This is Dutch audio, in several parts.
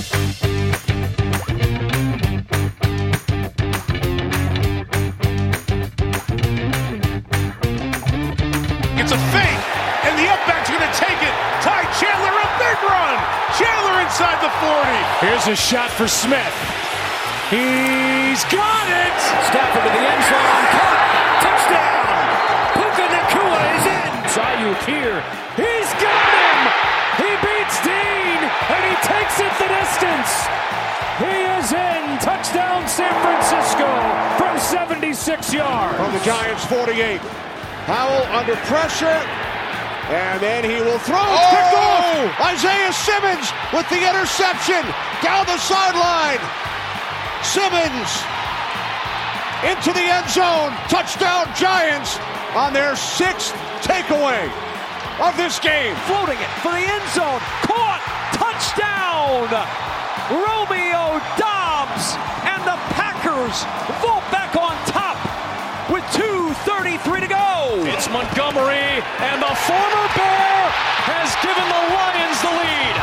It's a fake, and the upback's going to take it. Ty Chandler, a big run. Chandler inside the 40. Here's a shot for Smith. He's got it. Stafford to the end zone. Caught. Touchdown. Puka Nacua is in. Ayuk here. He's got him. He beats Dean, and he takes it the distance. He is in. Touchdown San Francisco from 76 yards. From the Giants' 48. Howell under pressure, and then he will throw. Picked off. Isaiah Simmons with the interception down the sideline. Simmons into the end zone. Touchdown Giants on their 6th takeaway of this game. Floating it for the end zone. Caught. Touchdown. Romeo Doubs and the Packers vault back on top with 2:33 to go. It's Montgomery, and the former Bear has given the Lions the lead.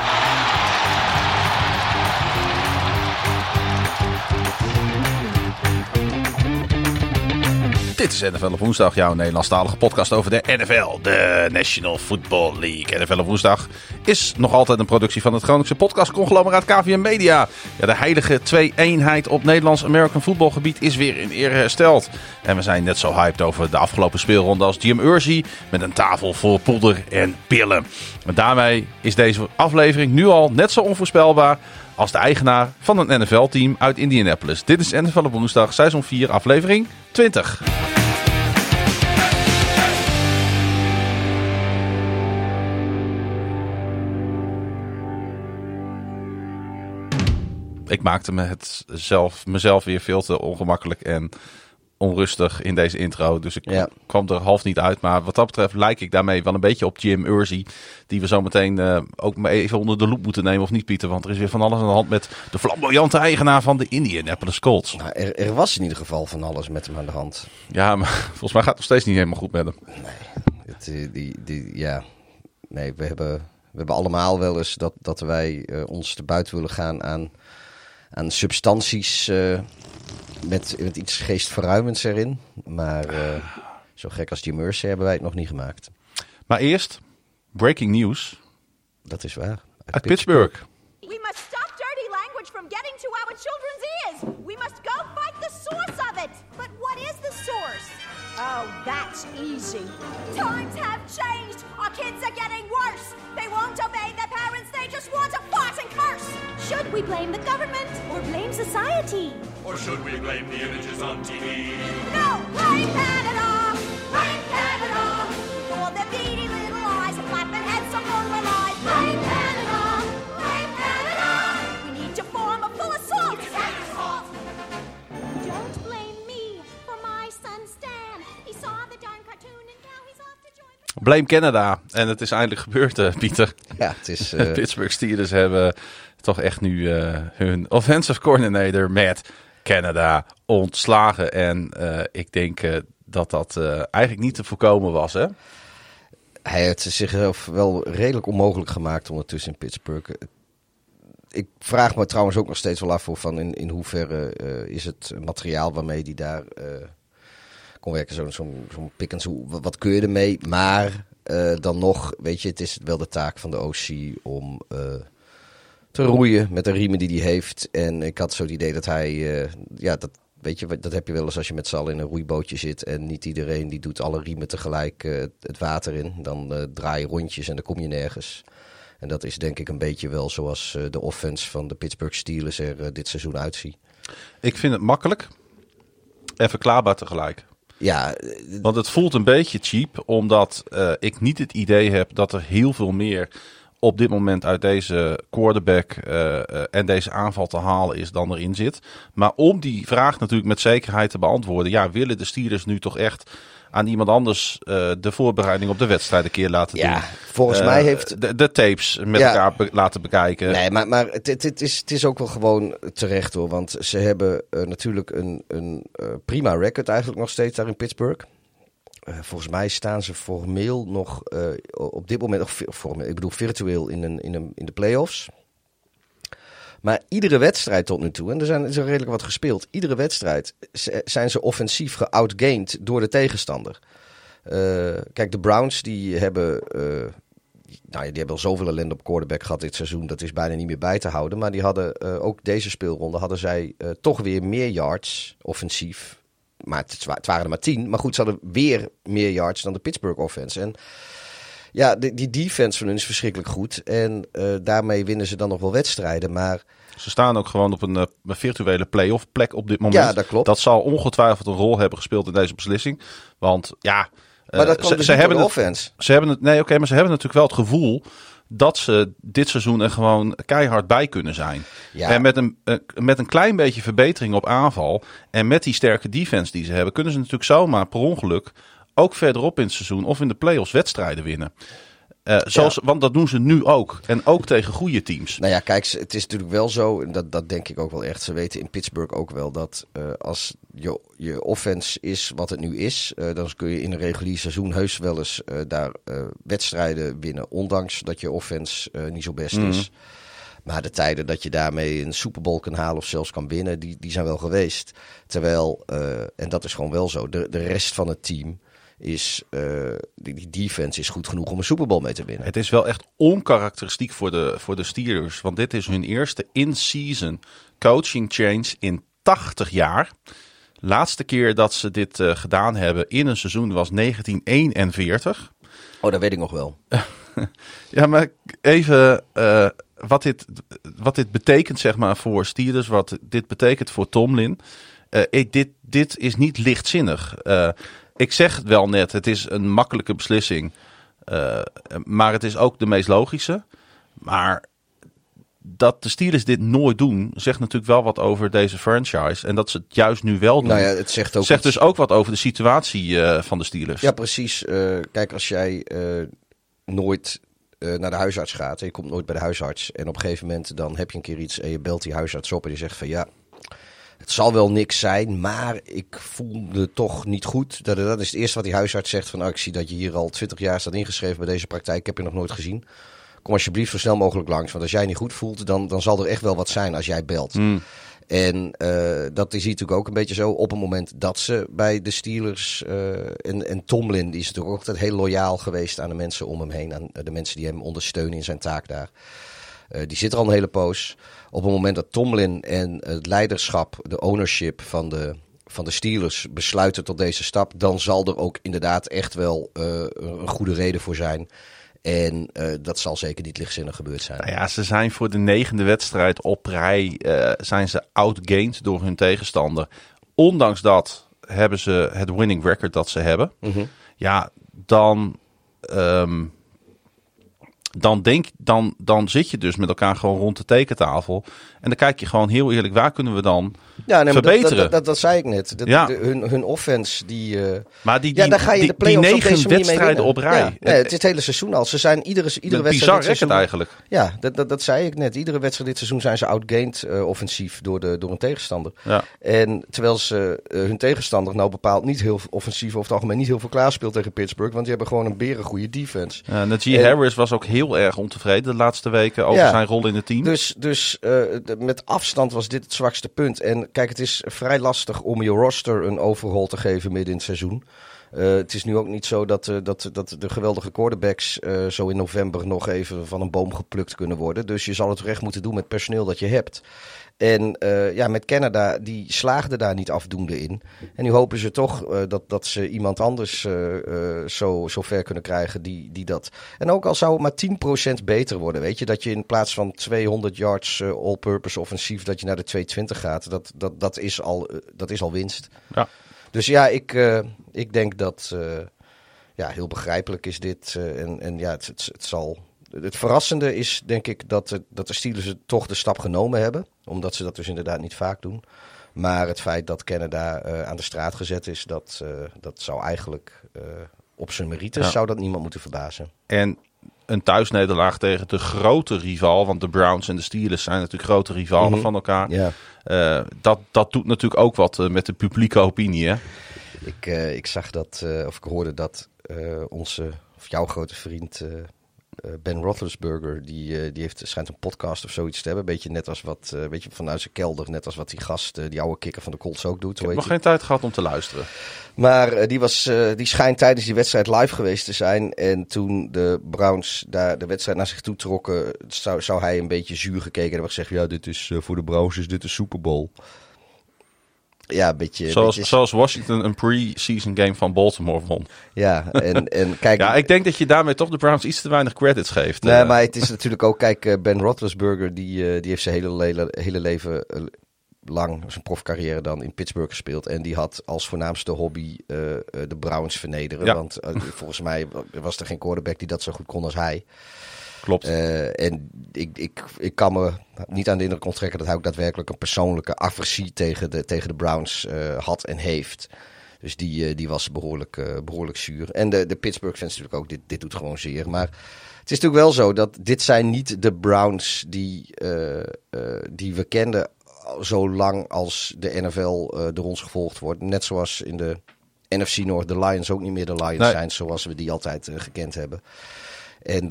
Dit is NFL op woensdag, jouw Nederlandstalige podcast over de NFL, de National Football League. NFL op woensdag is nog altijd een productie van het Groningse podcastconglomeraat KVM Media. Ja, de heilige twee-eenheid op Nederlands American voetbalgebied is weer in ere hersteld. En we zijn net zo hyped over de afgelopen speelronde als Jim Irsay met een tafel vol poeder en pillen. En daarmee is deze aflevering nu al net zo onvoorspelbaar als de eigenaar van een NFL-team uit Indianapolis. Dit is NFL op woensdag, seizoen 4, aflevering 20. Ik maakte mezelf weer veel te ongemakkelijk en onrustig in deze intro. Dus ik kwam er half niet uit. Maar wat dat betreft lijk ik daarmee wel een beetje op Jim Irsay. Die we zo meteen ook maar even onder de loep moeten nemen. Of niet, Pieter? Want er is weer van alles aan de hand met de flamboyante eigenaar van de Indianapolis Colts. Nou, er was in ieder geval van alles met hem aan de hand. Ja, maar volgens mij gaat het nog steeds niet helemaal goed met hem. Nee, we hebben allemaal wel eens dat wij ons te buiten willen gaan aan substanties met iets geestverruimends erin. Maar zo gek als Jim Irsay hebben wij het nog niet gemaakt. Maar eerst, breaking news. Dat is waar. Uit Pittsburgh. We must stop dirty language from getting to our children's ears. We must go fight the source of it. But what is the source? Oh, that's easy. Times have changed. Our kids are getting worse. They won't obey their parents. They just want to fart and curse. Should we blame the government or blame society? Or should we blame the images on TV? No, blame Canada. Blame Canada. For their beady little eyes and flapping heads of full of lies. Blame Canada. Blame Canada. We need to form a full assault. Don't blame me for my son Stan. He saw the darn cartoon and now he's off to join the... Blame Canada. En het is eindelijk gebeurd, Pieter. Ja, het is... Pittsburgh Steelers hebben toch echt nu hun offensive coordinator Matt Canada ontslagen. En ik denk dat eigenlijk niet te voorkomen was, hè? Hij heeft zichzelf wel redelijk onmogelijk gemaakt ondertussen in Pittsburgh. Ik vraag me trouwens ook nog steeds wel af van in hoeverre is het materiaal waarmee hij daar kon werken. Zo'n pick and zo. Wat kun je ermee? Maar dan nog, weet je, het is wel de taak van de OC om te roeien met de riemen die hij heeft. En ik had zo het idee dat hij, dat heb je wel eens als je met z'n allen in een roeibootje zit en niet iedereen die doet alle riemen tegelijk het water in. Dan draai je rondjes en dan kom je nergens. En dat is denk ik een beetje wel zoals de offense van de Pittsburgh Steelers er dit seizoen uitziet. Ik vind het makkelijk en verklaarbaar tegelijk. Ja, want het voelt een beetje cheap, omdat ik niet het idee heb dat er heel veel meer op dit moment uit deze quarterback en deze aanval te halen is dan erin zit. Maar om die vraag natuurlijk met zekerheid te beantwoorden, willen de Steelers nu toch echt aan iemand anders de voorbereiding op de wedstrijd een keer laten doen. Volgens mij heeft de tapes met elkaar laten bekijken. Nee, maar het is ook wel gewoon terecht hoor. Want ze hebben natuurlijk een prima record eigenlijk nog steeds daar in Pittsburgh. Volgens mij staan ze formeel nog op dit moment, ik bedoel virtueel in de playoffs. Maar iedere wedstrijd tot nu toe, en er is redelijk wat gespeeld, iedere wedstrijd zijn ze offensief geoutgained door de tegenstander. Kijk, de Browns die hebben al zoveel ellende op quarterback gehad dit seizoen. Dat is bijna niet meer bij te houden. Maar die hadden ook deze speelronde hadden zij toch weer meer yards offensief. Maar het waren er maar 10. Maar goed, ze hadden weer meer yards dan de Pittsburgh offense. En ja, die defense van hun is verschrikkelijk goed. En daarmee winnen ze dan nog wel wedstrijden. Maar Ze staan ook gewoon op een virtuele playoff plek op dit moment. Ja, dat klopt. Dat zal ongetwijfeld een rol hebben gespeeld in deze beslissing. Want ja, maar dat komt dus niet door de offense. Ze hebben maar ze hebben natuurlijk wel het gevoel dat ze dit seizoen er gewoon keihard bij kunnen zijn. Ja. En met een klein beetje verbetering op aanval en met die sterke defense die ze hebben, kunnen ze natuurlijk zomaar per ongeluk ook verderop in het seizoen of in de playoffs wedstrijden winnen. Want dat doen ze nu ook. En ook tegen goede teams. Nou ja, kijk, het is natuurlijk wel zo, en dat denk ik ook wel echt. Ze weten in Pittsburgh ook wel dat als je offense is wat het nu is, dan kun je in een regulier seizoen heus wel eens daar wedstrijden winnen. Ondanks dat je offense niet zo best is. Maar de tijden dat je daarmee een Super Bowl kan halen of zelfs kan winnen, die zijn wel geweest. Terwijl, en dat is gewoon wel zo, de rest van het team die defense is goed genoeg om een Super Bowl mee te winnen. Het is wel echt onkarakteristiek voor de Steelers. Want dit is hun eerste in-season coaching change in 80 jaar. Laatste keer dat ze dit gedaan hebben in een seizoen was 1941. Oh, dat weet ik nog wel. Ja, maar even wat dit betekent zeg maar voor Steelers. Wat dit betekent voor Tomlin. Dit is niet lichtzinnig. Ik zeg het wel net, het is een makkelijke beslissing. Maar het is ook de meest logische. Maar dat de Steelers dit nooit doen, zegt natuurlijk wel wat over deze franchise. En dat ze het juist nu wel doen. Nou ja, het zegt dus ook wat over de situatie van de Steelers. Ja, precies. Kijk, als jij nooit naar de huisarts gaat en je komt nooit bij de huisarts. En op een gegeven moment dan heb je een keer iets en je belt die huisarts op en die zegt van ja, het zal wel niks zijn, maar ik voel me toch niet goed. Dat is het eerste wat die huisarts zegt van ik zie dat je hier al 20 jaar staat ingeschreven bij deze praktijk. Ik heb je nog nooit gezien. Kom alsjeblieft zo snel mogelijk langs. Want als jij niet goed voelt, dan zal er echt wel wat zijn als jij belt. En dat is natuurlijk ook een beetje zo. Op het moment dat ze bij de Steelers en Tomlin, die is natuurlijk ook altijd heel loyaal geweest aan de mensen om hem heen. Aan de mensen die hem ondersteunen in zijn taak daar. Die zit er al een hele poos. Op het moment dat Tomlin en het leiderschap, de ownership van de Steelers besluiten tot deze stap, dan zal er ook inderdaad echt wel een goede reden voor zijn. En dat zal zeker niet lichtzinnig gebeurd zijn. Nou ja, ze zijn voor de 9e wedstrijd op rij zijn ze outgained door hun tegenstander. Ondanks dat hebben ze het winning record dat ze hebben. Mm-hmm. Ja, dan zit je dus met elkaar gewoon rond de tekentafel. En dan kijk je gewoon heel eerlijk, waar kunnen we dan verbeteren? Dat zei ik net. Hun offense, maar die daar ga je de playoffs die op deze 9 manier wedstrijden op rij. Ja, het is het hele seizoen al. Ze zijn iedere wedstrijd bizar record eigenlijk. Ja, dat zei ik net. Iedere wedstrijd dit seizoen zijn ze outgained offensief door een tegenstander. Ja. En terwijl ze hun tegenstander nou bepaald niet heel offensief over het algemeen niet heel veel klaarspeelt tegen Pittsburgh. Want die hebben gewoon een berengoede defense. Najee Harris was ook heel erg ontevreden de laatste weken over zijn rol in het team. Dus met afstand was dit het zwakste punt. En kijk, het is vrij lastig om je roster een overhaul te geven midden in het seizoen. Het is nu ook niet zo dat de geweldige quarterbacks zo in november nog even van een boom geplukt kunnen worden. Dus je zal het recht moeten doen met personeel dat je hebt. En met Canada, die slaagde daar niet afdoende in. En nu hopen ze toch dat ze iemand anders zo ver kunnen krijgen die dat. En ook al zou het maar 10% beter worden, weet je. Dat je in plaats van 200 yards all-purpose offensief, dat je naar de 220 gaat. Dat is al winst. Ja. Dus ja, ik denk dat heel begrijpelijk is dit. Het zal. Het verrassende is, denk ik, dat de Steelers toch de stap genomen hebben. Omdat ze dat dus inderdaad niet vaak doen. Maar het feit dat Canada aan de straat gezet is, dat zou eigenlijk op zijn merites zou dat niemand moeten verbazen. En een thuisnederlaag tegen de grote rival, want de Browns en de Steelers zijn natuurlijk grote rivalen van elkaar. Ja. Dat doet natuurlijk ook wat met de publieke opinie, hè? Ik zag dat, of ik hoorde dat jouw grote vriend Ben Roethlisberger, die schijnt een podcast of zoiets te hebben. Een beetje net als wat, vanuit zijn kelder, net als wat die gast, die oude kikker van de Colts ook doet. Ik heb nog geen tijd gehad om te luisteren. Maar die schijnt tijdens die wedstrijd live geweest te zijn. En toen de Browns daar de wedstrijd naar zich toe trokken, zou hij een beetje zuur gekeken hebben gezegd, ja, dit is voor de Browns is dit een Super Bowl. Ja, een beetje... Zoals Washington een pre-season game van Baltimore won. Ja, en kijk... Ja, ik denk dat je daarmee toch de Browns iets te weinig credits geeft. Nee, maar het is natuurlijk ook... Kijk, Ben Roethlisberger, die heeft zijn hele leven lang, zijn profcarrière dan, in Pittsburgh gespeeld. En die had als voornaamste hobby de Browns vernederen. Ja. Want volgens mij was er geen quarterback die dat zo goed kon als hij. Klopt. En ik kan me niet aan de indruk onttrekken dat hij ook daadwerkelijk een persoonlijke aversie tegen de Browns had en heeft. Dus die was behoorlijk zuur. En de Pittsburgh fans natuurlijk ook, dit doet gewoon zeer. Maar het is natuurlijk wel zo dat dit zijn niet de Browns die we kenden zo lang als de NFL door ons gevolgd wordt. Net zoals in de NFC North de Lions ook niet meer de Lions zijn zoals we die altijd gekend hebben. En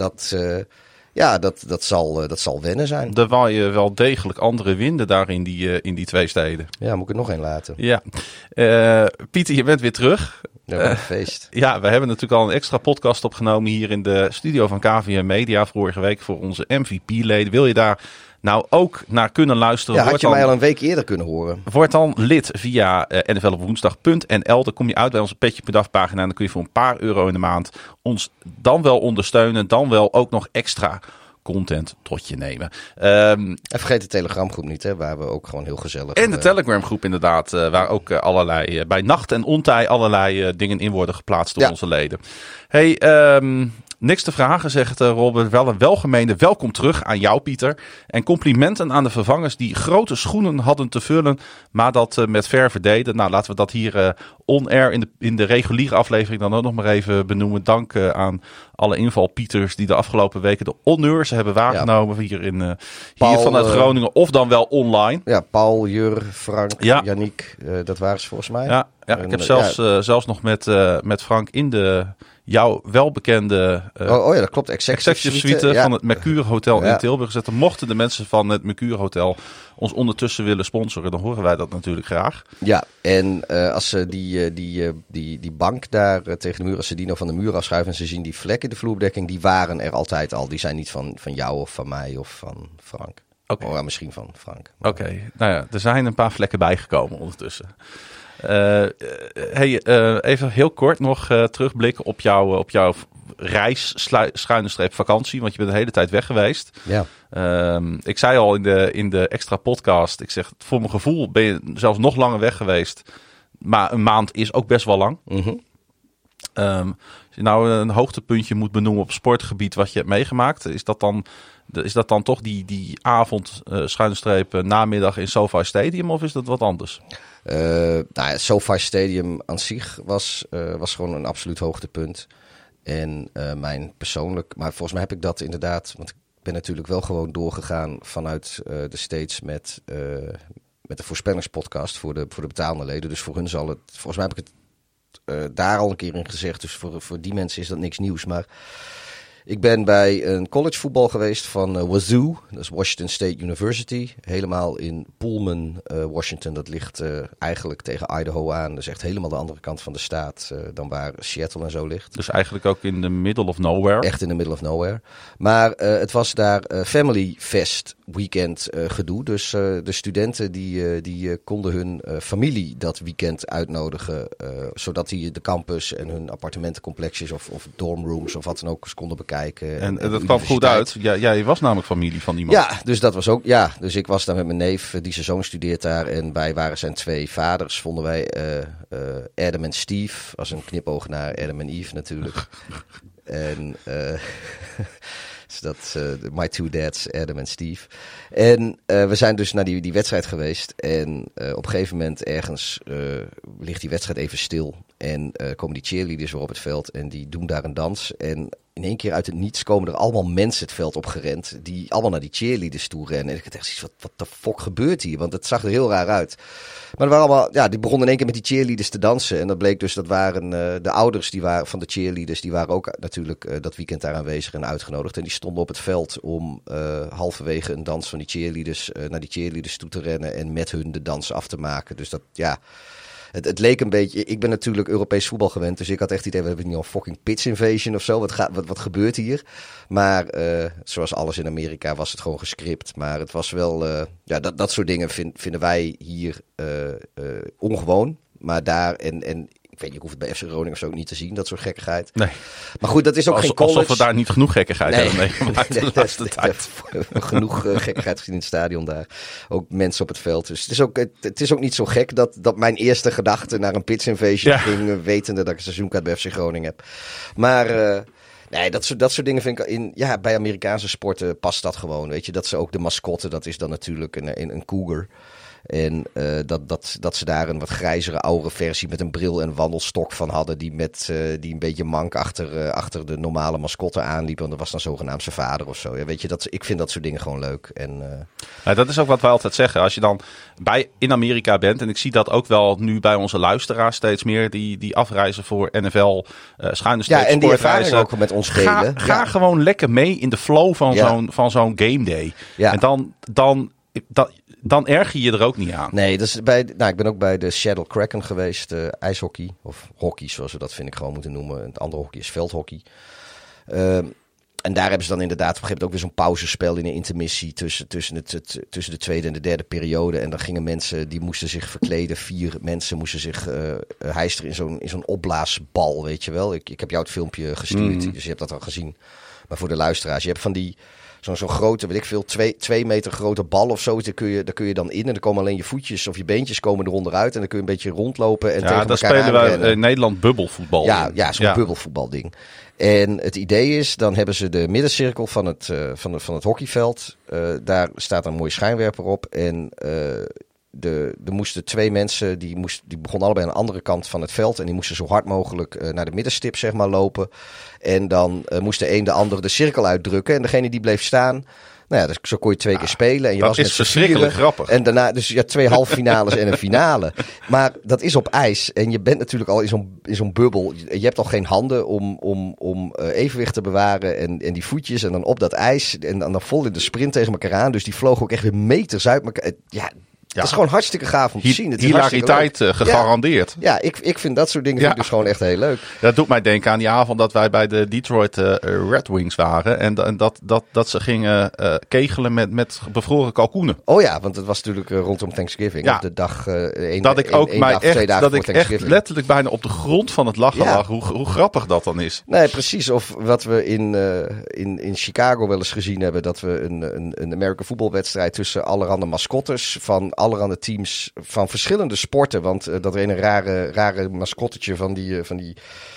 dat zal wennen zijn. Er waaien wel degelijk andere winden daar in die twee steden. Ja, moet ik er nog één laten. Ja. Pieter, je bent weer terug. Ja, wat een feest. Ja, we hebben natuurlijk al een extra podcast opgenomen hier in de studio van KVM Media vorige week voor onze MVP-leden. Wil je daar nou ook naar kunnen luisteren? Ja, had je mij al een week eerder kunnen horen. Word dan lid via nflopwoensdag.nl. Dan kom je uit bij onze Petje Per Dag pagina en dan kun je voor een paar euro in de maand ons dan wel ondersteunen. Dan wel ook nog extra content tot je nemen. En vergeet de Telegramgroep niet, hè, waar we ook gewoon heel gezellig... En de Telegramgroep inderdaad, waar ook allerlei, bij nacht en ontij allerlei dingen in worden geplaatst door onze leden. Hey, niks te vragen, zegt Robert. Wel een welgemeende welkom terug aan jou, Pieter. En complimenten aan de vervangers die grote schoenen hadden te vullen, maar dat met verve deden. Nou, laten we dat hier on-air in de reguliere aflevering dan ook nog maar even benoemen. Dank aan alle invalpieters die de afgelopen weken de honneurs hebben waargenomen hier vanuit Groningen. Of dan wel online. Ja, Paul, Jur, Frank, Yannick, dat waren ze volgens mij. Ja, ik heb zelfs nog met Frank in de... jouw welbekende ja, dat klopt. Executive Suite van het Mercure Hotel in Tilburg gezet. Mochten de mensen van het Mercure Hotel ons ondertussen willen sponsoren, dan horen wij dat natuurlijk graag. Ja, en als ze die bank daar tegen de muur, als ze die nou van de muur afschuiven en ze zien die vlek in de vloerbedekking, die waren er altijd al. Die zijn niet van jou of van mij of van Frank. Okay. Oh, misschien van Frank. Oké, nou ja, er zijn een paar vlekken bijgekomen ondertussen. Even heel kort nog terugblikken op jouw reis /vakantie, want je bent de hele tijd weg geweest. Ja. Ik zei al in de extra podcast, ik zeg, voor mijn gevoel ben je zelfs nog langer weg geweest, maar een maand is ook best wel lang. Mm-hmm. Als je nou een hoogtepuntje moet benoemen op sportgebied wat je hebt meegemaakt, is dat dan toch die avond namiddag in SoFi Stadium, of is dat wat anders? Het SoFi Stadium aan zich was gewoon een absoluut hoogtepunt. En mijn persoonlijk... Maar volgens mij heb ik dat inderdaad... Want ik ben natuurlijk wel gewoon doorgegaan vanuit de States met de voorspellingspodcast voor de betaalde leden. Dus voor hun zal het... Volgens mij heb ik het daar al een keer in gezegd. Dus voor die mensen is dat niks nieuws. Maar ik ben bij een collegevoetbal geweest van Wazoo. Dat is Washington State University. Helemaal in Pullman, Washington. Dat ligt eigenlijk tegen Idaho aan. Dat is echt helemaal de andere kant van de staat dan waar Seattle en zo ligt. Dus eigenlijk ook in the middle of nowhere? Echt in the middle of nowhere. Maar het was daar Family Fest weekend gedoe. Dus de studenten die konden hun familie dat weekend uitnodigen. Zodat die de campus en hun appartementencomplexjes of dormrooms of wat dan ook konden bekijken. En dat kwam goed uit. Ja, je was namelijk familie van iemand. Ja, dus dat was ook. Ja, dus ik was daar met mijn neef, die zijn zoon studeert daar. En wij waren zijn twee vaders, vonden wij Adam en Steve. Als een knipoog naar Adam en Eve natuurlijk. En dus dat my two dads, Adam en Steve. En we zijn dus naar die wedstrijd geweest. En op een gegeven moment ergens ligt die wedstrijd even stil. En komen die cheerleaders weer op het veld en die doen daar een dans. En in één keer uit het niets komen er allemaal mensen het veld op gerend. Die allemaal naar die cheerleaders toe rennen. En ik dacht echt, wat de fuck gebeurt hier? Want het zag er heel raar uit. Maar er waren allemaal, die begonnen in één keer met die cheerleaders te dansen. En dat bleek dus, dat waren de ouders van de cheerleaders. Die waren ook natuurlijk dat weekend daar aanwezig en uitgenodigd. En die stonden op het veld om halverwege een dans van die cheerleaders naar die cheerleaders toe te rennen. En met hun de dans af te maken. Dus dat, Het leek een beetje... Ik ben natuurlijk Europees voetbal gewend. Dus ik had echt het idee, we hebben nu al fucking pitch invasion of zo. Wat gebeurt hier? Maar zoals alles in Amerika was het gewoon gescript. Maar het was wel... dat soort dingen vinden wij hier ongewoon. Maar daar... En ik weet niet, ik hoef het bij FC Groningen of zo ook niet te zien, dat soort gekkigheid. Nee. Maar goed, dat is ook geen college. Alsof we daar niet genoeg gekkigheid hebben meegemaakt de laatste tijd. Genoeg gekkigheid gezien in het stadion daar. Ook mensen op het veld. Dus het is ook niet zo gek dat mijn eerste gedachte naar een pitch invasion ging, wetende dat ik een seizoenkaart bij FC Groningen heb. Maar... Nee, dat soort dingen vind ik bij Amerikaanse sporten past dat gewoon. Weet je, dat ze ook de mascotte, dat is dan natuurlijk een cougar. En dat ze daar een wat grijzere, oude versie met een bril en wandelstok van hadden. Die een beetje mank achter de normale mascotte aanliep. Want dat was dan zogenaamd zijn vader of zo. Ja, weet je, ik vind dat soort dingen gewoon leuk. En, dat is ook wat wij altijd zeggen. Als je dan in Amerika bent. En ik zie dat ook wel nu bij onze luisteraars steeds meer. Die afreizen voor NFL schuine streep. Ja, en die ervaring ook met ons delen. Ga gewoon lekker mee in de flow van zo'n game day. Ja. En dan erger je er ook niet aan. Nee, dus ik ben ook bij de Seattle Kraken geweest. IJshockey, of hockey zoals we dat vind ik gewoon moeten noemen. Het andere hockey is veldhockey. En daar hebben ze dan inderdaad op een gegeven moment ook weer zo'n pauzespel in een intermissie tussen de tweede en de derde periode. En dan gingen mensen, die moesten zich verkleden. 4 mensen moesten zich hijsteren in zo'n opblaasbal, weet je wel. Ik heb jou het filmpje gestuurd, dus je hebt dat al gezien. Maar voor de luisteraars, je hebt van die... Zo'n grote, weet ik veel, 2 meter grote bal of zo. Daar kun je dan in. En dan komen alleen je voetjes of je beentjes komen eronder uit. En dan kun je een beetje rondlopen en tegen elkaar spelen wij in Nederland bubbelvoetbal. Ja, zo'n bubbelvoetbalding. En het idee is, dan hebben ze de middencirkel van het hockeyveld. Daar staat een mooie schijnwerper op. En er moesten 2 mensen, die begonnen allebei aan de andere kant van het veld. En die moesten zo hard mogelijk naar de middenstip, zeg maar, lopen. En dan moest de een de ander de cirkel uitdrukken. En degene die bleef staan, nou ja, dus zo kon je 2 keer spelen. En je dat was is met verschrikkelijk grappig. En daarna, dus je had 2 halffinales en een finale. Maar dat is op ijs. En je bent natuurlijk al in zo'n bubbel. Je hebt al geen handen om evenwicht te bewaren. En die voetjes en dan op dat ijs. En dan vol in de sprint tegen elkaar aan. Dus die vlogen ook echt weer meters uit elkaar. Dat is gewoon hartstikke gaaf om te zien. Het is hilariteit gegarandeerd. Ja, ik vind dat soort dingen vind ik dus gewoon echt heel leuk. Dat doet mij denken aan die avond dat wij bij de Detroit Red Wings waren. En dat ze gingen kegelen met bevroren kalkoenen. Oh ja, want het was natuurlijk rondom Thanksgiving. Ja. De dag, dat ik echt letterlijk bijna op de grond van het lachen lag. Hoe grappig dat dan is. Nee, precies. Of wat we in Chicago wel eens gezien hebben. Dat we een American voetbalwedstrijd tussen allerhande mascottes van allerhande teams van verschillende sporten. Want dat er een rare mascottetje van die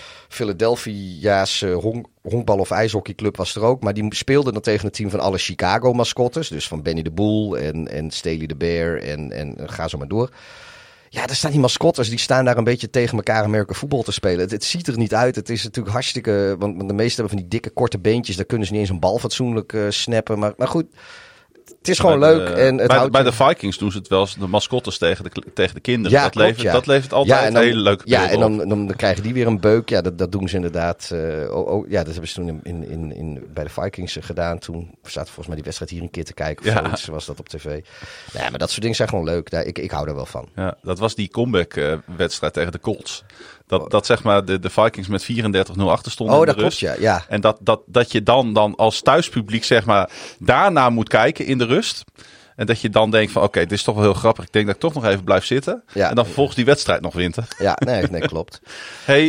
Philadelphia's honkbal- of ijshockeyclub was er ook. Maar die speelde dan tegen het team van alle Chicago mascottes. Dus van Benny the Bull en Staley the Bear en ga zo maar door. Ja, daar staan die mascottes, die staan daar een beetje tegen elkaar American voetbal te spelen. Het ziet er niet uit. Het is natuurlijk hartstikke... Want de meeste hebben van die dikke, korte beentjes. Daar kunnen ze niet eens een bal fatsoenlijk snappen. Maar goed... Het is gewoon leuk. En bij de Vikings doen ze het wel eens de mascottes tegen de kinderen. Ja, dat levert altijd hele leuke beelden en dan krijgen die weer een beuk. Ja, dat doen ze inderdaad. Dat hebben ze toen bij de Vikings gedaan. Toen zaten volgens mij die wedstrijd hier een keer te kijken. Of zoiets was dat op tv. Nee, maar dat soort dingen zijn gewoon leuk. Ik hou er wel van. Ja, dat was die comeback wedstrijd tegen de Colts. Dat zeg maar de Vikings met 34-0 achter stonden in de rust. Klopt, ja. En dat je dan als thuispubliek zeg maar daarna moet kijken in de rust. En dat je dan denkt van oké, dit is toch wel heel grappig. Ik denk dat ik toch nog even blijf zitten. Ja. En dan vervolgens die wedstrijd nog wint. Ja, nee, klopt. Hey,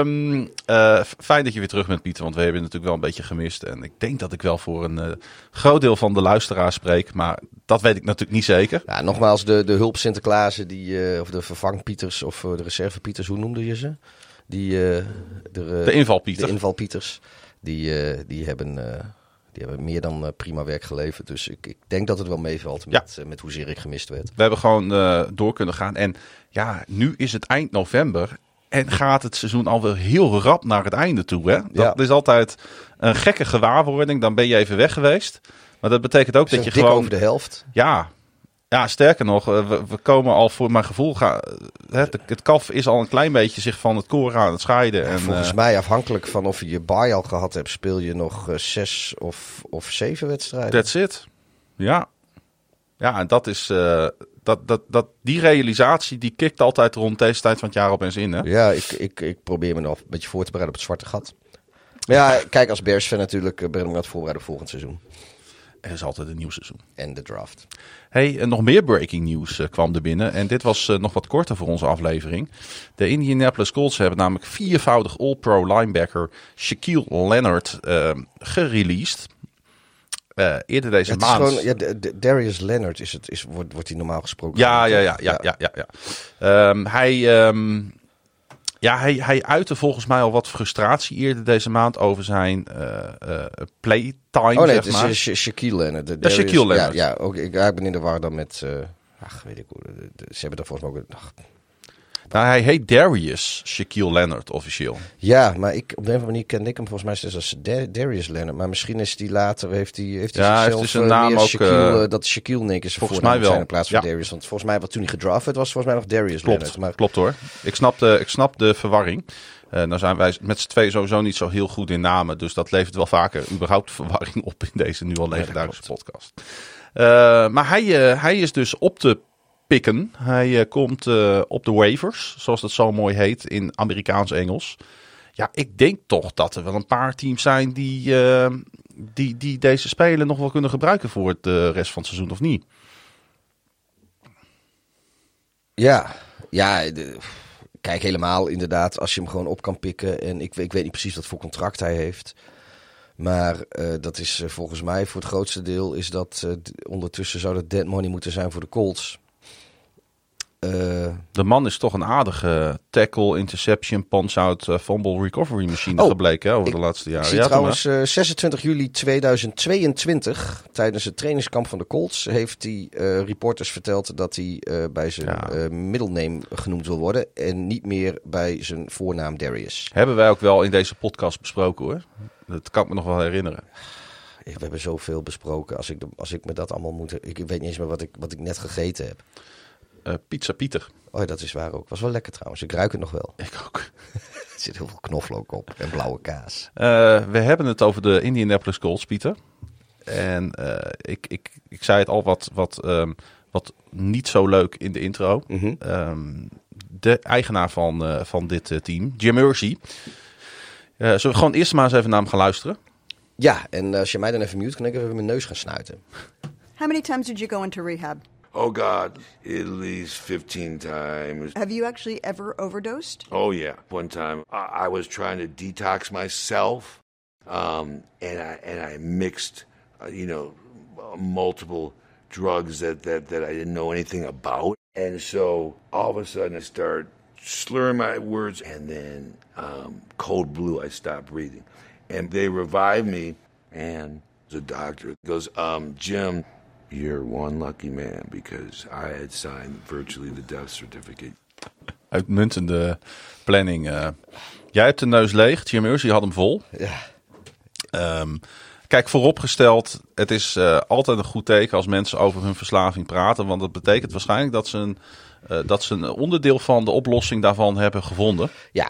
fijn dat je weer terug bent, Pieter. Want we hebben je natuurlijk wel een beetje gemist. En ik denk dat ik wel voor een groot deel van de luisteraars spreek. Maar dat weet ik natuurlijk niet zeker. Ja, nogmaals, de hulp Sinterklaasen, of de vervangpieters of de reservepieters, hoe noemde je ze? De invalpieter. De invalpieters. Die hebben meer dan prima werk geleverd. Dus ik denk dat het wel meevalt met hoezeer ik gemist werd. We hebben gewoon door kunnen gaan. En ja, nu is het eind november. En gaat het seizoen alweer heel rap naar het einde toe. Hè? Dat is altijd een gekke gewaarwording. Dan ben je even weg geweest. Maar dat betekent ook dat je gewoon... over de helft. Ja, sterker nog. We komen al voor mijn gevoel... Het kalf is al een klein beetje zich van het koren aan het scheiden. En, volgens mij afhankelijk van of je je bye al gehad hebt... speel je nog 6 of 7 wedstrijden. That's it. Ja. Ja, en dat is... Die realisatie die kikt altijd rond deze tijd van het jaar opeens in. Hè? Ja, ik probeer me nog een beetje voor te bereiden op het zwarte gat. Maar ja, kijk, als Bears-fan natuurlijk ben ik me aan het voorbereiden op volgend seizoen. Er is altijd een nieuw seizoen. En de draft. Hey, nog meer breaking news kwam er binnen. En dit was nog wat korter voor onze aflevering. De Indianapolis Colts hebben namelijk 4-voudig All-Pro linebacker Shaquille Leonard gereleased. Eerder deze maand. Gewoon, Darius Leonard wordt hij normaal gesproken. Hij uitte volgens mij al wat frustratie eerder deze maand over zijn playtime. Oh nee, het is Shaquille Leonard. Shaquille Leonard. Ja, ook, ik ben in de war dan met... weet ik hoe. Ze hebben daar volgens mij ook... Nou, hij heet Darius Shaquille Leonard officieel. Ja, maar op de een of andere manier kende ik hem volgens mij steeds als Darius Leonard. Maar misschien is die later, heeft hij zichzelf dus een naam ook... Shaquille, dat Shaquille in één keer zijn voornaam mij wel. Zijn in plaats van Darius. Want volgens mij, toen hij gedraft werd, was volgens mij nog Darius Leonard. Maar... Klopt hoor. Ik snap de verwarring. Nou zijn wij met z'n tweeën sowieso niet zo heel goed in namen. Dus dat levert wel vaker überhaupt verwarring op in deze nu al legendarische podcast. Maar hij is dus op de pikken. Hij komt op de waivers, zoals dat zo mooi heet in Amerikaans Engels. Ja, ik denk toch dat er wel een paar teams zijn die deze speler nog wel kunnen gebruiken voor de rest van het seizoen, of niet? Kijk, helemaal inderdaad, als je hem gewoon op kan pikken. En ik weet niet precies wat voor contract hij heeft. Maar dat is volgens mij voor het grootste deel is dat ondertussen zou dat dead money moeten zijn voor de Colts. De man is toch een aardige tackle, interception, punch-out, fumble recovery machine gebleken over de laatste jaren. Ik zie trouwens 26 juli 2022 tijdens het trainingskamp van de Colts heeft hij reporters verteld dat hij bij zijn middelname genoemd wil worden en niet meer bij zijn voornaam Darius. Hebben wij ook wel in deze podcast besproken hoor. Dat kan ik me nog wel herinneren. We hebben zoveel besproken. Als ik me dat allemaal moet... Ik weet niet eens meer wat ik net gegeten heb. Pizza Pieter. Oh, dat is waar ook. Was wel lekker trouwens. Ik ruik het nog wel. Ik ook. Er zit heel veel knoflook op en blauwe kaas. We hebben het over de Indianapolis Colts, Pieter. En ik zei het al wat niet zo leuk in de intro. Mm-hmm. De eigenaar van dit team, Jim Irsay. Zullen we gewoon eerst maar eens even naar hem gaan luisteren? Ja, en als je mij dan even mute, kan ik even mijn neus gaan snuiten. How many times did you go into rehab? Oh, God, at least 15 times. Have you actually ever overdosed? Oh, yeah. One time I was trying to detox myself, and I mixed, multiple drugs that I didn't know anything about. And so all of a sudden I start slurring my words, and then cold blue, I stopped breathing. And they revived me, and the doctor goes, Jim... You're one lucky man because I had signed virtually the death certificate. Uitmuntende planning. Jij hebt de neus leeg. Jim Irsay had hem vol. Ja. Kijk, vooropgesteld, het is altijd een goed teken als mensen over hun verslaving praten. Want dat betekent waarschijnlijk dat ze een onderdeel van de oplossing daarvan hebben gevonden. Ja.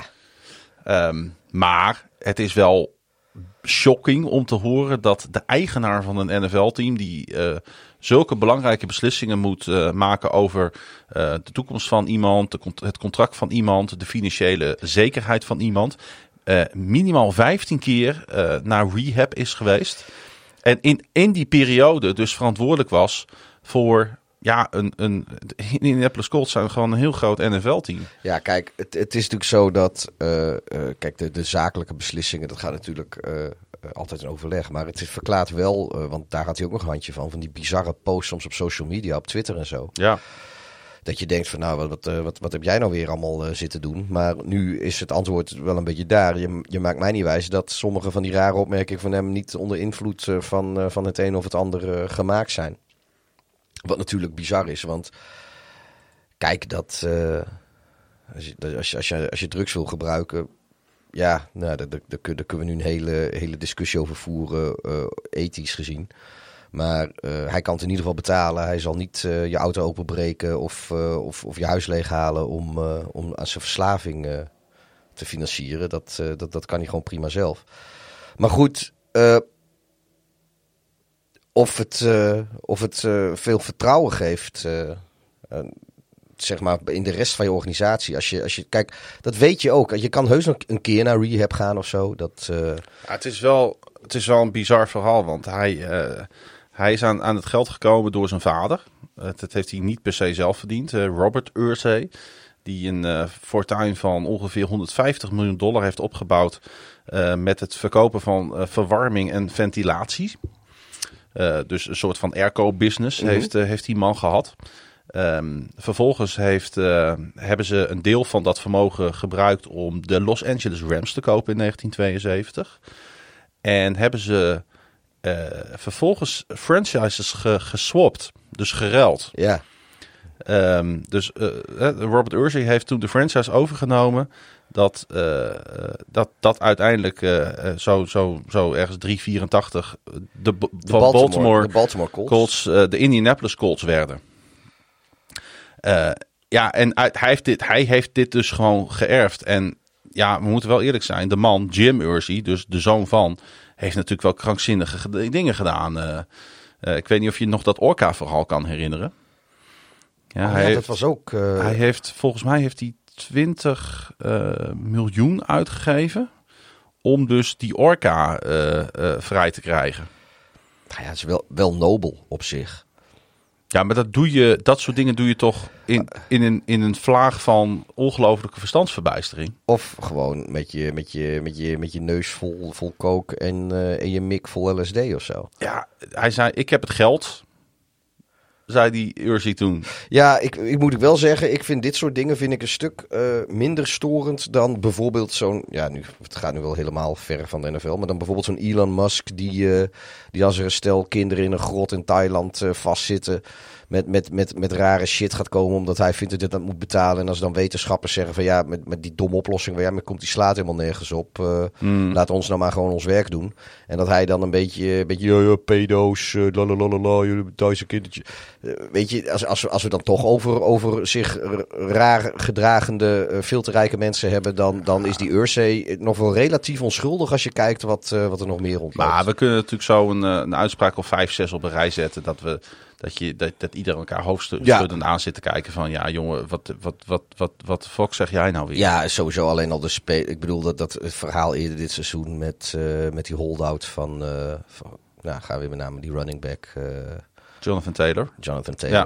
Maar het is wel shocking om te horen dat de eigenaar van een NFL-team die zulke belangrijke beslissingen moet maken over de toekomst van iemand, het contract van iemand, de financiële zekerheid van iemand, minimaal 15 keer naar rehab is geweest. En in die periode dus verantwoordelijk was voor Indianapolis Colts zijn gewoon een heel groot NFL-team. Ja, kijk, het is natuurlijk zo dat de zakelijke beslissingen, dat gaat natuurlijk altijd in overleg. Maar het verklaart wel, want daar had hij ook nog een handje van die bizarre posts soms op social media, op Twitter en zo. Ja. Dat je denkt van wat heb jij nou weer allemaal zitten doen? Maar nu is het antwoord wel een beetje daar. Je maakt mij niet wijs dat sommige van die rare opmerkingen van hem niet onder invloed van het een of het andere gemaakt zijn. Wat natuurlijk bizar is, want kijk, Als je drugs wil gebruiken, ja, nou, daar kunnen we nu een hele discussie over voeren, ethisch gezien. Maar hij kan het in ieder geval betalen. Hij zal niet je auto openbreken of je huis leeghalen om aan zijn verslaving te financieren. Dat kan hij gewoon prima zelf. Maar goed, of het veel vertrouwen geeft, zeg maar, in de rest van je organisatie. Als je kijk, dat weet je ook. Je kan heus nog een keer naar rehab gaan of zo. Het is wel een bizar verhaal, want hij is aan het geld gekomen door zijn vader. Dat heeft hij niet per se zelf verdiend. Robert Irsay, die een fortuin van ongeveer $150 miljoen heeft opgebouwd met het verkopen van verwarming en ventilatie. Dus een soort van airco-business heeft die man gehad. Vervolgens hebben ze een deel van dat vermogen gebruikt om de Los Angeles Rams te kopen in 1972. En hebben ze vervolgens franchises geswapt, dus geruild. Ja. Robert Irsay heeft toen de franchise overgenomen dat uiteindelijk zo ergens 384 de Baltimore Colts de Indianapolis Colts werden. En hij heeft dit dus gewoon geërfd. En ja, we moeten wel eerlijk zijn. De man, Jim Irsay, dus de zoon van, heeft natuurlijk wel krankzinnige dingen gedaan. Ik weet niet of je nog dat Orca-verhaal kan herinneren. Dat was ook... Volgens mij heeft hij 20 miljoen uitgegeven om dus die Orca vrij te krijgen. Nou ja, het is wel nobel op zich. Ja, maar dat soort dingen doe je toch in een vlaag van ongelofelijke verstandsverbijstering. Of gewoon met je neus vol coke en je mik vol LSD of zo. Ja, hij zei, ik heb het geld, zei die Irsay toen. Ja, ik moet wel zeggen, ik vind dit soort dingen een stuk minder storend dan bijvoorbeeld zo'n... Ja, het gaat nu wel helemaal ver van de NFL, maar dan bijvoorbeeld zo'n Elon Musk die als er een stel kinderen in een grot in Thailand vastzitten met rare shit gaat komen omdat hij vindt dat moet betalen. En als dan wetenschappers zeggen van ja, met die domme oplossing, maar die slaat helemaal nergens op. Laat ons nou maar gewoon ons werk doen. En dat hij dan een beetje pedo's, lalalala, Duitse kindertje. Weet je, als we dan toch over zich raar gedragende, veel te rijke mensen hebben, dan is die Irsay nog wel relatief onschuldig als je kijkt wat er nog meer rondloopt. Maar we kunnen natuurlijk zo een uitspraak of 5, 6 op een rij zetten dat iedereen elkaar hoofdschuddend aan zit te kijken van ja jongen, wat fuck zeg jij nou weer? Ja, sowieso alleen al ik bedoel dat het verhaal eerder dit seizoen met die holdout van gaan we weer met name die running back. Jonathan Taylor. Ja.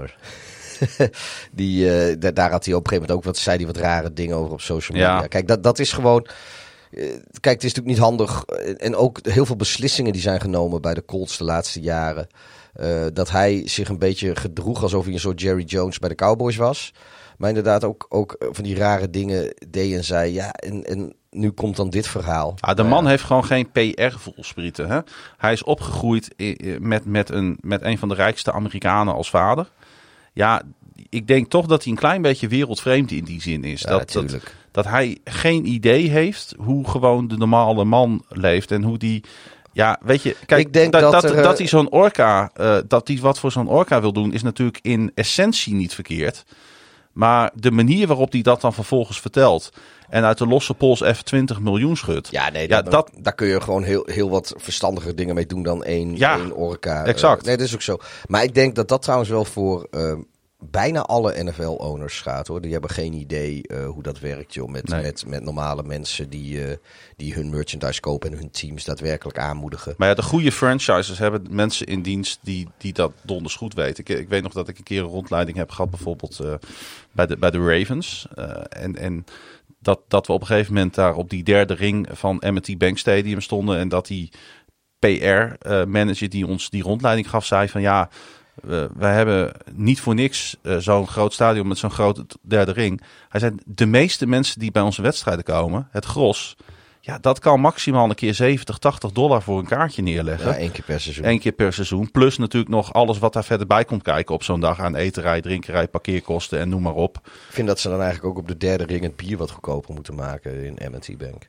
Daar had hij op een gegeven moment ook zei hij wat rare dingen over op social media. Ja. Kijk, dat is gewoon... Kijk, het is natuurlijk niet handig. En ook heel veel beslissingen die zijn genomen bij de Colts de laatste jaren. Dat hij zich een beetje gedroeg alsof hij een soort Jerry Jones bij de Cowboys was. Maar inderdaad ook van die rare dingen deed en zei. Ja, en nu komt dan dit verhaal. De man heeft gewoon geen PR-voelsprieten. Hè? Hij is opgegroeid met een van de rijkste Amerikanen als vader. Ja, ik denk toch dat hij een klein beetje wereldvreemd in die zin is. Ja, dat hij geen idee heeft hoe gewoon de normale man leeft en hoe die... Ja, weet je, kijk, ik denk dat hij zo'n orka, dat hij wat voor zo'n orka wil doen, is natuurlijk in essentie niet verkeerd. Maar de manier waarop hij dat dan vervolgens vertelt en uit de losse pols even 20 miljoen schudt. Ja, nee, daar kun je gewoon heel wat verstandiger dingen mee doen dan één orka. Exact. Nee, dat is ook zo. Maar ik denk dat trouwens wel voor bijna alle NFL-owners gaat, hoor. Die hebben geen idee hoe dat werkt, joh. Met normale mensen die hun merchandise kopen en hun teams daadwerkelijk aanmoedigen. Maar ja, de goede franchises hebben mensen in dienst die dat donders goed weten. Ik weet nog dat ik een keer een rondleiding heb gehad, bijvoorbeeld bij de Ravens. En dat we op een gegeven moment daar op die derde ring van M&T Bank Stadium stonden en dat die PR-manager die ons die rondleiding gaf, zei van ja, wij hebben niet voor niks zo'n groot stadion met zo'n grote derde ring. Hij zei, de meeste mensen die bij onze wedstrijden komen, het gros, Ja, dat kan maximaal een keer $70-80 voor een kaartje neerleggen. Ja, 1 keer per seizoen. 1 keer per seizoen. Plus natuurlijk nog alles wat daar verder bij komt kijken op zo'n dag. Aan eterij, drinkerij, parkeerkosten en noem maar op. Ik vind dat ze dan eigenlijk ook op de derde ring het bier wat goedkoper moeten maken in M&T Bank.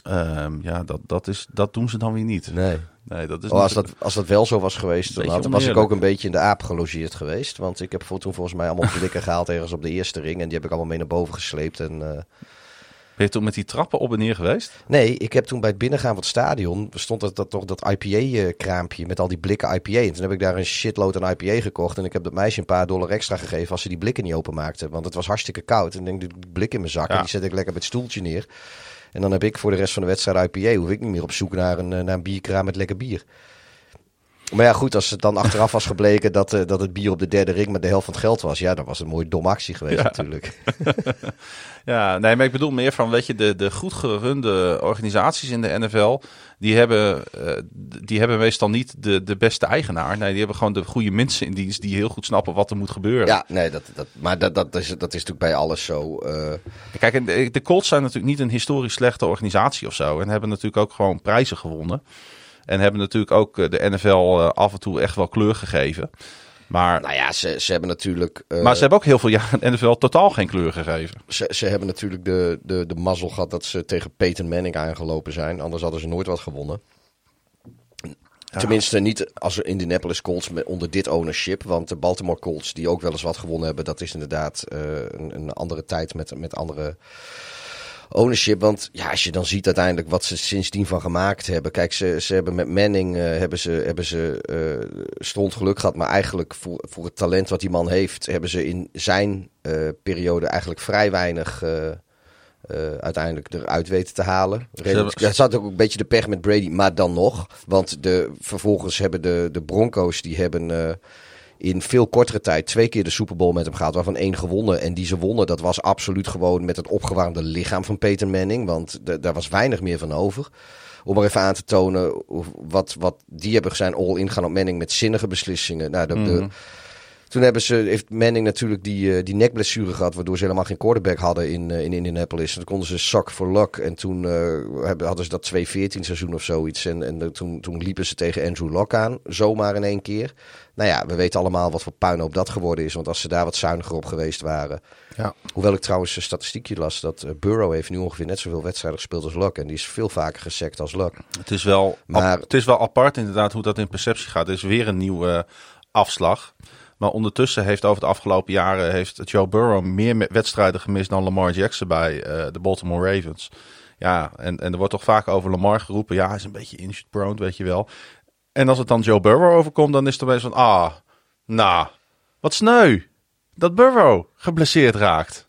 Dat doen ze dan weer niet. Nee, dat is als dat wel zo was geweest, dan was ik ook een beetje in de aap gelogeerd geweest. Want ik heb toen volgens mij allemaal blikken gehaald ergens op de eerste ring. En die heb ik allemaal mee naar boven gesleept. En, ben je toen met die trappen op en neer geweest? Nee, ik heb toen bij het binnengaan van het stadion, stond dat IPA-kraampje met al die blikken IPA. En toen heb ik daar een shitload aan IPA gekocht. En ik heb dat meisje een paar $1 extra gegeven als ze die blikken niet openmaakte. Want het was hartstikke koud. En ik denk, die blik in mijn zak en die zet ik lekker op het stoeltje neer. En dan heb ik voor de rest van de wedstrijd IPA. Hoef ik niet meer op zoek naar een bierkraam met lekker bier. Maar ja, goed, als het dan achteraf was gebleken dat het bier op de derde ring met de helft van het geld was. Ja, dan was het een mooie domme actie geweest natuurlijk. Ja, nee, maar ik bedoel meer van, weet je, de goed gerunde organisaties in de NFL, die hebben meestal niet de beste eigenaar. Nee, die hebben gewoon de goede mensen in dienst die heel goed snappen wat er moet gebeuren. Ja, nee, dat is natuurlijk bij alles zo. Kijk, de Colts zijn natuurlijk niet een historisch slechte organisatie of zo. En hebben natuurlijk ook gewoon prijzen gewonnen. En hebben natuurlijk ook de NFL af en toe echt wel kleur gegeven. Maar, nou ja, ze hebben natuurlijk... maar ze hebben ook heel veel jaren de NFL totaal geen kleur gegeven. Ze hebben natuurlijk de mazzel gehad dat ze tegen Peyton Manning aangelopen zijn. Anders hadden ze nooit wat gewonnen. Ja. Tenminste niet als de Indianapolis Colts onder dit ownership. Want de Baltimore Colts, die ook wel eens wat gewonnen hebben, dat is inderdaad een andere tijd met andere ownership. Want ja, als je dan ziet uiteindelijk wat ze sindsdien van gemaakt hebben. Kijk, ze hebben met Manning hebben ze stront geluk gehad. Maar eigenlijk voor het talent wat die man heeft, hebben ze in zijn periode eigenlijk vrij weinig uiteindelijk eruit weten te halen. Er zat ook een beetje de pech met Brady, maar dan nog. Want vervolgens hebben de Broncos, die hebben in veel kortere tijd 2 keer de Super Bowl met hem gehad, waarvan 1 gewonnen. En die ze wonnen, dat was absoluut gewoon met het opgewarmde lichaam van Peyton Manning. Want daar was weinig meer van over. Om maar even aan te tonen wat die hebben zijn all-in gaan op Manning met zinnige beslissingen. Nou, toen heeft Manning natuurlijk die nekblessure gehad, waardoor ze helemaal geen quarterback hadden in Indianapolis. En toen konden ze zak voor luck. En toen hadden ze dat 2014 seizoen of zoiets. En toen liepen ze tegen Andrew Luck aan, zomaar in 1 keer. Nou ja, we weten allemaal wat voor puinhoop dat geworden is. Want als ze daar wat zuiniger op geweest waren. Ja. Hoewel ik trouwens een statistiekje las dat Burrow heeft nu ongeveer net zoveel wedstrijden gespeeld als Luck. En die is veel vaker gesackt als Luck. Het is wel apart inderdaad hoe dat in perceptie gaat. Er is weer een nieuwe afslag. Maar ondertussen heeft over de afgelopen jaren Joe Burrow meer wedstrijden gemist dan Lamar Jackson bij de Baltimore Ravens. Ja, en er wordt toch vaak over Lamar geroepen. Ja, hij is een beetje injured prone, weet je wel. En als het dan Joe Burrow overkomt, dan is het opeens van, wat sneu dat Burrow geblesseerd raakt.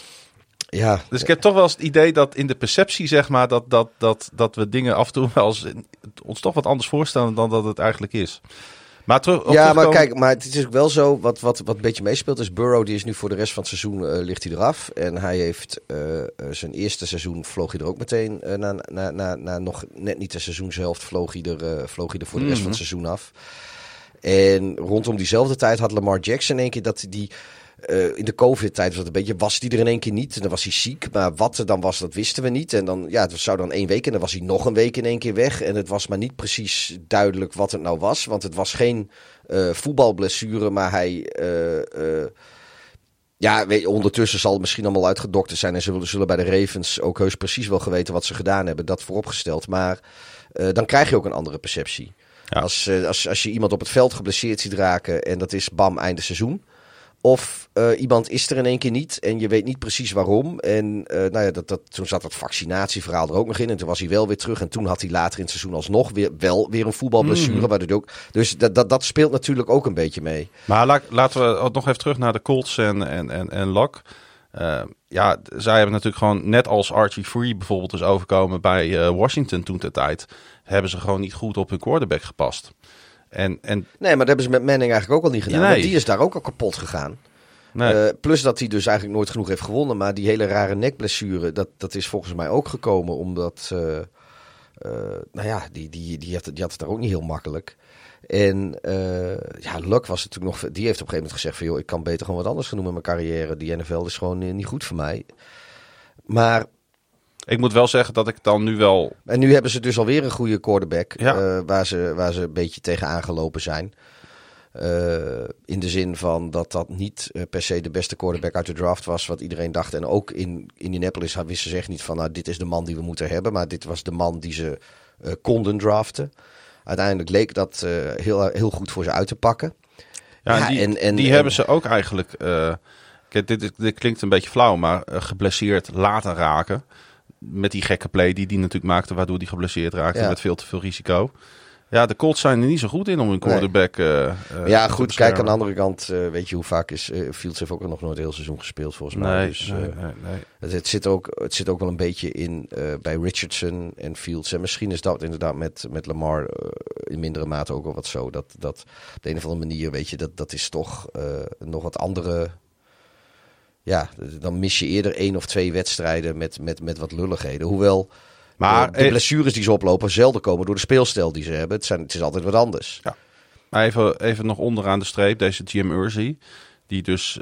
Ja. Dus ik heb toch wel eens het idee dat in de perceptie, zeg maar, dat we dingen af en toe wel eens ons toch wat anders voorstellen dan dat het eigenlijk is. Maar maar het is ook wel zo, wat een beetje meespeelt is Burrow, die is nu voor de rest van het seizoen ligt hij eraf. En hij heeft zijn eerste seizoen vloog hij er ook meteen, na nog net niet de seizoenshelft, vloog hij er voor de rest van het seizoen af. En rondom diezelfde tijd had Lamar Jackson in één keer dat die in de COVID-tijd was het een beetje, was hij er in één keer niet. En dan was hij ziek, maar wat er dan was, dat wisten we niet. En dan, ja, het zou dan 1 week en dan was hij nog een week in één keer weg. En het was maar niet precies duidelijk wat het nou was. Want het was geen voetbalblessure, maar hij... ondertussen zal het misschien allemaal uitgedokterd zijn. En ze zullen bij de Ravens ook heus precies wel geweten wat ze gedaan hebben. Dat vooropgesteld. Maar dan krijg je ook een andere perceptie. Ja. Als je iemand op het veld geblesseerd ziet raken en dat is bam, einde seizoen. Of iemand is er in 1 keer niet en je weet niet precies waarom. En toen zat het vaccinatieverhaal er ook nog in. En toen was hij wel weer terug. En toen had hij later in het seizoen alsnog weer een voetbalblessure. Dus dat speelt natuurlijk ook een beetje mee. Maar laten we nog even terug naar de Colts en Luck. Zij hebben natuurlijk gewoon, net als Archie Free bijvoorbeeld is overkomen bij Washington toen ter tijd, hebben ze gewoon niet goed op hun quarterback gepast. Nee, maar dat hebben ze met Manning eigenlijk ook al niet gedaan. Nee. Want die is daar ook al kapot gegaan. Nee. Plus dat hij dus eigenlijk nooit genoeg heeft gewonnen. Maar die hele rare nekblessure, dat is volgens mij ook gekomen omdat... die had het daar ook niet heel makkelijk. En Luck was natuurlijk nog... Die heeft op een gegeven moment gezegd van, joh, ik kan beter gewoon wat anders gaan doen met mijn carrière. Die NFL is gewoon niet goed voor mij. Maar... Ik moet wel zeggen dat ik dan nu wel... En nu hebben ze dus alweer een goede quarterback waar ze een beetje tegen aangelopen zijn. In de zin van dat niet per se de beste quarterback uit de draft was, wat iedereen dacht. En ook in Indianapolis wisten ze echt niet van, nou, dit is de man die we moeten hebben. Maar dit was de man die ze konden draften. Uiteindelijk leek dat heel goed voor ze uit te pakken. Ja, die hebben ze ook eigenlijk... Kijk, dit klinkt een beetje flauw, maar geblesseerd laten raken. Met die gekke play die natuurlijk maakte, waardoor die geblesseerd raakte met veel te veel risico. Ja, de Colts zijn er niet zo goed in om hun quarterback ja, goed, kijk aan de andere kant. Weet je hoe vaak is... Fields heeft ook nog nooit een heel seizoen gespeeld, volgens mij. Nee, dus, nee. Het zit ook wel een beetje in bij Richardson en Fields. En misschien is dat inderdaad met Lamar in mindere mate ook wel wat zo. Dat op de een of andere manier, weet je, dat is toch nog wat andere... Ja, dan mis je eerder 1 of 2 wedstrijden met wat lulligheden. Hoewel... Maar de blessures die ze oplopen zelden komen door de speelstijl die ze hebben. Het is altijd wat anders. Ja. Maar even nog onderaan de streep. Deze Jim Irsay. Die dus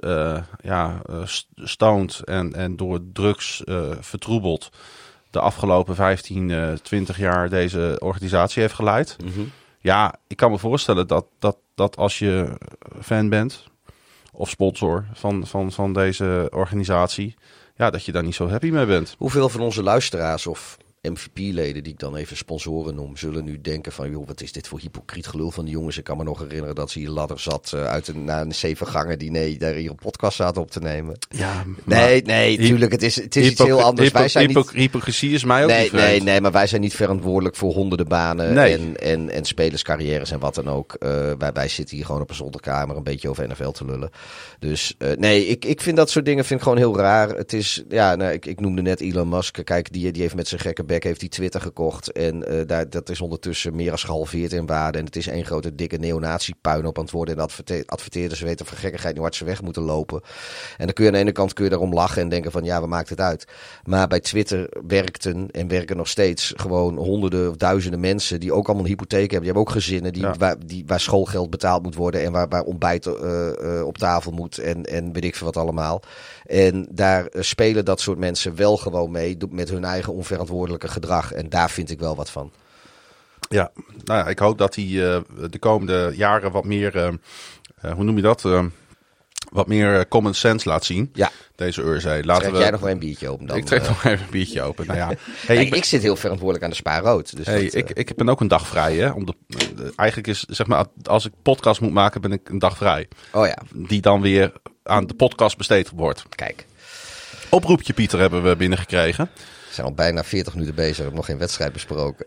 stoned en door drugs vertroebeld de afgelopen 15, 20 jaar deze organisatie heeft geleid. Mm-hmm. Ja, ik kan me voorstellen dat als je fan bent of sponsor van deze organisatie, ja, dat je daar niet zo happy mee bent. Hoeveel van onze luisteraars of MVP-leden, die ik dan even sponsoren noem, zullen nu denken van, joh, wat is dit voor hypocriet gelul van die jongens. Ik kan me nog herinneren dat ze hier ladder zat na een 7-gangen diner daar hier een podcast zaten op te nemen. Ja, nee, tuurlijk, het is iets heel anders. Wij zijn hypocrisie is mij ook niet vreemd. Nee, maar wij zijn niet verantwoordelijk voor honderden banen en spelerscarrières en wat dan ook. Wij zitten hier gewoon op een zolderkamer een beetje over NFL te lullen. Dus ik vind dat soort dingen gewoon heel raar. Het is, ik noemde net Elon Musk. Kijk, die heeft met zijn gekke bek heeft die Twitter gekocht. En dat is ondertussen meer dan gehalveerd in waarde. En het is één grote dikke neonazi-puinhoop aan het worden. En de adverteerders weten van gekkigheid niet waar ze weg moeten lopen. En dan kun je aan de ene kant daarom lachen en denken van, ja, wat maakt het uit? Maar bij Twitter werkten en werken nog steeds gewoon honderden of duizenden mensen die ook allemaal een hypotheek hebben. Die hebben ook gezinnen waar schoolgeld betaald moet worden en waar ontbijt op tafel moet en weet ik veel wat allemaal. En daar spelen dat soort mensen wel gewoon mee met hun eigen onverantwoordelijke gedrag. En daar vind ik wel wat van. Ja, nou ja, ik hoop dat hij de komende jaren wat meer, hoe noem je dat? Wat meer common sense laat zien. Ja. Deze Irsay. Trek jij nog wel een biertje open dan? Ik trek nog even een biertje open. Nou ja. Ik zit heel verantwoordelijk aan de spaarrood. Dus ik ben ook een dag vrij. Hè? Eigenlijk is, zeg maar, als ik podcast moet maken, ben ik een dag vrij. Oh ja. Die dan weer aan de podcast besteed wordt. Kijk. Oproepje, Pieter, hebben we binnengekregen. We zijn al bijna 40 minuten bezig. We hebben nog geen wedstrijd besproken.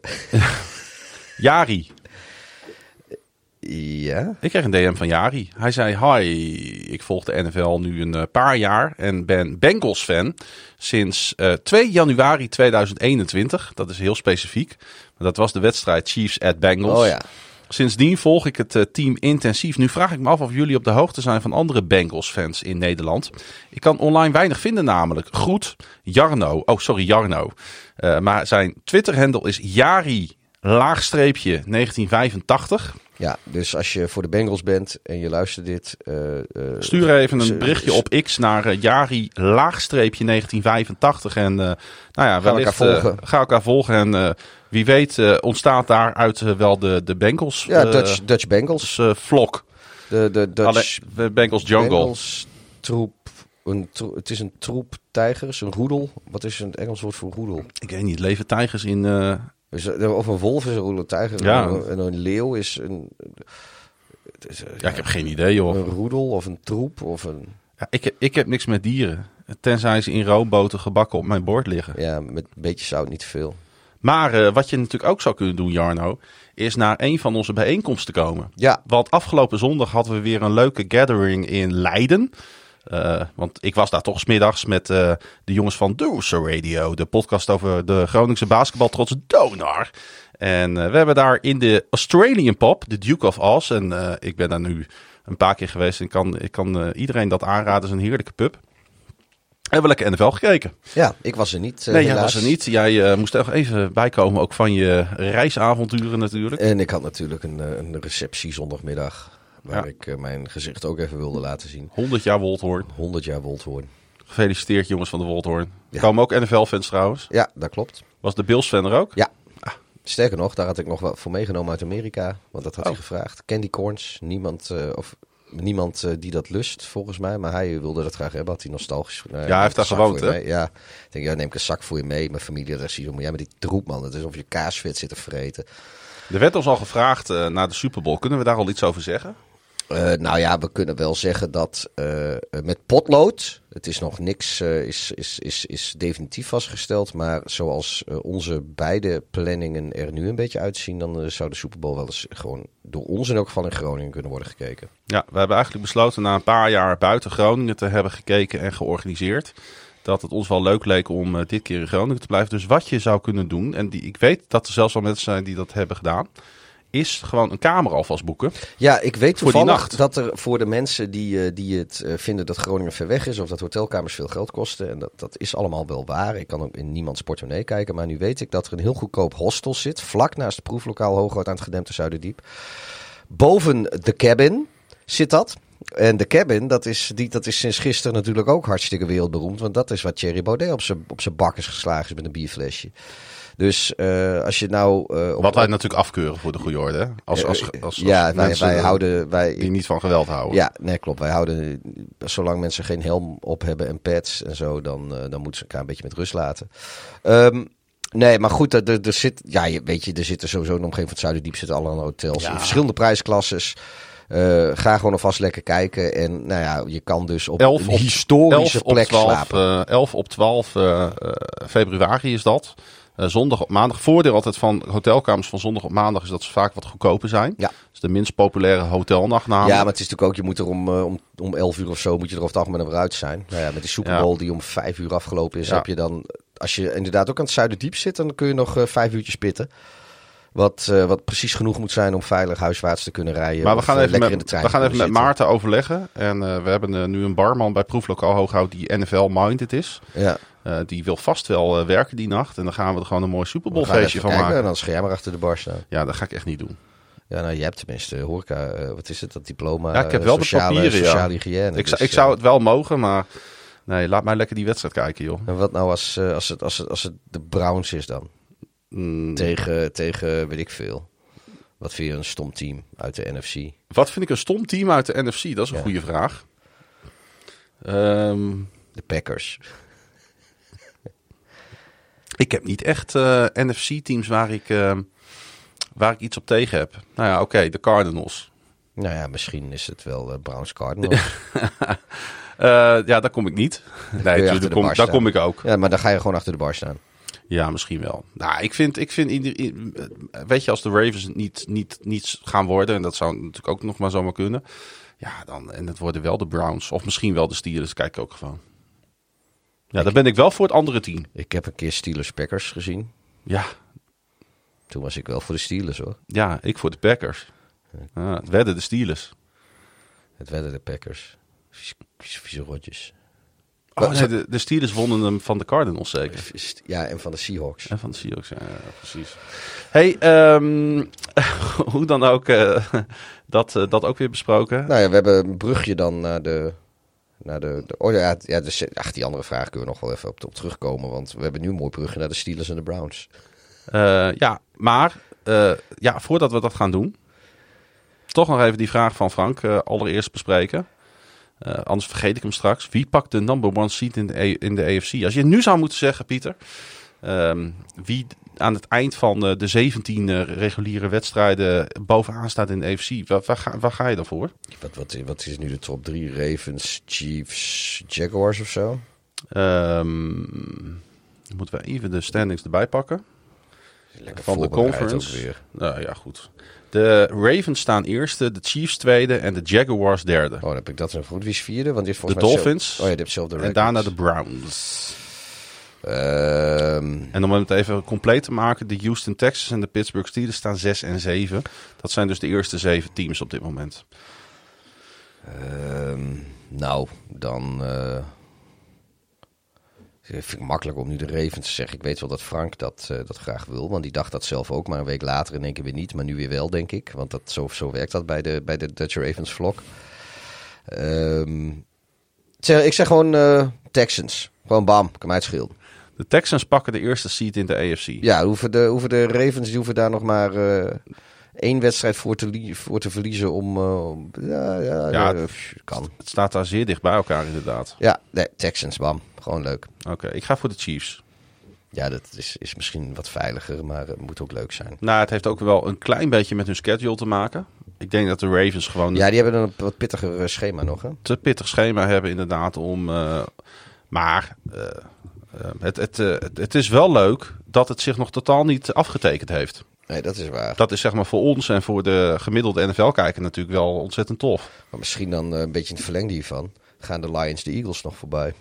Jari. Ja? Ik kreeg een DM van Jari. Hij zei, hi, ik volg de NFL nu een paar jaar en ben Bengals fan sinds 2 januari 2021. Dat is heel specifiek. Maar dat was de wedstrijd Chiefs at Bengals. Oh ja. Sindsdien volg ik het team intensief. Nu vraag ik me af of jullie op de hoogte zijn van andere Bengals-fans in Nederland. Ik kan online weinig vinden namelijk. Groet, Jarno. Oh, sorry, Jarno. Maar zijn Twitter-handle is Jari_1985. Ja, dus als je voor de Bengals bent en je luistert dit... stuur even een berichtje op X naar Jari_1985. En ga elkaar volgen. En wie weet ontstaat daaruit wel de Bengals... Ja, Dutch Bengals. Vlog. De Dutch Bengals Jungle. Bengals troep. Het is een troep tijgers, een roedel. Wat is een Engels woord voor roedel? Ik weet niet, leven tijgers in... Of een wolf is een roedel tijger. Ja. En een leeuw is een... ik heb geen idee, joh. Een roedel of een troep of een... Ja, ik heb niks met dieren. Tenzij ze in roomboten gebakken op mijn bord liggen. Ja, met een beetje zout niet te veel. Maar wat je natuurlijk ook zou kunnen doen, Jarno, is naar een van onze bijeenkomsten komen. Ja. Want afgelopen zondag hadden we weer een leuke gathering in Leiden. Want ik was daar toch 's middags met de jongens van Dooser Radio. De podcast over de Groningse basketbaltrots Donar. En we hebben daar in de Australian Pub, de Duke of Oz. En ik ben daar nu een paar keer geweest. En ik kan iedereen dat aanraden. Het is een heerlijke pub. Hebben we lekker NFL gekeken. Ja, ik was er niet. Nee, jij was er niet. Jij moest er even bijkomen, ook van je reisavonturen natuurlijk. En ik had natuurlijk een receptie zondagmiddag. Waar ik mijn gezicht ook even wilde laten zien. 100 jaar Woldhoorn. 100 jaar Woldhoorn. Gefeliciteerd jongens van de Woldhoorn. Ja. Komen ook NFL-fans trouwens. Ja, dat klopt. Was de Bills-fan er ook? Ja. Sterker nog, daar had ik nog wel voor meegenomen uit Amerika. Want dat had hij gevraagd. Candy corns. Niemand die dat lust, volgens mij. Maar hij wilde dat graag hebben. Had hij nostalgisch. Hij heeft daar gewoond, hè? Ja. Ik denk, neem ik een zak voor je mee. Mijn familie had gezien. Maar met die troep, man. Het is alsof je kaasvet zit te vreten. Er werd ons al gevraagd naar de Super Bowl. Kunnen we daar al iets over zeggen? Nou ja, we kunnen wel zeggen dat met potlood, het is nog niks, is definitief vastgesteld. Maar zoals onze beide planningen er nu een beetje uitzien, dan zou de Super Bowl wel eens gewoon door ons in elk geval in Groningen kunnen worden gekeken. Ja, we hebben eigenlijk besloten na een paar jaar buiten Groningen te hebben gekeken en georganiseerd. Dat het ons wel leuk leek om dit keer in Groningen te blijven. Dus wat je zou kunnen doen, en ik weet dat er zelfs al mensen zijn die dat hebben gedaan, is gewoon een kamer alvast boeken. Ja, ik weet voor die toevallig nacht. dat er voor de mensen die het vinden dat Groningen ver weg is, of dat hotelkamers veel geld kosten, en dat is allemaal wel waar. Ik kan ook in niemands portemonnee kijken, maar nu weet ik dat er een heel goedkoop hostel zit, vlak naast het proeflokaal Hoogrood aan het gedempte Zuiderdiep. Boven de cabin zit dat. En de cabin, dat is sinds gisteren natuurlijk ook hartstikke wereldberoemd, want dat is wat Thierry Baudet op zijn bak is geslagen is met een bierflesje. Dus als je nou... Wat wij natuurlijk afkeuren voor de goede orde. Hè? Als wij houden... die niet van geweld houden. Ja, nee, klopt. Wij houden... Zolang mensen geen helm op hebben en pads en zo, dan moeten ze elkaar een beetje met rust laten. Nee, maar goed, er zit... Ja, er zitten sowieso in de omgeving van het Zuiderdiep zitten allerlei hotels in verschillende prijsklasses. Ga gewoon alvast lekker kijken. En nou ja, je kan dus op een historische plek slapen. 11 op 12 februari is dat. Zondag op maandag. Voordeel altijd van hotelkamers van zondag op maandag is dat ze vaak wat goedkoper zijn. Ja. Dus de minst populaire hotelnacht namelijk. Ja, maar het is natuurlijk ook, je moet er om 11 uur of zo moet je er over het algemeen weer uit zijn. Nou ja, met die Super Bowl die om 5 uur afgelopen is, heb je dan, als je inderdaad ook aan het Zuiderdiep zit, dan kun je nog 5 uurtjes pitten. Wat precies genoeg moet zijn om veilig huiswaarts te kunnen rijden. Maar we gaan even in de trein met Maarten overleggen. En we hebben nu een barman bij Proeflokaal Hooghout die NFL-minded is. Ja. Die wil vast wel werken die nacht. En dan gaan we er gewoon een mooi Super Bowl feestje van maken. En dan ga jij maar achter de bar staan. Ja, dat ga ik echt niet doen. Ja, nou, je hebt tenminste horeca. Wat is het, dat diploma? Ja, ik heb wel de papieren, sociale hygiëne. Ik zou het wel mogen, maar nee, laat mij lekker die wedstrijd kijken, joh. En wat nou als het de Browns is dan? Tegen weet ik veel. Wat vind je een stom team uit de NFC? Wat vind ik een stom team uit de NFC? Dat is een goede vraag. De Packers. Ik heb niet echt NFC-teams waar ik iets op tegen heb. Nou ja, oké, de Cardinals. Nou ja, misschien is het wel Browns Cardinals. Ja, daar kom ik niet. Nee, daar kom ik ook. Ja, maar dan ga je gewoon achter de bar staan. Ja, misschien wel. Nou, ik vind weet je, als de Ravens niet gaan worden, en dat zou natuurlijk ook nog maar zomaar kunnen. Ja, dan, en het worden wel de Browns. Of misschien wel de Steelers, kijk ik ook gewoon. Ja, dan ben ik wel voor het andere team. Ik heb een keer Steelers-Packers gezien. Ja. Toen was ik wel voor de Steelers, hoor. Ja, ik voor de Packers. Het werden de Steelers. Het werden de Packers. Vieze rotjes. Oh nee, de Steelers wonnen hem van de Cardinals zeker. Ja, en van de Seahawks. En van de Seahawks, ja, precies. Hey, hoe dan ook, dat ook weer besproken. Nou ja, we hebben een brugje dan naar de die andere vraag kunnen we nog wel even op terugkomen. Want we hebben nu een mooi brugje naar de Steelers en de Browns. Maar voordat we dat gaan doen, toch nog even die vraag van Frank allereerst bespreken. Anders vergeet ik hem straks. Wie pakt de number one seed in de AFC? Als je nu zou moeten zeggen, Pieter, wie aan het eind van de 17 reguliere wedstrijden bovenaan staat in de AFC, waar ga je dan voor? Wat is nu de top 3? Ravens, Chiefs, Jaguars of zo? Moeten we even de standings erbij pakken. Lekker van de conference. Ook weer. Nou ja, goed. De Ravens staan eerste, de Chiefs tweede en de Jaguars derde. Oh, dan heb ik dat zo goed. Wie is vierde? Want dit is de Dolphins. Oh ja, dit heeft zelf de en daarna de Browns. En om het even compleet te maken, de Houston Texans en de Pittsburgh Steelers staan 6 en 7. Dat zijn dus de eerste 7 teams op dit moment. Nou, dan vind ik makkelijk om nu de Ravens te zeggen. Ik weet wel dat Frank dat graag wil, want die dacht dat zelf ook. Maar een week later in één keer weer niet, maar nu weer wel, denk ik. Want zo werkt dat bij de Dutch Ravens vlog. Ik zeg gewoon Texans. Gewoon bam, kan mij het schelen. De Texans pakken de eerste seed in de AFC. Ja, hoeven de Ravens die hoeven daar nog maar 1 wedstrijd voor te verliezen om... kan. Het staat daar zeer dicht bij elkaar inderdaad. Ja, nee, Texans, bam. Gewoon leuk. Oké, ik ga voor de Chiefs. Ja, dat is misschien wat veiliger, maar het moet ook leuk zijn. Nou, het heeft ook wel een klein beetje met hun schedule te maken. Ik denk dat de Ravens gewoon... Ja, die hebben een wat pittiger schema nog, hè? Te pittig schema hebben inderdaad om... het is wel leuk dat het zich nog totaal niet afgetekend heeft. Nee, dat is waar. Dat is zeg maar voor ons en voor de gemiddelde NFL-kijker natuurlijk wel ontzettend tof. Maar misschien dan een beetje in het verlengde hiervan. Gaan de Lions de Eagles nog voorbij?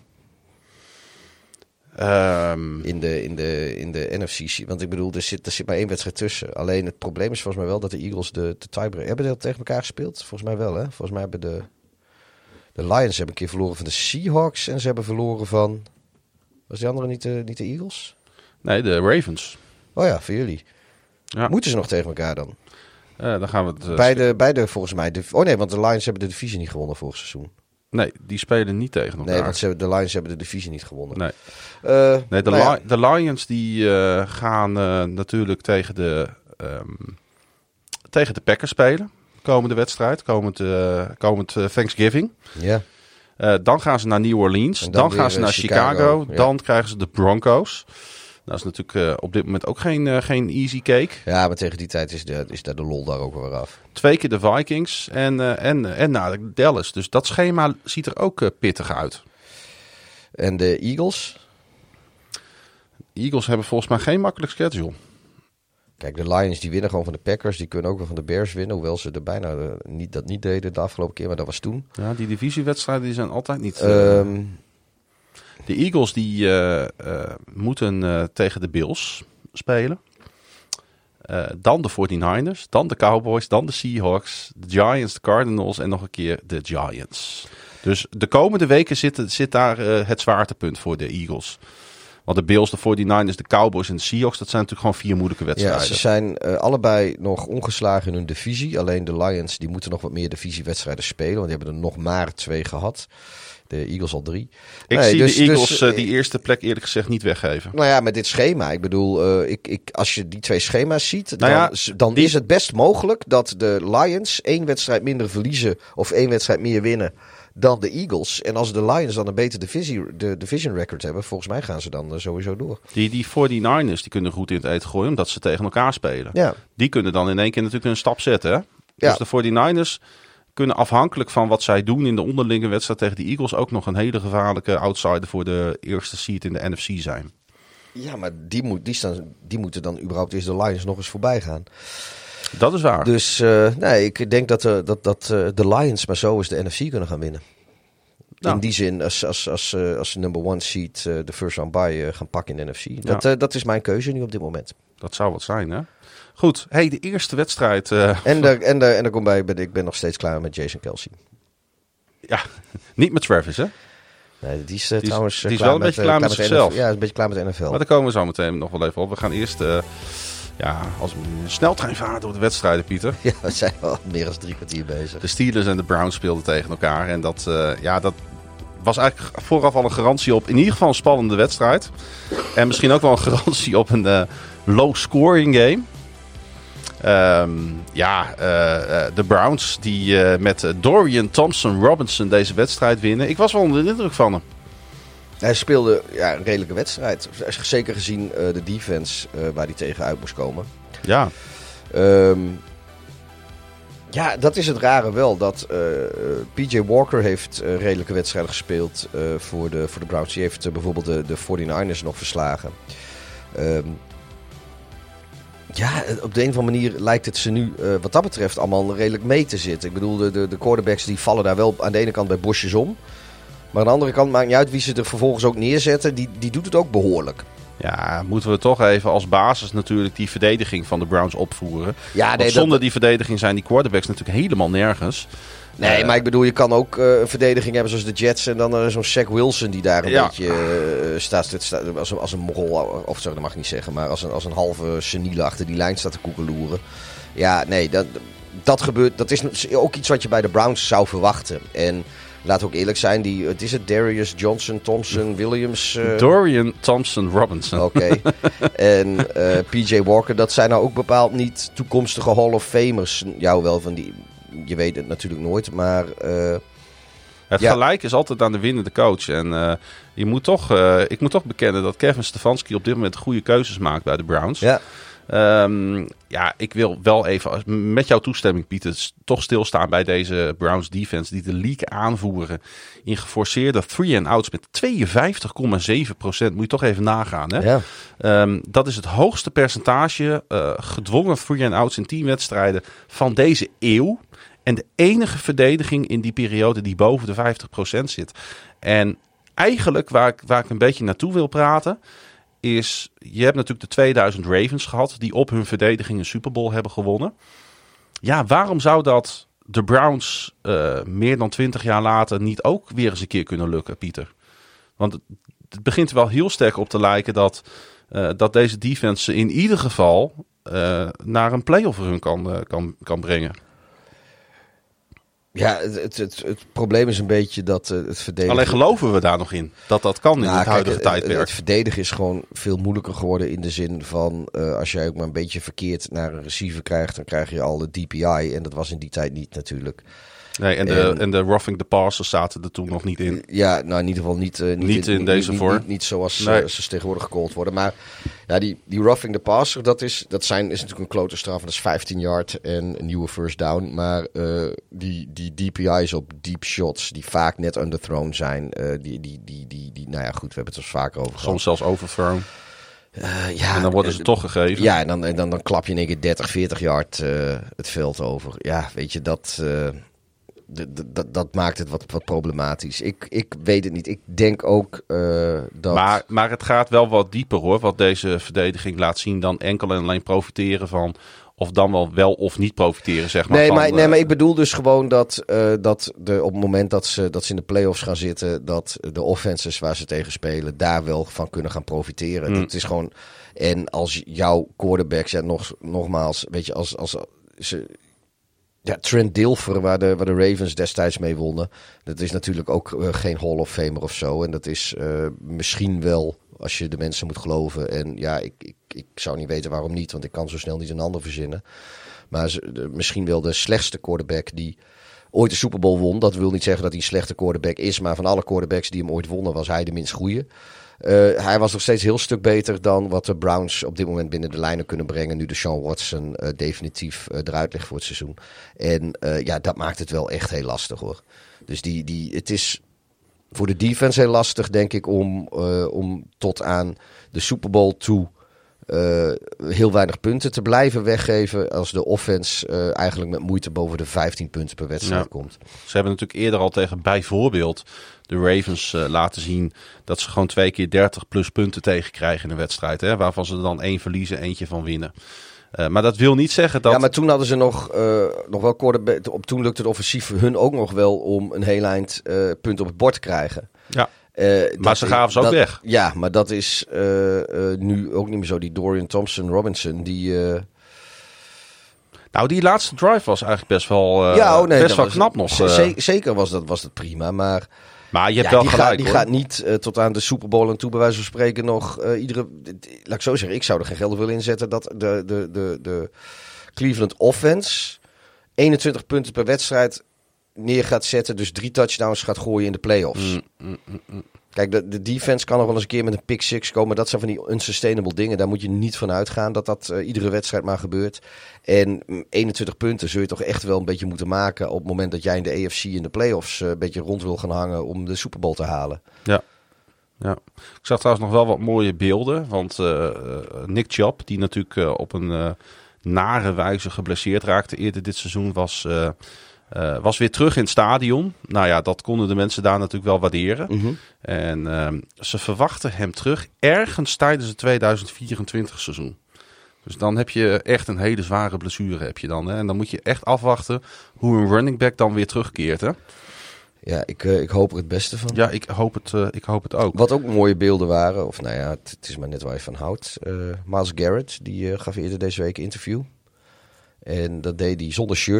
In de NFC. Want ik bedoel, er zit maar 1 wedstrijd tussen. Alleen het probleem is volgens mij wel dat de Eagles de tiebreak... Hebben die dat tegen elkaar gespeeld? Volgens mij wel, hè? Volgens mij hebben de Lions hebben een keer verloren van de Seahawks. En ze hebben verloren van... Was die andere niet de Eagles? Nee, de Ravens. Oh ja, voor jullie. Ja. Moeten ze nog tegen elkaar dan? Dan gaan we het... Beide volgens mij... want de Lions hebben de divisie niet gewonnen vorig seizoen. Nee, die spelen niet tegen elkaar. Nee, want de Lions hebben de divisie niet gewonnen. Nee, Nee, de Lions die gaan natuurlijk tegen de Packers spelen. Komende wedstrijd, komend Thanksgiving. Ja. Dan gaan ze naar New Orleans. Dan gaan ze naar Chicago. Ja. Dan krijgen ze de Broncos. Dat is natuurlijk op dit moment ook geen easy cake. Ja, maar tegen die tijd is daar de lol daar ook weer af. 2 keer de Vikings en naar Dallas. Dus dat schema ziet er ook pittig uit. En de Eagles? Eagles hebben volgens mij geen makkelijk schedule. Kijk, de Lions die winnen gewoon van de Packers. Die kunnen ook wel van de Bears winnen. Hoewel ze er bijna niet deden de afgelopen keer. Maar dat was toen. Ja, die divisiewedstrijden die zijn altijd niet... De Eagles die moeten tegen de Bills spelen. Dan de 49ers. Dan de Cowboys. Dan de Seahawks. De Giants, de Cardinals. En nog een keer de Giants. Dus de komende weken zit daar het zwaartepunt voor de Eagles. Want de Bills, de 49ers, de Cowboys en de Seahawks... dat zijn natuurlijk gewoon 4 moeilijke wedstrijden. Ja, ze zijn allebei nog ongeslagen in hun divisie. Alleen de Lions die moeten nog wat meer divisiewedstrijden spelen. Want die hebben er nog maar 2 gehad. De Eagles al 3. Ik zie de Eagles die eerste plek eerlijk gezegd niet weggeven. Nou ja, met dit schema. Ik bedoel, als je die 2 schema's ziet... dan is het best mogelijk dat de Lions 1 wedstrijd minder verliezen... of 1 wedstrijd meer winnen dan de Eagles. En als de Lions dan een beter division record hebben... volgens mij gaan ze dan sowieso door. Die 49ers die kunnen goed in het eten gooien... omdat ze tegen elkaar spelen. Ja. Die kunnen dan in één keer natuurlijk een stap zetten. Hè? Ja. Dus de 49ers... kunnen afhankelijk van wat zij doen in de onderlinge wedstrijd tegen de Eagles... ook nog een hele gevaarlijke outsider voor de eerste seed in de NFC zijn. Ja, maar die moeten dan überhaupt eerst de Lions nog eens voorbij gaan. Dat is waar. Dus ik denk dat de Lions maar zo eens de NFC kunnen gaan winnen. Nou. In die zin, als number 1 seed de first round bye gaan pakken in de NFC. Ja. Dat is mijn keuze nu op dit moment. Dat zou wat zijn, hè? Goed, de eerste wedstrijd... En daar komt bij, ik ben nog steeds klaar met Jason Kelce. Ja, niet met Travis, hè? Nee, die is trouwens die is wel een beetje klaar met zichzelf. Ja, een beetje klaar met de NFL. Maar daar komen we zo meteen nog wel even op. We gaan eerst als een sneltreinvaart door de wedstrijden, Pieter. Ja, we zijn al meer dan 3 kwartier bezig. De Steelers en de Browns speelden tegen elkaar. En dat was eigenlijk vooraf al een garantie op in ieder geval een spannende wedstrijd. En misschien ook wel een garantie op een low-scoring game. De Browns die met Dorian Thompson-Robinson deze wedstrijd winnen. Ik was wel onder de indruk van hem. Hij speelde een redelijke wedstrijd. Zeker gezien de defense waar hij tegen uit moest komen. Ja. Dat is het rare wel. Dat PJ Walker heeft redelijke wedstrijden gespeeld voor de Browns. Die heeft bijvoorbeeld de 49ers nog verslagen. Op de een of andere manier lijkt het ze nu wat dat betreft allemaal redelijk mee te zitten. Ik bedoel, de quarterbacks die vallen daar wel aan de ene kant bij bosjes om. Maar aan de andere kant maakt niet uit wie ze er vervolgens ook neerzetten. Die doet het ook behoorlijk. Ja, moeten we toch even als basis natuurlijk die verdediging van de Browns opvoeren. Ja, want zonder die verdediging zijn die quarterbacks natuurlijk helemaal nergens. Nee, maar ik bedoel, je kan ook een verdediging hebben zoals de Jets en dan zo'n Zach Wilson die daar een beetje staat als een mogol, of zo, dat mag ik niet zeggen, maar als een halve seniele achter die lijn staat te koekeloeren. Ja, nee, dat gebeurt. Dat is ook iets wat je bij de Browns zou verwachten. En laat ook eerlijk zijn, het is het Darius Johnson, Thompson, Williams. Dorian Thompson-Robinson. Oké. En PJ Walker, dat zijn nou ook bepaald niet toekomstige Hall of Famers. Ja, wel van die, je weet het natuurlijk nooit, maar... Het gelijk is altijd aan de winnende coach. En ik moet toch bekennen dat Kevin Stefanski op dit moment goede keuzes maakt bij de Browns. Ja. Ik wil wel even, met jouw toestemming Pieter, toch stilstaan bij deze Browns defense die de league aanvoeren in geforceerde 3-and-outs met 52,7%. Moet je toch even nagaan. Hè? Ja. Dat is het hoogste percentage gedwongen 3-and-outs in teamwedstrijden van deze eeuw. En de enige verdediging in die periode die boven de 50% zit. En eigenlijk waar ik een beetje naartoe wil praten is, je hebt natuurlijk de 2000 Ravens gehad die op hun verdediging een Super Bowl hebben gewonnen. Ja, waarom zou dat de Browns meer dan 20 jaar later niet ook weer eens een keer kunnen lukken, Pieter? Want het begint er wel heel sterk op te lijken dat deze defense in ieder geval naar een playoff run kan brengen. Ja, het probleem is een beetje dat het verdedigen... Alleen geloven we daar nog in dat kan in het huidige tijdperk? Het verdedigen is gewoon veel moeilijker geworden in de zin van... als jij ook maar een beetje verkeerd naar een receiver krijgt, dan krijg je al de DPI. En dat was in die tijd niet natuurlijk. Nee, en de roughing the passers zaten er toen nog niet in. Ja, nou in ieder geval niet in deze vorm. Niet zoals ze tegenwoordig gecallt worden. Maar ja, die roughing the passer, is natuurlijk een klote straf. Dat is 15 yard en een nieuwe first down. Maar die DPI's op deep shots, die vaak net underthrown zijn. Nou ja, goed, we hebben het er vaker over gehad. Soms zelfs overthrown. En dan worden ze toch gegeven. Ja, en dan klap je in één keer 30, 40 yard het veld over. Ja, weet je, dat maakt het wat problematisch. Ik weet het niet. Ik denk ook dat... Maar het gaat wel wat dieper hoor. Wat deze verdediging laat zien dan enkel en alleen profiteren van... Of dan wel of niet profiteren, zeg maar. Nee, maar ik bedoel dus gewoon dat op het moment dat ze in de playoffs gaan zitten... dat de offenses waar ze tegen spelen daar wel van kunnen gaan profiteren. Dat is gewoon... En als jouw quarterbacks... Ja, nogmaals, weet je, als ze... Ja, Trent Dilfer, waar de Ravens destijds mee wonnen. Dat is natuurlijk ook geen Hall of Famer of zo. En dat is misschien wel, als je de mensen moet geloven. En ja, ik zou niet weten waarom niet, want ik kan zo snel niet een ander verzinnen. Maar misschien wel de slechtste quarterback die ooit de Super Bowl won. Dat wil niet zeggen dat hij een slechte quarterback is. Maar van alle quarterbacks die hem ooit wonnen, was hij de minst goeie. Hij was nog steeds een heel stuk beter dan wat de Browns op dit moment binnen de lijnen kunnen brengen. Nu de Sean Watson definitief eruit ligt voor het seizoen. En dat maakt het wel echt heel lastig hoor. Dus het is voor de defense heel lastig denk ik om tot aan de Super Bowl toe heel weinig punten te blijven weggeven. Als de offense eigenlijk met moeite boven de 15 punten per wedstrijd komt. Ze hebben natuurlijk eerder al tegen bijvoorbeeld de Ravens laten zien dat ze gewoon 2 keer 30 plus punten tegenkrijgen in een wedstrijd. Hè, waarvan ze dan 1 verliezen, eentje van winnen. Maar dat wil niet zeggen dat... Ja, maar toen hadden ze nog wel quarterback. Toen lukte het offensief voor hun ook nog wel om een heel eind punt op het bord te krijgen. Ja. Maar ze gaven ze ook weg. Ja, maar dat is nu ook niet meer zo. Die Dorian Thompson-Robinson, die... Nou, die laatste drive was eigenlijk best wel, knap nog. Zeker was dat prima, maar je hebt wel gelijk. Die gaat niet tot aan de Super Bowl en toe, bij wijze van spreken, nog laat ik zo zeggen, ik zou er geen geld op willen inzetten dat de Cleveland offense 21 punten per wedstrijd neer gaat zetten, dus 3 touchdowns gaat gooien in de playoffs. Kijk, de defense kan nog wel eens een keer met een pick six komen. Dat zijn van die unsustainable dingen. Daar moet je niet van uitgaan dat iedere wedstrijd maar gebeurt. En 21 punten zul je toch echt wel een beetje moeten maken op het moment dat jij in de AFC in de playoffs een beetje rond wil gaan hangen om de Super Bowl te halen. Ja. Ik zag trouwens nog wel wat mooie beelden. Want Nick Chubb, die natuurlijk op een nare wijze geblesseerd raakte eerder dit seizoen, was weer terug in het stadion. Nou ja, dat konden de mensen daar natuurlijk wel waarderen. Mm-hmm. En ze verwachten hem terug ergens tijdens het 2024 seizoen. Dus dan heb je echt een hele zware blessure. Heb je dan, hè? En dan moet je echt afwachten hoe een running back dan weer terugkeert. Hè? Ja, ik hoop er het beste van. Ja, ik hoop het ook. Wat ook mooie beelden waren, of nou ja, het is maar net waar je van houdt. Myles Garrett, die gaf eerder deze week een interview. En dat deed hij zonder shirt.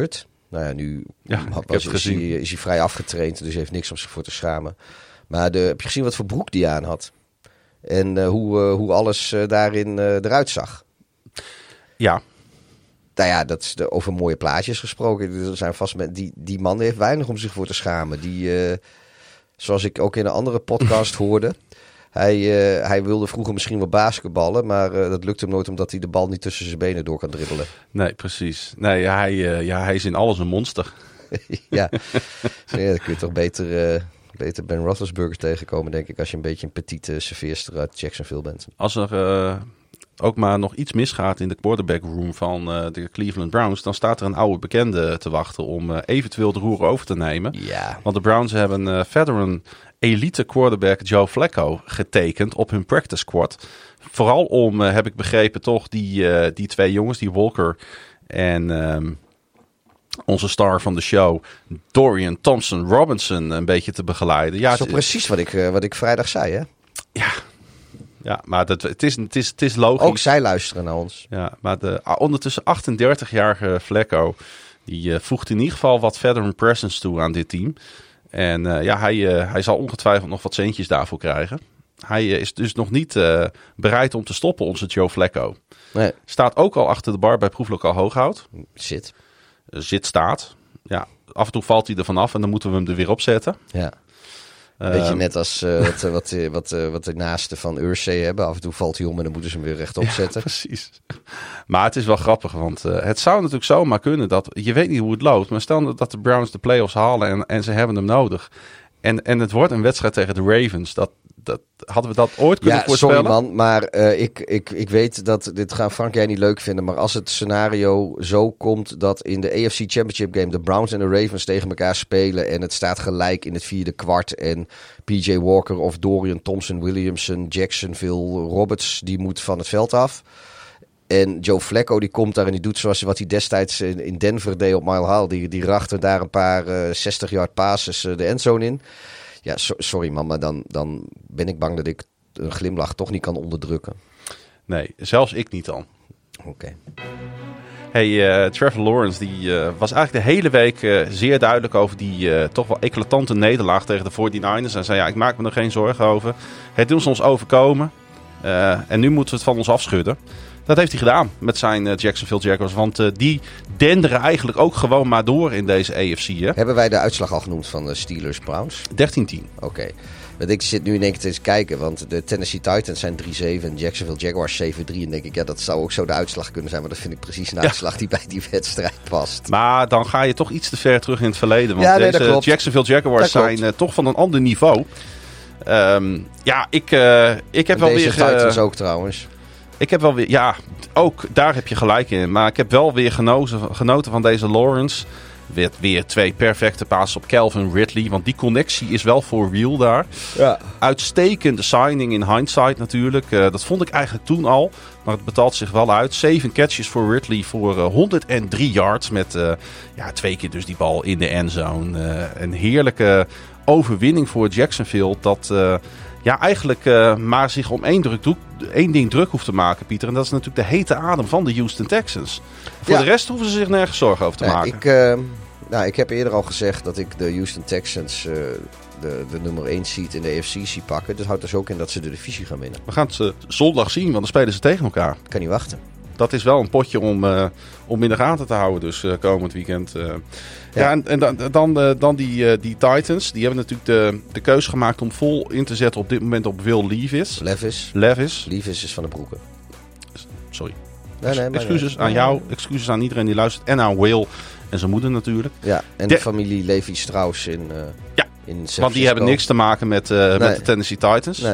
Nou ja, nu is hij vrij afgetraind, dus heeft niks om zich voor te schamen. Maar heb je gezien wat voor broek die aan had? En hoe alles daarin eruit zag? Ja. Nou ja, dat is over mooie plaatjes gesproken. Er zijn vast die man heeft weinig om zich voor te schamen. Die, zoals ik ook in een andere podcast hoorde. Hij wilde vroeger misschien wel basketballen, maar dat lukt hem nooit omdat hij de bal niet tussen zijn benen door kan dribbelen. Nee, precies. Nee, hij is in alles een monster. Ja, dan kun je toch beter Ben Roethlisberger tegenkomen, denk ik, als je een beetje een petiete serveerster uit Jacksonville bent. Als er ook maar nog iets misgaat in de quarterback room van de Cleveland Browns, dan staat er een oude bekende te wachten om eventueel de roer over te nemen. Ja. Want de Browns hebben veteran elite quarterback Joe Flacco getekend op hun practice squad. Vooral om, heb ik begrepen, toch die twee jongens, die Walker en onze star van de show, Dorian Thompson-Robinson, een beetje te begeleiden. Ja, dat is precies wat ik vrijdag zei, hè? Ja, maar het is logisch. Ook zij luisteren naar ons. Ja, maar de ondertussen 38-jarige Flacco, die voegt in ieder geval wat veteran presence toe aan dit team. En hij zal ongetwijfeld nog wat centjes daarvoor krijgen. Hij is dus nog niet bereid om te stoppen, onze Joe Flacco. Nee. Staat ook al achter de bar bij proeflokaal Hooghout. Staat. Ja, af en toe valt hij er vanaf en dan moeten we hem er weer opzetten. Ja. Beetje net als wat de naasten van Ursay hebben. Af en toe valt hij om en dan moeten ze hem weer rechtop zetten. Ja, precies. Maar het is wel grappig, want het zou natuurlijk zomaar kunnen dat... Je weet niet hoe het loopt, maar stel dat de Browns de playoffs halen en ze hebben hem nodig. En het wordt een wedstrijd tegen de Ravens. Hadden we dat ooit kunnen voorspellen? Sorry man, maar ik weet dat... Dit gaan Frank jij niet leuk vinden, maar als het scenario zo komt dat in de AFC Championship game de Browns en de Ravens tegen elkaar spelen en het staat gelijk in het vierde kwart en PJ Walker of Dorian Thompson-Williamson, Jacksonville, Roberts, die moet van het veld af. En Joe Flacco die komt daar en die doet zoals wat hij destijds in Denver deed op Mile High. Die rachte daar een paar 60-yard passes de endzone in. Ja, sorry man, maar dan ben ik bang dat ik een glimlach toch niet kan onderdrukken. Nee, zelfs ik niet dan. Oké. Hey, Trevor Lawrence die was eigenlijk de hele week zeer duidelijk over die toch wel eclatante nederlaag tegen de 49ers. En zei ja, ik maak me er geen zorgen over. Het is ons overkomen en nu moeten we het van ons afschudden. Dat heeft hij gedaan met zijn Jacksonville Jaguars. Want die denderen eigenlijk ook gewoon maar door in deze AFC. Hè? Hebben wij de uitslag al genoemd van de Steelers Browns? 13-10. Oké. Want ik zit nu in één keer te eens kijken. Want de Tennessee Titans zijn 3-7 en Jacksonville Jaguars 7-3. En denk ik, ja, dat zou ook zo de uitslag kunnen zijn. Maar dat vind ik precies een uitslag die bij die wedstrijd past. Maar dan ga je toch iets te ver terug in het verleden. Want deze Jacksonville Jaguars zijn toch van een ander niveau. Ik heb wel weer... Deze Titans ook trouwens. Ik heb wel weer, ja, ook daar heb je gelijk in. Maar ik heb wel weer genoten van deze Lawrence. Weer 2 perfecte passes op Calvin Ridley. Want die connectie is wel voor real daar. Ja. Uitstekende signing in hindsight natuurlijk. Dat vond ik eigenlijk toen al. Maar het betaalt zich wel uit. 7 catches voor Ridley voor 103 yards. Met 2 keer dus die bal in de endzone. Een heerlijke overwinning voor Jacksonville. Dat... eigenlijk maar zich om één ding druk hoeft te maken, Pieter. En dat is natuurlijk de hete adem van de Houston Texans. Voor de rest hoeven ze zich nergens zorgen over te maken. Ik heb eerder al gezegd dat ik de Houston Texans de nummer 1 seed in de AFC zie pakken. Dat houdt dus ook in dat ze de divisie gaan winnen. We gaan het zondag zien, want dan spelen ze tegen elkaar. Kan niet wachten. Dat is wel een potje om in de gaten te houden dus komend weekend. Dan die Titans. Die hebben natuurlijk de keuze gemaakt om vol in te zetten op dit moment op Will Levis. Levis is van de Broeken. Sorry. Excuses aan jou, excuses aan iedereen die luistert. En aan Will en zijn moeder natuurlijk. Ja, en de familie Levi Strauss in San Francisco. Want die hebben niks te maken met de Tennessee Titans. Nee.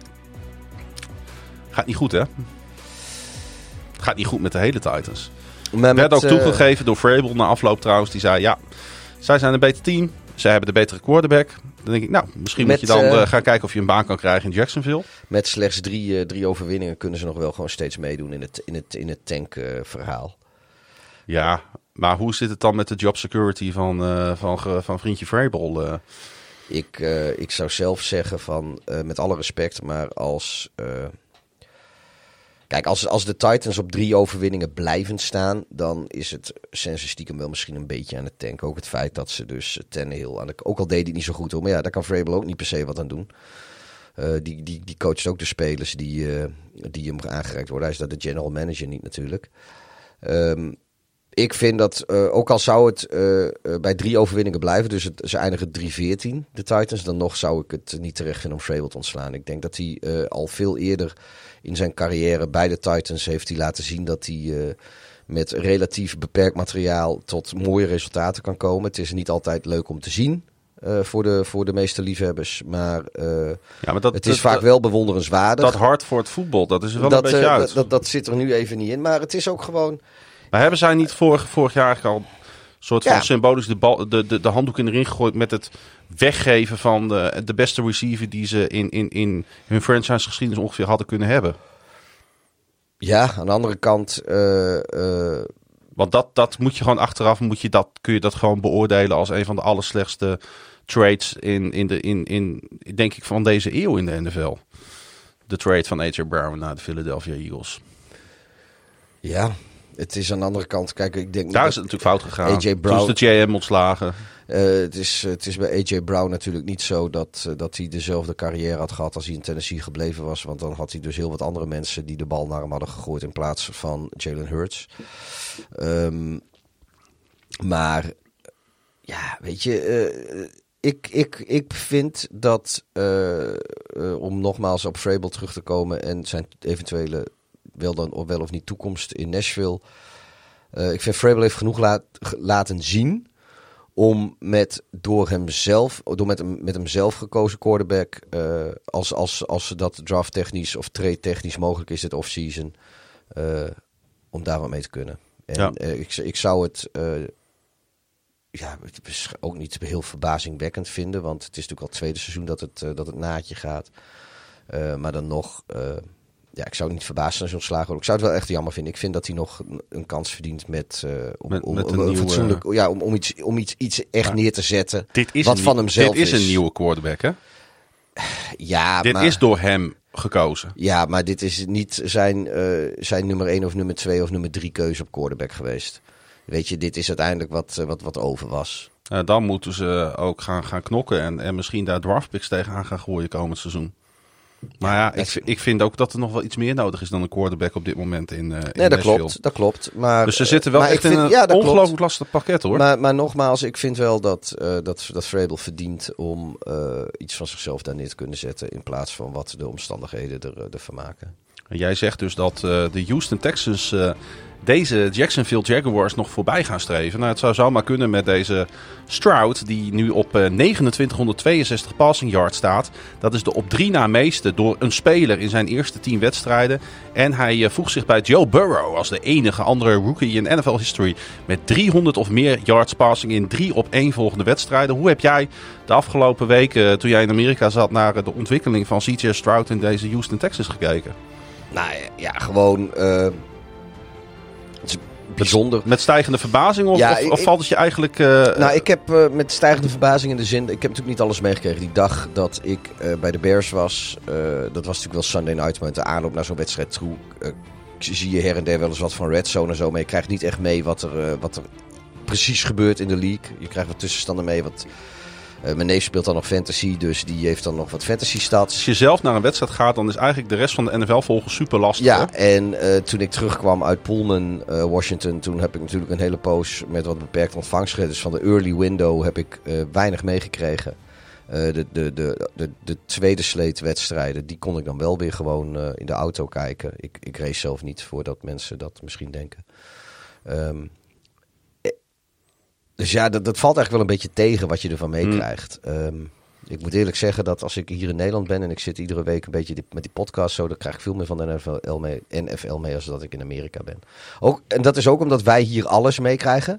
Gaat niet goed, hè? Gaat niet goed met de hele Titans. Werd ook toegegeven door Vrabel na afloop trouwens. Die zei, ja, zij zijn een beter team. Zij hebben de betere quarterback. Dan denk ik, nou, misschien moet je dan gaan kijken of je een baan kan krijgen in Jacksonville. Met slechts 3 overwinningen kunnen ze nog wel gewoon steeds meedoen in het tankverhaal. Ja, maar hoe zit het dan met de job security van vriendje Vrabel? Ik zou zelf zeggen van, met alle respect, maar als Kijk, als de Titans op 3 overwinningen blijven staan, dan is het Sense stiekem wel misschien een beetje aan het tanken. Ook het feit dat ze dus Tannehill, ook al deed hij niet zo goed hoor, maar ja, daar kan Vrabel ook niet per se wat aan doen. Die coacht ook de spelers die hem aangereikt worden. Hij is daar de general manager niet natuurlijk. Ik vind dat, ook al zou het bij 3 overwinningen blijven, dus ze eindigen 3-14, de Titans, dan nog zou ik het niet terecht vinden om Vrabel te ontslaan. Ik denk dat hij al veel eerder in zijn carrière bij de Titans heeft hij laten zien dat hij met relatief beperkt materiaal tot mooie resultaten kan komen. Het is niet altijd leuk om te zien voor de meeste liefhebbers, maar het is vaak wel bewonderenswaardig. Dat hart voor het voetbal, dat is er wel een beetje uit. Dat zit er nu even niet in, maar het is ook gewoon... Maar hebben zij niet vorig jaar eigenlijk al een soort van symbolisch de handdoek in de ring gegooid met het weggeven van de beste receiver die ze in hun franchise geschiedenis ongeveer hadden kunnen hebben? Ja, aan de andere kant... Want dat moet je gewoon achteraf, kun je dat gewoon beoordelen als een van de allerslechtste trades in denk ik van deze eeuw in de NFL. De trade van A.J. Brown naar de Philadelphia Eagles. Ja, het is aan de andere kant... Kijk, ik denk daar is het natuurlijk fout gegaan. A.J. Brown, toen is de GM ontslagen. Het is bij A.J. Brown natuurlijk niet zo dat hij dezelfde carrière had gehad als hij in Tennessee gebleven was. Want dan had hij dus heel wat andere mensen die de bal naar hem hadden gegooid in plaats van Jalen Hurts. Maar ja, weet je... Ik vind dat, om nogmaals op Vrabel terug te komen en zijn eventuele wel of niet toekomst in Nashville. Ik vind Vrabel heeft genoeg laten zien om met hemzelf gekozen quarterback, als dat draft technisch of trade technisch mogelijk is dit offseason, om daar wat mee te kunnen. En ik zou het... ook niet heel verbazingwekkend vinden. Want het is natuurlijk al het tweede seizoen dat het naadje gaat. Maar dan nog... ik zou niet verbaasd zijn als hij ontslagen wordt. Ik zou het wel echt jammer vinden. Ik vind dat hij nog een kans verdient om iets echt neer te zetten. Van hemzelf is. Dit is een nieuwe quarterback, hè? Ja, dit is door hem gekozen. Ja, maar dit is niet zijn nummer 1 of nummer 2 of nummer 3 keuze op quarterback geweest. Weet je, dit is uiteindelijk wat over was. Dan moeten ze ook gaan knokken en misschien daar draftpicks tegenaan gaan gooien komend seizoen. Maar ik vind ook dat er nog wel iets meer nodig is dan een quarterback op dit moment in Nashville. Dat klopt. Maar, dus ze zitten wel echt in een ongelooflijk lastig pakket, hoor. Maar nogmaals, ik vind wel dat Vrabel verdient om iets van zichzelf daar neer te kunnen zetten in plaats van wat de omstandigheden ervan maken. En jij zegt dus dat de Houston Texans deze Jacksonville Jaguars nog voorbij gaan streven. Nou, het zou zomaar kunnen met deze Stroud, die nu op 2962 passing yards staat. Dat is de op 3 na meeste door een speler in zijn eerste 10 wedstrijden. En hij voegt zich bij Joe Burrow als de enige andere rookie in NFL history met 300 of meer yards passing in 3 opeenvolgende wedstrijden. Hoe heb jij de afgelopen weken, toen jij in Amerika zat, naar de ontwikkeling van CJ Stroud in deze Houston Texans gekeken? Nou ja, gewoon... bijzonder. Met stijgende verbazing of valt het je eigenlijk... ik heb met stijgende verbazing in de zin... Ik heb natuurlijk niet alles meegekregen. Die dag dat ik bij de Bears was... dat was natuurlijk wel Sunday night, met de aanloop naar zo'n wedstrijd toe... zie je her en der wel eens wat van Red Zone en zo. Maar je krijgt niet echt mee wat er precies gebeurt in de league. Je krijgt wat tussenstanden mee, mijn neef speelt dan nog fantasy, dus die heeft dan nog wat fantasy stats. Als je zelf naar een wedstrijd gaat, dan is eigenlijk de rest van de NFL-volgers super lastig. Ja, en toen ik terugkwam uit Pullman, Washington, toen heb ik natuurlijk een hele poos met wat beperkt ontvangst gehad. Dus van de early window heb ik weinig meegekregen. De tweede sleet wedstrijden, die kon ik dan wel weer gewoon in de auto kijken. Ik race zelf niet, voordat mensen dat misschien denken. Dus ja, dat valt eigenlijk wel een beetje tegen wat je ervan meekrijgt. Ik moet eerlijk zeggen dat als ik hier in Nederland ben en ik zit iedere week een beetje met die podcast zo, dan krijg ik veel meer van de NFL mee als dat ik in Amerika ben. En dat is ook omdat wij hier alles meekrijgen.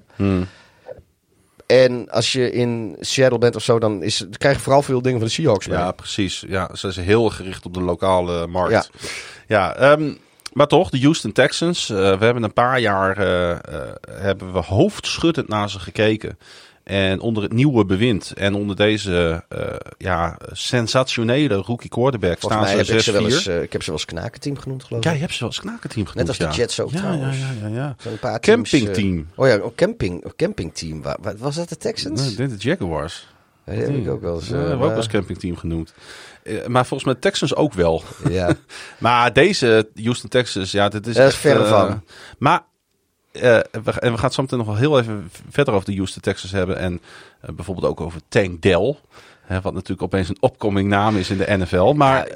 En als je in Seattle bent of zo, dan krijg je vooral veel dingen van de Seahawks mee. Ja, precies. Ja, ze zijn heel gericht op de lokale markt. Ja, maar toch, de Houston Texans. We hebben een paar jaar hebben we hoofdschuddend naar ze gekeken. En onder het nieuwe bewind en onder deze sensationele rookie quarterback Volgens mij staan heb ze 6-4. ik heb ze wel eens knakenteam genoemd, geloof ik. Ja, je hebt ze wel eens knakenteam genoemd. Net als de Jets ook trouwens. Ja. Zo'n paar teams, Campingteam. campingteam. Was dat de Texans? Nee, dit de Jaguars. Ja, die heb ik ook wel eens. hebben we ook wel eens campingteam genoemd. Maar volgens mij Texans ook wel. Ja. Maar deze Houston Texans, dit is dat is echt, verre van. Maar we gaan het zo meteen nog wel heel even verder over de Houston Texans hebben. En bijvoorbeeld ook over Tank Dell. Wat natuurlijk opeens een opkoming naam is in de NFL. Maar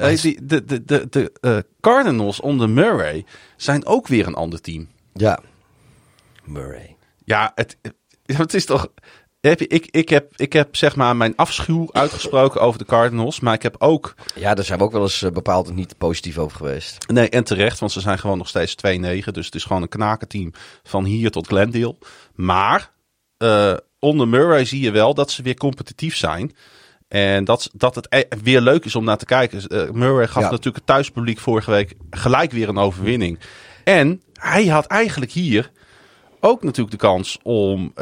de Cardinals onder Murray zijn ook weer een ander team. Ja. Murray. Ja, het is toch... Ik heb zeg maar mijn afschuw uitgesproken over de Cardinals. Maar ik heb ook... Ja, daar zijn we ook wel eens bepaald niet positief over geweest. Nee, en terecht. Want ze zijn gewoon nog steeds 2-9. Dus het is gewoon een knakenteam van hier tot Glendale. Maar onder Murray zie je wel dat ze weer competitief zijn. En dat het weer leuk is om naar te kijken. Murray gaf natuurlijk het thuispubliek vorige week gelijk weer een overwinning. En hij had eigenlijk hier ook natuurlijk de kans om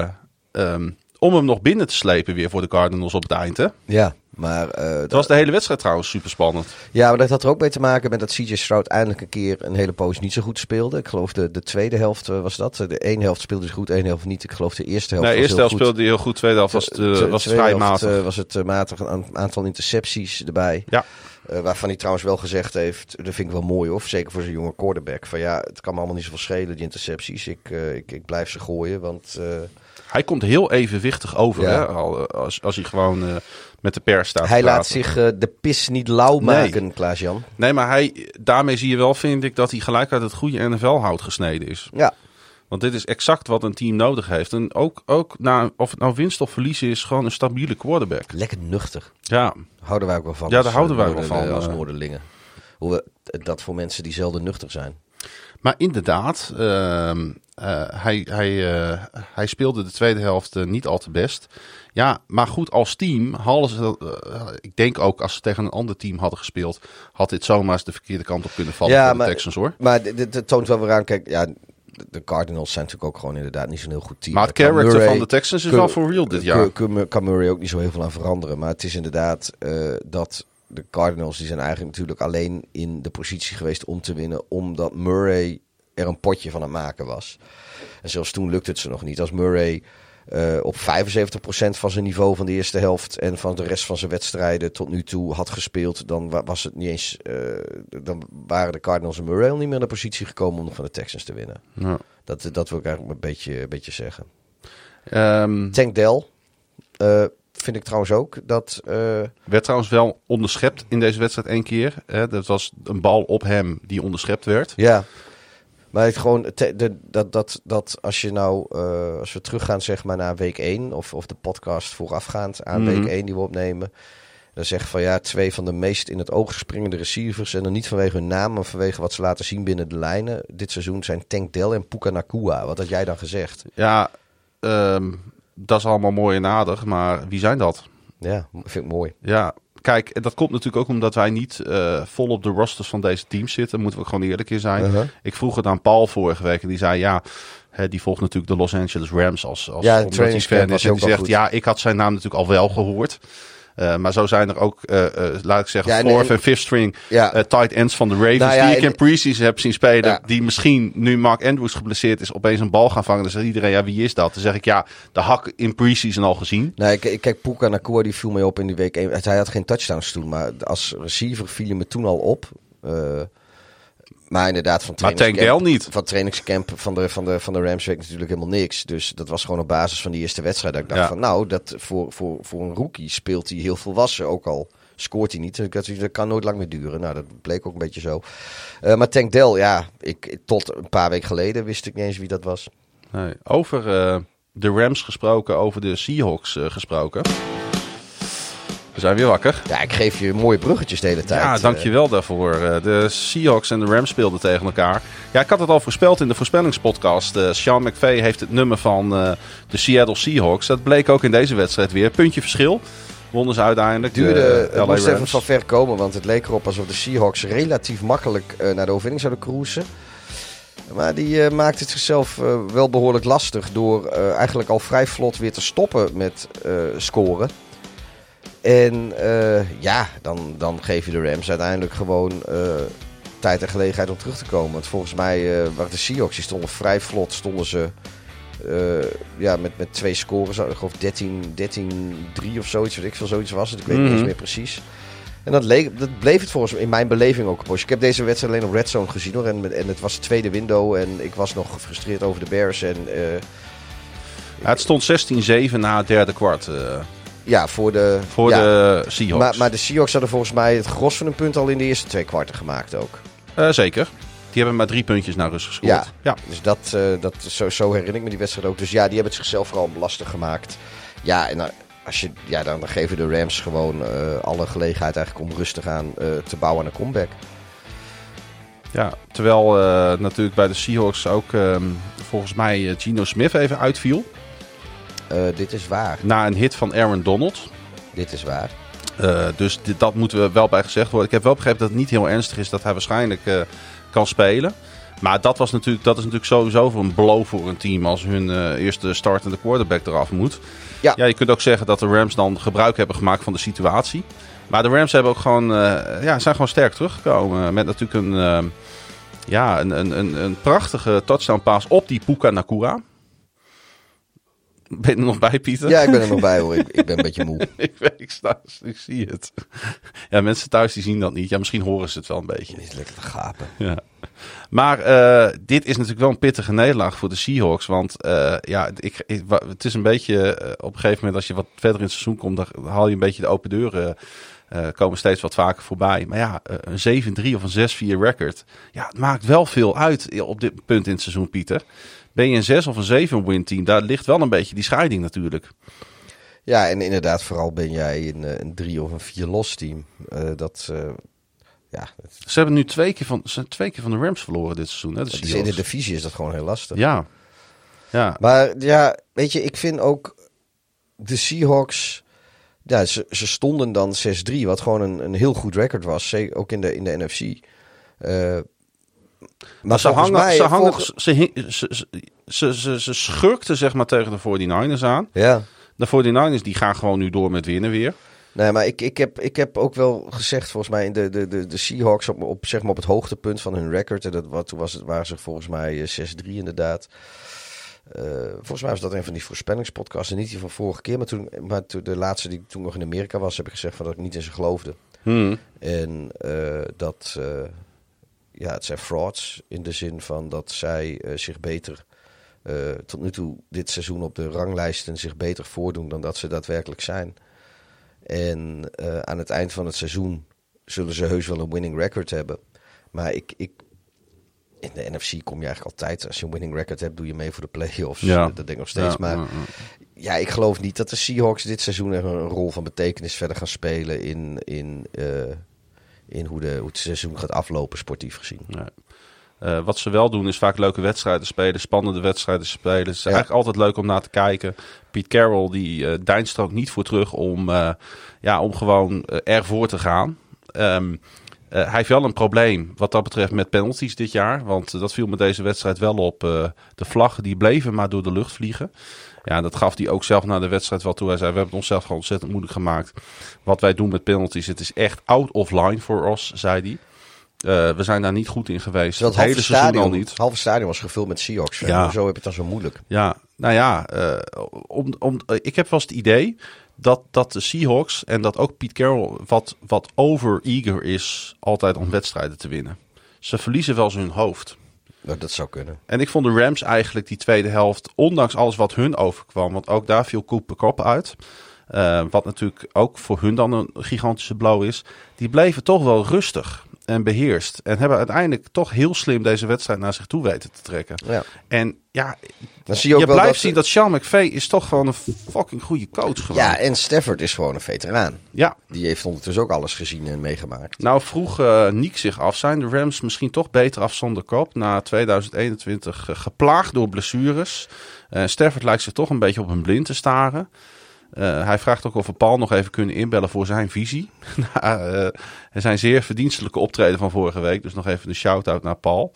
hem nog binnen te slepen weer voor de Cardinals op het eind. Hè? Ja, maar... dat was de hele wedstrijd trouwens super spannend. Ja, maar dat had er ook mee te maken met dat CJ Stroud eindelijk een keer een hele poos niet zo goed speelde. Ik geloof de tweede helft was dat. De ene helft speelde ze goed, 1 helft niet. Ik geloof de eerste helft de eerste helft speelde hij heel goed. Tweede helft was het vrij matig. Was het matig, een aantal intercepties erbij. Ja. Waarvan hij trouwens wel gezegd heeft, dat vind ik wel mooi hoor, zeker voor zijn jonge quarterback. Van ja, het kan me allemaal niet zoveel schelen, die intercepties. Ik blijf ze gooien, want... Hij komt heel evenwichtig over, hè? Als hij gewoon met de pers staat. Hij laat zich de pis niet lauw maken, Klaas-Jan. Nee, maar daarmee zie je wel, vind ik, dat hij gelijk uit het goede NFL-hout gesneden is. Ja. Want dit is exact wat een team nodig heeft. En ook of het nou winst of verlies is, gewoon een stabiele quarterback. Lekker nuchter. Ja. Houden wij ook wel van. Ja, daar houden wij wel van. Als Noorderlingen. Hoe dat voor mensen die zelden nuchter zijn. Maar inderdaad, hij speelde de tweede helft niet al te best. Ja, maar goed, als team hadden ze... ik denk ook, als ze tegen een ander team hadden gespeeld, had dit zomaar eens de verkeerde kant op kunnen vallen voor de Texans, hoor. Maar dit toont wel weer aan, kijk, ja... De Cardinals zijn natuurlijk ook gewoon inderdaad niet zo'n heel goed team. Maar het character van de Texans is wel for real dit jaar. Kan Murray ook niet zo heel veel aan veranderen. Maar het is inderdaad dat de Cardinals, die zijn eigenlijk natuurlijk alleen in de positie geweest om te winnen, omdat Murray er een potje van aan het maken was. En zelfs toen lukte het ze nog niet. Als Murray op 75% van zijn niveau van de eerste helft en van de rest van zijn wedstrijden tot nu toe had gespeeld, dan was het niet eens. Dan waren de Cardinals en Murray al niet meer in de positie gekomen om nog van de Texans te winnen. Ja. Dat wil ik eigenlijk een beetje zeggen. Tank Dell vind ik trouwens ook dat. Werd trouwens wel onderschept in deze wedstrijd 1 keer. Dat was een bal op hem die onderschept werd. Ja. Maar het gewoon dat als je nou, als we teruggaan zeg maar naar week 1 of de podcast voorafgaand aan week 1 die we opnemen, dan zeg van ja, 2 van de meest in het oog springende receivers en dan niet vanwege hun naam, maar vanwege wat ze laten zien binnen de lijnen dit seizoen zijn Tank Dell en Puka Nacua. Wat had jij dan gezegd? Ja, dat is allemaal mooi en aardig, maar wie zijn dat? Ja, vind ik mooi. Ja. Kijk, dat komt natuurlijk ook omdat wij niet vol op de rosters van deze teams zitten. Moeten we gewoon eerlijk in zijn. Uh-huh. Ik vroeg het aan Paul vorige week en die zei die volgt natuurlijk de Los Angeles Rams als omdat hij fan is. En die zegt, ik had zijn naam natuurlijk al wel gehoord. Maar zo zijn er ook, laat ik zeggen, fourth en fifth string tight ends van de Ravens. Die ik in preseason heb zien spelen. Ja. Die misschien, nu Mark Andrews geblesseerd is, opeens een bal gaan vangen. Dan zegt iedereen, wie is dat? Dan zeg ik, de hak in preseason al gezien. Nee, kijk, Puka Nacua die viel mij op in die week 1. Hij had geen touchdowns toen, maar als receiver viel hij me toen al op. Maar inderdaad, van trainingscamp van de Rams weet ik natuurlijk helemaal niks. Dus dat was gewoon op basis van die eerste wedstrijd. Dat ik dacht van dat voor een rookie speelt hij heel volwassen. Ook al scoort hij niet. Dat kan nooit lang meer duren. Nou, dat bleek ook een beetje zo. Maar Tank Dell, tot een paar weken geleden wist ik niet eens wie dat was. Nee, over de Rams gesproken, over de Seahawks gesproken. We zijn weer wakker. Ja, ik geef je mooie bruggetjes de hele tijd. Ja, dankjewel daarvoor. De Seahawks en de Rams speelden tegen elkaar. Ja, ik had het al voorspeld in de voorspellingspodcast. Sean McVay heeft het nummer van de Seattle Seahawks. Dat bleek ook in deze wedstrijd weer. Puntje verschil. Wonnen ze uiteindelijk. Het moest even van ver komen, want het leek erop alsof de Seahawks relatief makkelijk naar de overwinning zouden cruisen. Maar die maakt het zichzelf wel behoorlijk lastig door eigenlijk al vrij vlot weer te stoppen met scoren. En dan geef je de Rams uiteindelijk gewoon tijd en gelegenheid om terug te komen. Want volgens mij waren de Seahawks, die stonden vrij vlot, stonden ze met 2 scores. Ik geloof 13-3 of zoiets, weet ik veel, zoiets was het. Ik weet niet eens meer precies. En dat bleef het volgens mij in mijn beleving ook. Ik heb deze wedstrijd alleen op Red Zone gezien hoor. En het was de tweede window en ik was nog gefrustreerd over de Bears. Het stond 16-7 na het derde kwart. Voor de Seahawks. Maar de Seahawks hadden volgens mij het gros van hun punt al in de eerste 2 kwarten gemaakt ook. Zeker. Die hebben maar 3 puntjes naar rust gescoord. Ja. Dus zo herinner ik me die wedstrijd ook. Dus ja, die hebben het zichzelf vooral lastig gemaakt. Ja, en dan geven de Rams gewoon alle gelegenheid eigenlijk om rustig aan te bouwen aan een comeback. Ja, terwijl natuurlijk bij de Seahawks ook volgens mij Geno Smith even uitviel. Dit is waar. Na een hit van Aaron Donald. Dit is waar. Dus dat moeten we wel bij gezegd worden. Ik heb wel begrepen dat het niet heel ernstig is dat hij waarschijnlijk kan spelen. Maar dat is natuurlijk sowieso een blow voor een team als hun eerste startende quarterback eraf moet. Ja, je kunt ook zeggen dat de Rams dan gebruik hebben gemaakt van de situatie. Maar de Rams hebben ook gewoon, zijn gewoon sterk teruggekomen. Met natuurlijk een prachtige touchdown pass op die Puka Nacua. Ben je er nog bij, Pieter? Ja, ik ben er nog bij hoor. Ik ben een beetje moe. ik zie het. Ja, mensen thuis die zien dat niet. Ja, misschien horen ze het wel een beetje. Niet lekker te gapen. Ja. Maar dit is natuurlijk wel een pittige nederlaag voor de Seahawks. Want het is een beetje op een gegeven moment als je wat verder in het seizoen komt, dan haal je een beetje de open deuren. Komen steeds wat vaker voorbij. Maar ja, een 7-3 of een 6-4 record. Ja, het maakt wel veel uit op dit punt in het seizoen, Pieter. Ben je een 6 of een 7 win team? Daar ligt wel een beetje die scheiding natuurlijk. Ja, en inderdaad, vooral ben jij een 3 of een 4 los team. Ze hebben nu 2 keer van de Rams verloren dit seizoen. Hè, in de divisie is dat gewoon heel lastig. Ja. Maar ja, weet je, ik vind ook de Seahawks. Ja, ze stonden dan 6-3, wat gewoon een heel goed record was. Ook in de NFC. Maar ze schurkten zeg maar tegen de 49ers aan. Ja. De 49ers die gaan gewoon nu door met winnen weer. Nee, maar ik heb ook wel gezegd, volgens mij, de Seahawks op het hoogtepunt van hun record. En waren ze volgens mij 6-3 inderdaad. Volgens mij was dat een van die voorspellingspodcasts. En niet die van vorige keer. Maar toen de laatste die toen nog in Amerika was, heb ik gezegd dat ik niet in ze geloofde. En het zijn frauds in de zin van dat zij zich beter tot nu toe dit seizoen op de ranglijsten zich beter voordoen dan dat ze daadwerkelijk zijn. En aan het eind van het seizoen zullen ze heus wel een winning record hebben. Maar in de NFC kom je eigenlijk altijd, als je een winning record hebt, doe je mee voor de playoffs. Ja. Dat denk ik nog steeds. Maar ik geloof niet dat de Seahawks dit seizoen er een rol van betekenis verder gaan spelen in hoe het seizoen gaat aflopen, sportief gezien. Nee. Wat ze wel doen is vaak leuke wedstrijden spelen, spannende wedstrijden spelen. Het is eigenlijk altijd leuk om naar te kijken. Pete Carroll die deinst er ook niet voor terug om gewoon ervoor te gaan. Hij heeft wel een probleem wat dat betreft met penalties dit jaar. Want dat viel me deze wedstrijd wel op. De vlaggen die bleven maar door de lucht vliegen. Ja, dat gaf hij ook zelf na de wedstrijd wel toe. Hij zei, we hebben het onszelf gewoon ontzettend moeilijk gemaakt. Wat wij doen met penalties, het is echt out of line voor ons, zei hij. We zijn daar niet goed in geweest. Het hele seizoen al niet. Het halve stadion was gevuld met Seahawks. Ja. Zo heb je het dan zo moeilijk. Ja, nou ja. Ik heb wel eens het idee dat de Seahawks en dat ook Pete Carroll wat over-eager is altijd om wedstrijden te winnen. Ze verliezen wel eens hun hoofd. Dat zou kunnen. En ik vond de Rams eigenlijk die tweede helft, ondanks alles wat hun overkwam, want ook daar viel Cooper Kupp uit. Wat natuurlijk ook voor hun dan een gigantische blow is. Die bleven toch wel rustig en beheerst. En hebben uiteindelijk toch heel slim deze wedstrijd naar zich toe weten te trekken. Ja. En ja, dan zie je ook je wel blijft zien dat Sean McVay is toch gewoon een fucking goede coach geworden. Ja, en Stafford is gewoon een veteraan. Ja. Die heeft ondertussen ook alles gezien en meegemaakt. Nou vroeg Niek zich af, zijn de Rams misschien toch beter af zonder Kupp? Na 2021 geplaagd door blessures. Stafford lijkt zich toch een beetje op een blind te staren. Hij vraagt ook of we Paul nog even kunnen inbellen voor zijn visie. Zijn zeer verdienstelijke optreden van vorige week. Dus nog even een shout-out naar Paul.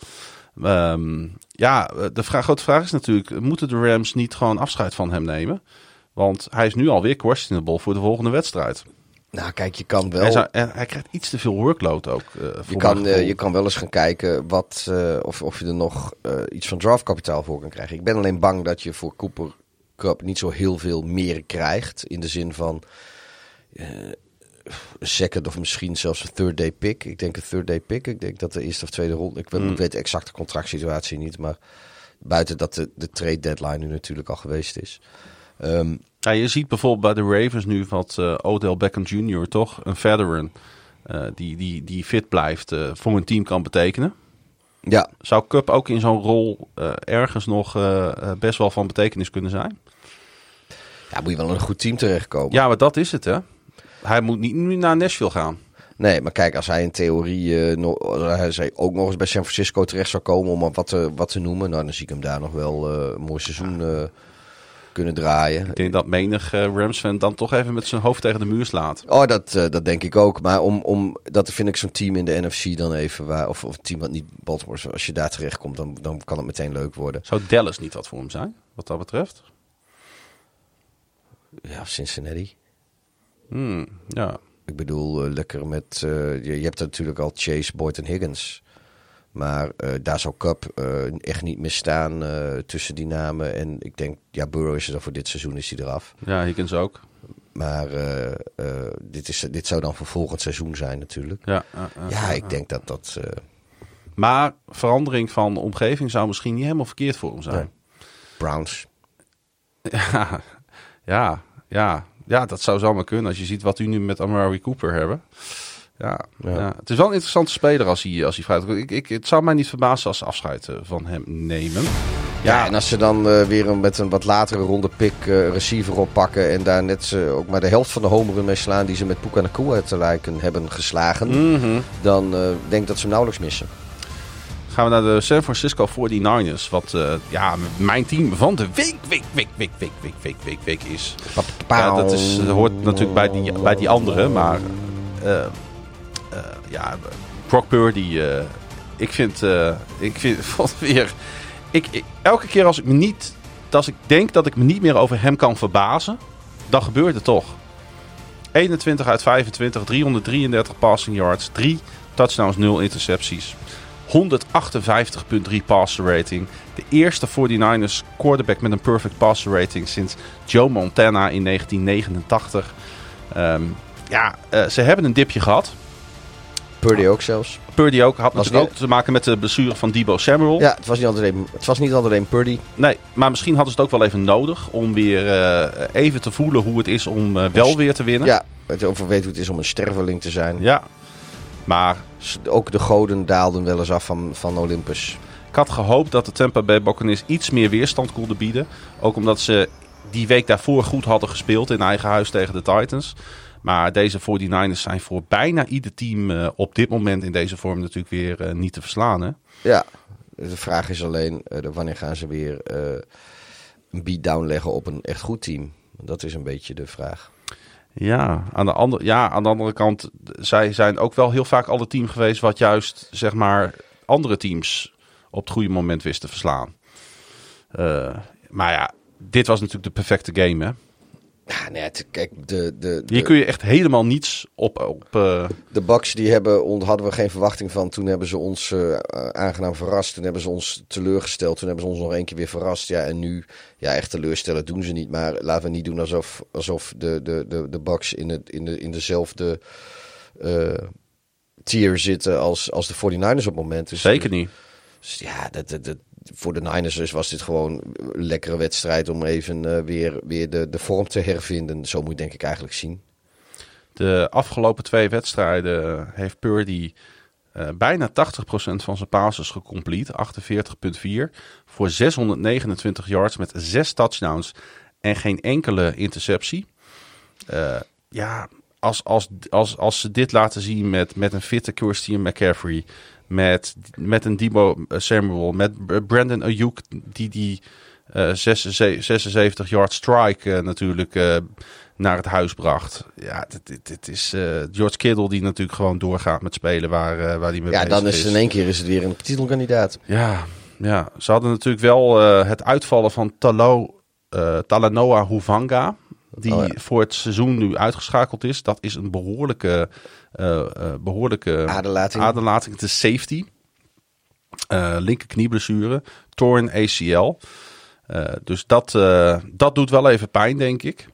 Grote vraag is natuurlijk, moeten de Rams niet gewoon afscheid van hem nemen? Want hij is nu alweer questionable voor de volgende wedstrijd. Nou, kijk, je kan wel... Hij krijgt iets te veel workload ook. Je kan wel eens gaan kijken of je er nog iets van draftkapitaal voor kan krijgen. Ik ben alleen bang dat je voor Cooper Kupp niet zo heel veel meer krijgt. In de zin van een second of misschien zelfs een third day pick. Ik denk een third day pick. Ik denk dat de eerste of tweede ronde... Ik weet de exacte contractsituatie niet, maar buiten dat de trade deadline nu natuurlijk al geweest is... je ziet bijvoorbeeld bij de Ravens nu wat Odell Beckham Jr. toch, een veteran die fit blijft, voor een team kan betekenen. Ja. Zou Kupp ook in zo'n rol ergens nog best wel van betekenis kunnen zijn? Ja, moet je wel in een goed team terechtkomen. Ja, maar dat is het, hè. Hij moet niet nu naar Nashville gaan. Nee, maar kijk, als hij in theorie hij ook nog eens bij San Francisco terecht zou komen om wat te noemen, nou, dan zie ik hem daar nog wel een mooi seizoen kunnen draaien. Ik denk dat menig Rams-fan dan toch even met zijn hoofd tegen de muur slaat. Oh, dat denk ik ook. Maar dat vind ik zo'n team in de NFC dan even, of een team wat niet Baltimore is, als je daar terecht komt, dan kan het meteen leuk worden. Zou Dallas niet wat voor hem zijn, wat dat betreft? Ja, of Cincinnati. Ja. Ik bedoel, lekker met... je hebt natuurlijk al Chase, Boyd en Higgins. Maar daar zou Kupp echt niet meer staan tussen die namen. En ik denk, Burrow is er dan voor dit seizoen, is hij eraf. Ja, Higgins ook. Maar dit zou dan voor volgend seizoen zijn natuurlijk. Ik denk dat... Maar verandering van omgeving zou misschien niet helemaal verkeerd voor hem zijn. Nee. Browns. Ja, dat zou zomaar kunnen als je ziet wat u nu met Amari Cooper hebben. Ja. Het is wel een interessante speler als hij vrijkomt. Het zou mij niet verbazen als ze afscheid van hem nemen. Ja, en als ze dan weer met een wat latere ronde pick receiver oppakken en daar net ook maar de helft van de home run mee slaan die ze met Puka Nacua te lijken hebben geslagen, dan denk ik dat ze hem nauwelijks missen. Gaan we naar de San Francisco 49ers. Wat mijn team van de week is. Ja, dat hoort natuurlijk bij die andere. Maar Brock Purdy. Elke keer als ik denk dat ik me niet meer over hem kan verbazen, dan gebeurt het toch. 21 uit 25, 333 passing yards, 3 touchdowns, 0 intercepties. 158,3 passer rating. De eerste 49ers quarterback met een perfect passer rating sinds Joe Montana in 1989. Ze hebben een dipje gehad. Purdy ook zelfs. Purdy ook. Had natuurlijk ook te maken met de blessure van Deebo Samuel. Ja, het was niet altijd een Purdy. Nee, maar misschien hadden ze het ook wel even nodig om weer even te voelen hoe het is om wel weer te winnen. Ja, over weten hoe het is om een sterveling te zijn. Ja, maar ook de goden daalden wel eens af van Olympus. Ik had gehoopt dat de Tampa Bay Buccaneers iets meer weerstand konden bieden. Ook omdat ze die week daarvoor goed hadden gespeeld in eigen huis tegen de Titans. Maar deze 49ers zijn voor bijna ieder team op dit moment in deze vorm natuurlijk weer niet te verslaan. Hè? Ja, de vraag is alleen wanneer gaan ze weer een beatdown leggen op een echt goed team. Dat is een beetje de vraag. Ja, aan de andere kant, zij zijn ook wel heel vaak al het team geweest wat juist, zeg maar, andere teams op het goede moment wist te verslaan. Maar ja, dit was natuurlijk de perfecte game, hè? Ja, nee, kijk, hier kun je echt helemaal niets op De Bucks hadden we geen verwachting van. Toen hebben ze ons aangenaam verrast. Toen hebben ze ons teleurgesteld. Toen hebben ze ons nog één keer weer verrast. Ja, en nu, echt teleurstellen doen ze niet. Maar laten we niet doen alsof de Bucks in dezelfde tier zitten als de 49ers op het moment. Dus, zeker niet. Dus ja, voor de Niners was dit gewoon een lekkere wedstrijd om even weer de vorm te hervinden. Zo moet je denk ik eigenlijk zien. De afgelopen 2 wedstrijden heeft Purdy bijna 80% van zijn passes gecomplete. 48,4 voor 629 yards met 6 touchdowns en geen enkele interceptie. Als ze dit laten zien met een fitte Christian McCaffrey, met een Deebo Samuel, met Brandon Ayuk die 76 yard strike natuurlijk naar het huis bracht. Ja, dit is George Kittle die natuurlijk gewoon doorgaat met spelen waar hij mee bezig is. Ja, dan is het in één keer weer een titelkandidaat. Ja, ze hadden natuurlijk wel het uitvallen van Talanoa Hufanga, die voor het seizoen nu uitgeschakeld is. Dat is een behoorlijke aderlating. Het is safety. Linker knieblessure. Torn ACL. Dus dat doet wel even pijn, denk ik.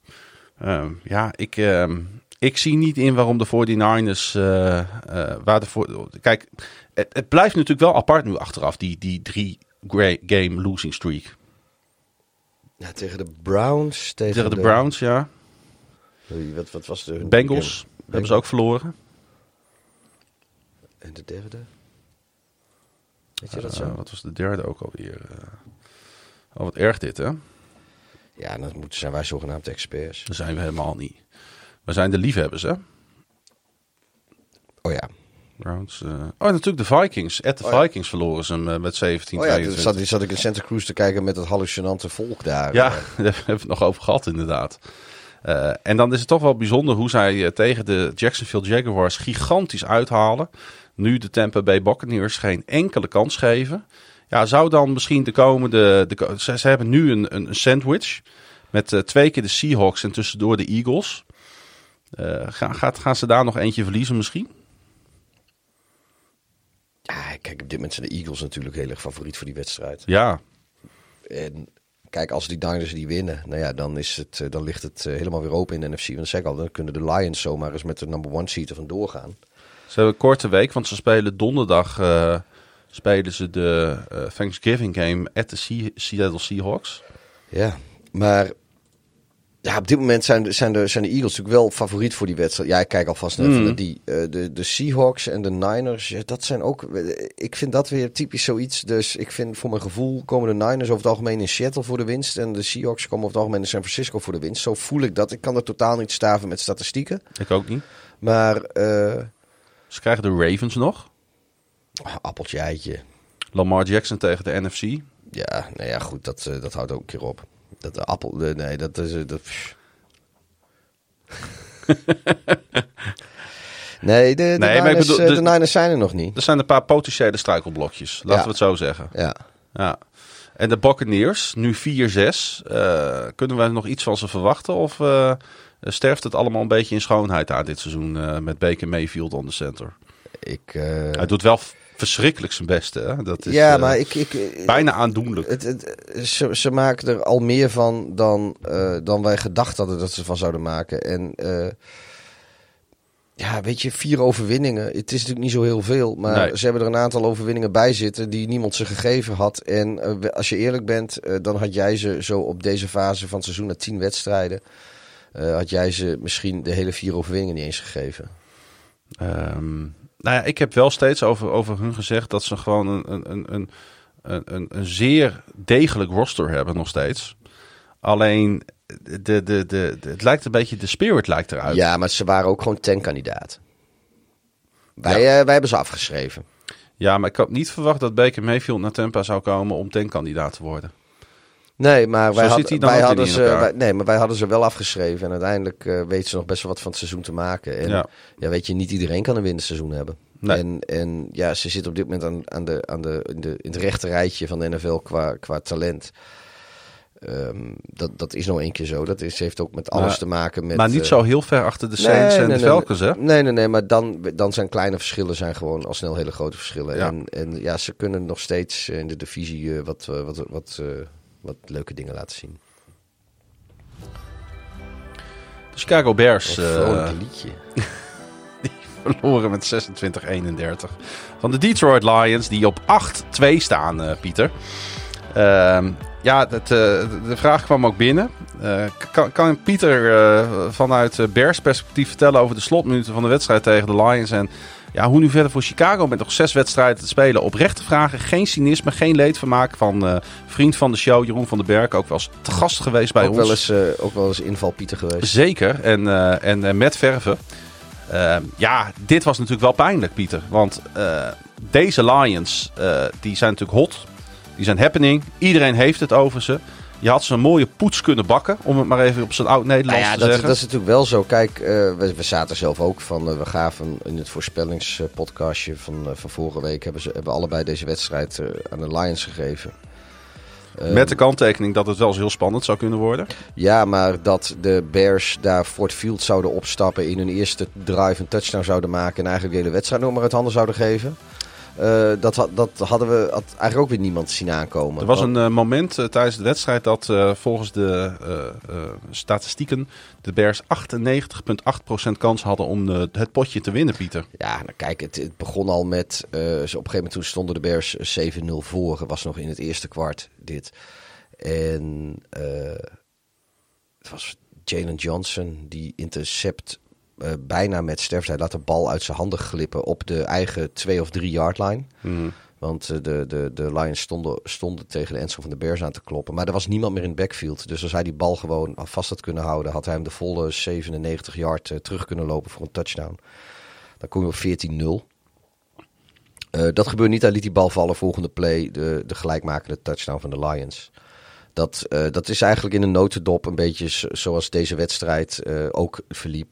Ik zie niet in waarom de 49ers... Kijk, het blijft natuurlijk wel apart nu achteraf, die 3-game losing streak. Ja, tegen de Browns. Tegen de Browns, ja. Wat was de... Bengals hebben ze ook verloren. En de derde? Weet je dat zo? Wat was de derde ook alweer? Wat erg dit, hè? Ja, dan zijn wij zogenaamd experts. Dat zijn we helemaal niet. We zijn de liefhebbers, hè? Oh ja. Browns. Natuurlijk de Vikings. Vikings verloren ze hem met 17. Oh ja, toen zat ik in Santa Cruz te kijken met het hallucinante volk daar. Ja, daar hebben we het nog over gehad inderdaad. En dan is het toch wel bijzonder hoe zij tegen de Jacksonville Jaguars gigantisch uithalen. Nu de Tampa Bay Buccaneers geen enkele kans geven. Ja, zou dan misschien de komende... Ze hebben nu een sandwich met 2 keer de Seahawks en tussendoor de Eagles. Gaan ze daar nog eentje verliezen misschien? Ja, kijk, op dit moment zijn de Eagles natuurlijk heel erg favoriet voor die wedstrijd. Ja. En kijk, als die Niners die winnen, nou ja, dan ligt het helemaal weer open in de NFC. Want dat zeg ik al, dan kunnen de Lions zomaar eens met de number 1 seed er vandoor gaan. Ze hebben een korte week, want ze spelen donderdag spelen ze de Thanksgiving game at de Seattle Seahawks. Ja, maar ja, op dit moment zijn de Eagles natuurlijk wel favoriet voor die wedstrijd. Ja, ik kijk alvast naar de Seahawks en de Niners. Ja, dat zijn ook... Ik vind dat weer typisch zoiets. Dus ik vind voor mijn gevoel komen de Niners over het algemeen in Seattle voor de winst. En de Seahawks komen over het algemeen in San Francisco voor de winst. Zo voel ik dat. Ik kan er totaal niet staven met statistieken. Ik ook niet. Maar... Ze krijgen de Ravens nog. Appeltje, eitje. Lamar Jackson tegen de NFC. Ja, nou ja, goed. Dat houdt ook een keer op. Dat de appel... Nee, dat is... Nee, de Niners zijn er nog niet. Er zijn een paar potentiële struikelblokjes. Laten we het zo zeggen. Ja. En de Buccaneers, nu 4-6. Kunnen we nog iets van ze verwachten? Of sterft het allemaal een beetje in schoonheid aan dit seizoen met Baker Mayfield on the center? Hij doet wel verschrikkelijk zijn beste. Hè? Dat is, maar bijna aandoenlijk. Ze maken er al meer van dan wij gedacht hadden dat ze van zouden maken. En ja, weet je, 4 overwinningen. Het is natuurlijk niet zo heel veel. Maar ze hebben er een aantal overwinningen bij zitten die niemand ze gegeven had. En als je eerlijk bent, dan had jij ze zo op deze fase van het seizoen na 10 wedstrijden. Had jij ze misschien de hele 4 overwinningen niet eens gegeven. Nou ja, ik heb wel steeds over hun gezegd dat ze gewoon een zeer degelijk roster hebben nog steeds. Alleen het lijkt een beetje, de spirit lijkt eruit. Ja, maar ze waren ook gewoon tankkandidaat. Wij hebben ze afgeschreven. Ja, maar ik had niet verwacht dat Baker Mayfield naar Tampa zou komen om tankkandidaat te worden. Nee, maar wij hadden ze wel afgeschreven. En uiteindelijk weten ze nog best wel wat van het seizoen te maken. En ja, weet je, niet iedereen kan een winterseizoen hebben. Nee. En ja, ze zitten op dit moment in het rechte rijtje van de NFL qua talent. Dat is nou 1 keer zo. Dat heeft ook met alles te maken met... Maar niet zo heel ver achter de Saints en de Falcons, hè? Nee, maar dan zijn kleine verschillen gewoon al snel hele grote verschillen. Ja. En ja, ze kunnen nog steeds in de divisie wat leuke dingen laten zien. De Chicago Bears... Een liedje. Die verloren met 26-31 van de Detroit Lions, die op 8-2 staan, Pieter. De vraag kwam ook binnen. Kan Pieter vanuit Bears perspectief vertellen over de slotminuten van de wedstrijd tegen de Lions en hoe nu verder voor Chicago met nog 6 wedstrijden te spelen? Oprechte vragen, geen cynisme, geen leedvermaak van vriend van de show, Jeroen van den Berg, ook wel eens te gast geweest bij ons. Ook wel eens inval Pieter geweest. Zeker, en met Verve. Dit was natuurlijk wel pijnlijk, Pieter. Want deze Lions, die zijn natuurlijk hot. Die zijn happening. Iedereen heeft het over ze. Je had ze een mooie poets kunnen bakken, om het maar even op zijn oud-Nederlands te zeggen. Dat is natuurlijk wel zo. Kijk, we zaten zelf ook van... we gaven in het voorspellingspodcastje van vorige week... hebben allebei deze wedstrijd aan de Lions gegeven. Met de kanttekening dat het wel eens heel spannend zou kunnen worden. Ja, maar dat de Bears daar Ford Field zouden opstappen... in hun eerste drive een touchdown zouden maken... en eigenlijk de hele wedstrijd nog maar uit handen zouden geven... Dat had eigenlijk ook weer niemand zien aankomen. Er was een moment tijdens de wedstrijd dat volgens de statistieken de Bears 98,8% kans hadden om het potje te winnen, Pieter. Ja, nou kijk, het begon al met... op een gegeven moment toen stonden de Bears 7-0 voor. Het was nog in het eerste kwart dit. En het was Jalen Johnson die intercept... bijna met sterfte. Hij laat de bal uit zijn handen glippen op de eigen 2 of 3 yard line. Mm. Want de Lions stonden tegen de endzone van de Bears aan te kloppen. Maar er was niemand meer in het backfield. Dus als hij die bal gewoon vast had kunnen houden... had hij hem de volle 97 yard terug kunnen lopen voor een touchdown. Dan kom je op 14-0. Dat gebeurde niet. Hij liet die bal vallen. Volgende play de gelijkmakende touchdown van de Lions. Dat is eigenlijk in een notendop een beetje zoals deze wedstrijd ook verliep.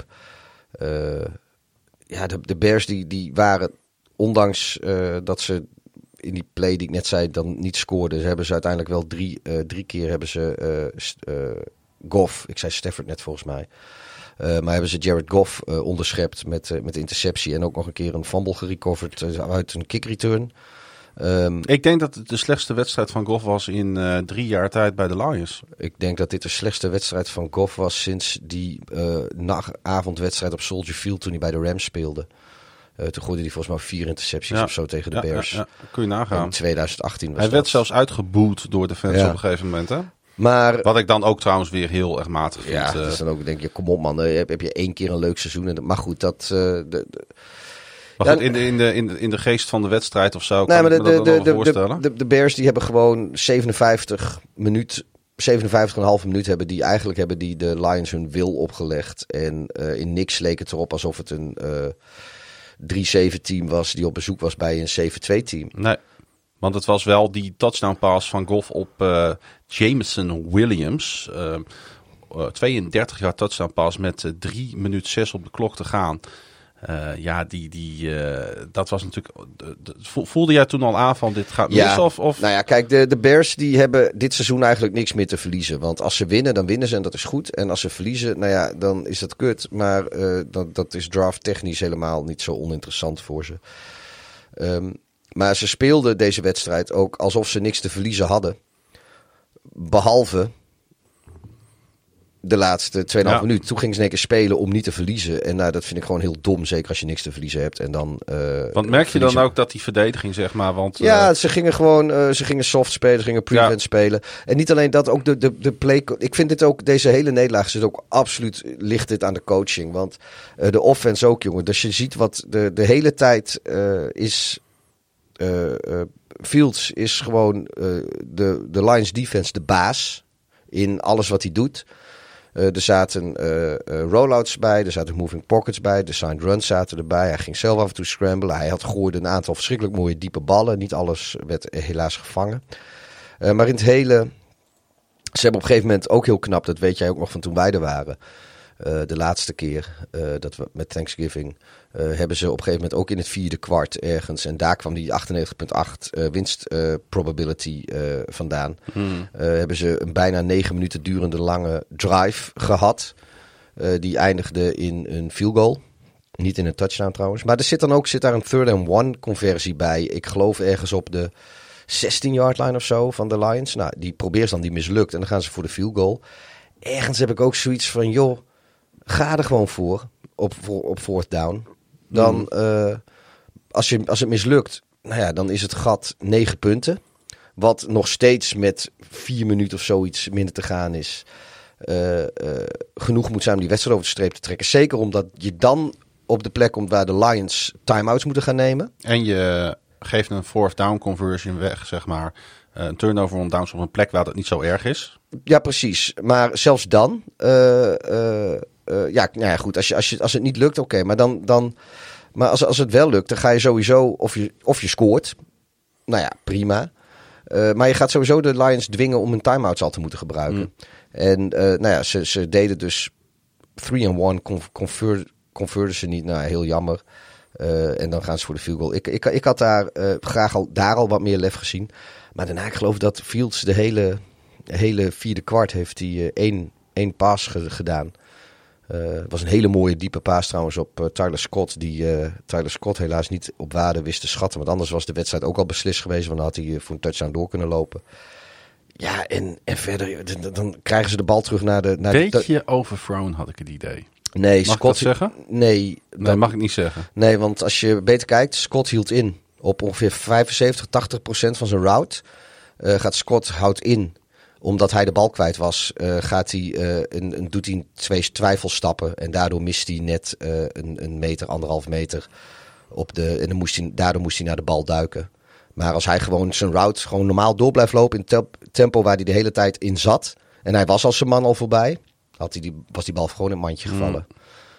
De Bears die waren, ondanks dat ze in die play die ik net zei dan niet scoorden, ze hebben ze uiteindelijk wel drie keer hebben ze Goff, ik zei Stafford net volgens mij, maar hebben ze Jared Goff onderschept met interceptie en ook nog een keer een fumble gerecoverd uit een kick return. Ik denk dat het de slechtste wedstrijd van Goff was in 3 jaar tijd bij de Lions. Ik denk dat dit de slechtste wedstrijd van Goff was sinds die avondwedstrijd op Soldier Field toen hij bij de Rams speelde. Toen gooide hij volgens mij 4 intercepties of zo tegen de Bears. Ja. Kun je nagaan. In 2018 was hij werd zelfs uitgeboet door de fans op een gegeven moment, hè? Maar, wat ik dan ook trouwens weer heel erg matig vind. Ja, dat is dan ook denk je, kom op man, heb je 1 keer een leuk seizoen. Maar goed, dat... Maar goed, in de geest van de wedstrijd of zo kan ik me dat wel voorstellen. De Bears die hebben gewoon 57,5 minuut hebben die de Lions hun wil opgelegd. En in niks leek het erop alsof het een 3-7 team was die op bezoek was bij een 7-2 team. Nee, want het was wel die touchdown pass van Goff op Jameson Williams. 32 jaar touchdown pass met 3 minuten 6 op de klok te gaan. Dat was natuurlijk... Voelde jij toen al aan van dit gaat mis? Of? Nou ja, kijk, de Bears die hebben dit seizoen eigenlijk niks meer te verliezen. Want als ze winnen, dan winnen ze en dat is goed. En als ze verliezen, nou ja, dan is dat kut. Maar dat is draft technisch helemaal niet zo oninteressant voor ze. Maar ze speelden deze wedstrijd ook alsof ze niks te verliezen hadden. Behalve... de laatste 2,5 minuut. Toen gingen ze in één keer spelen om niet te verliezen. En dat vind ik gewoon heel dom. Zeker als je niks te verliezen hebt. En dan, want merk je dan ook dat die verdediging, zeg maar... Want, ze gingen gewoon ze gingen soft spelen. Ze gingen prevent spelen. En niet alleen dat, ook de play... Ik vind dit ook, deze hele nederlaag zit ook absoluut... ligt dit aan de coaching. Want de offense ook, jongen. Dus je ziet wat de hele tijd is... Fields is gewoon de Lions defense de baas. In alles wat hij doet. Er zaten rollouts bij, er zaten moving pockets bij, de signed runs zaten erbij. Hij ging zelf af en toe scramblen. Hij gooide een aantal verschrikkelijk mooie diepe ballen. Niet alles werd helaas gevangen. Maar in het hele... Ze hebben op een gegeven moment ook heel knap, dat weet jij ook nog van toen wij er waren. De laatste keer dat we met Thanksgiving hebben ze op een gegeven moment ook in het 4e kwart ergens. En daar kwam die 98,8 winst probability vandaan. Hebben ze een bijna 9 minuten durende lange drive gehad. Die eindigde in een field goal. Niet in een touchdown trouwens. Maar er zit daar een 3rd and 1 conversie bij. Ik geloof ergens op de 16-yard line of zo van de Lions. Nou, die probeert dan, die mislukt. En dan gaan ze voor de field goal. Ergens heb ik ook zoiets van, joh, ga er gewoon voor op 4th down. Dan, als het mislukt, nou ja, dan is het gat 9 punten. Wat nog steeds met 4 minuten of zoiets minder te gaan is. Genoeg moet zijn om die wedstrijd over de streep te trekken. Zeker omdat je dan op de plek komt waar de Lions time-outs moeten gaan nemen. En je geeft een 4th down conversion weg, zeg maar. Een turnover on downs op een plek waar dat niet zo erg is. Ja, precies. Maar zelfs dan... goed. Als het niet lukt, oké. Maar maar als het wel lukt, dan ga je sowieso... Of je scoort. Nou ja, prima. Maar je gaat sowieso de Lions dwingen om hun timeouts al te moeten gebruiken. En ze deden dus 3-and-1, converten ze niet. Nou, heel jammer. En dan gaan ze voor de field goal. Ik had daar graag al wat meer lef gezien. Maar daarna, ik geloof dat Fields de hele vierde kwart heeft hij één pass gedaan. Het was een hele mooie diepe paas trouwens op Tyler Scott. Die Tyler Scott helaas niet op waarde wist te schatten. Want anders was de wedstrijd ook al beslist geweest. Want dan had hij voor een touchdown door kunnen lopen. Ja, en verder dan krijgen ze de bal terug naar de... Beetje overthrown had ik het idee. Nee, mag Scott, ik dat zeggen? Nee, mag ik niet zeggen. Nee, want als je beter kijkt, Scott hield in. Op ongeveer 75-80% van zijn route gaat Scott houdt in. Omdat hij de bal kwijt was, doet hij 2 twijfelstappen. En daardoor mist hij net een meter, 1,5 meter. Daardoor moest hij naar de bal duiken. Maar als hij gewoon zijn route gewoon normaal door blijft lopen in het tempo waar hij de hele tijd in zat. En hij was als zijn man al voorbij. Was die bal gewoon in het mandje gevallen.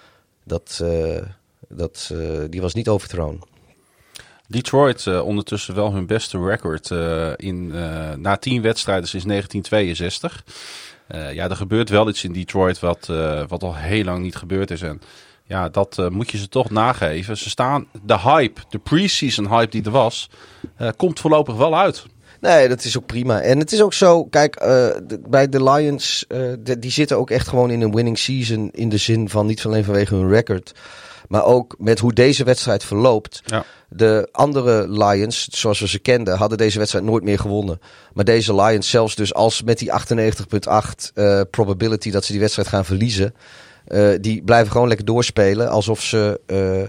Die was niet overthrown. Detroit ondertussen wel hun beste record na 10 wedstrijden sinds 1962. Er gebeurt wel iets in Detroit wat al heel lang niet gebeurd is. En ja, dat moet je ze toch nageven. Ze staan, de hype, de pre-season hype die er was, komt voorlopig wel uit. Nee, dat is ook prima. En het is ook zo, kijk, bij de Lions, die zitten ook echt gewoon in een winning season. In de zin van niet alleen vanwege hun record, maar ook met hoe deze wedstrijd verloopt. Ja. De andere Lions, zoals we ze kenden, hadden deze wedstrijd nooit meer gewonnen. Maar deze Lions, zelfs dus als met die 98,8 probability dat ze die wedstrijd gaan verliezen, die blijven gewoon lekker doorspelen alsof ze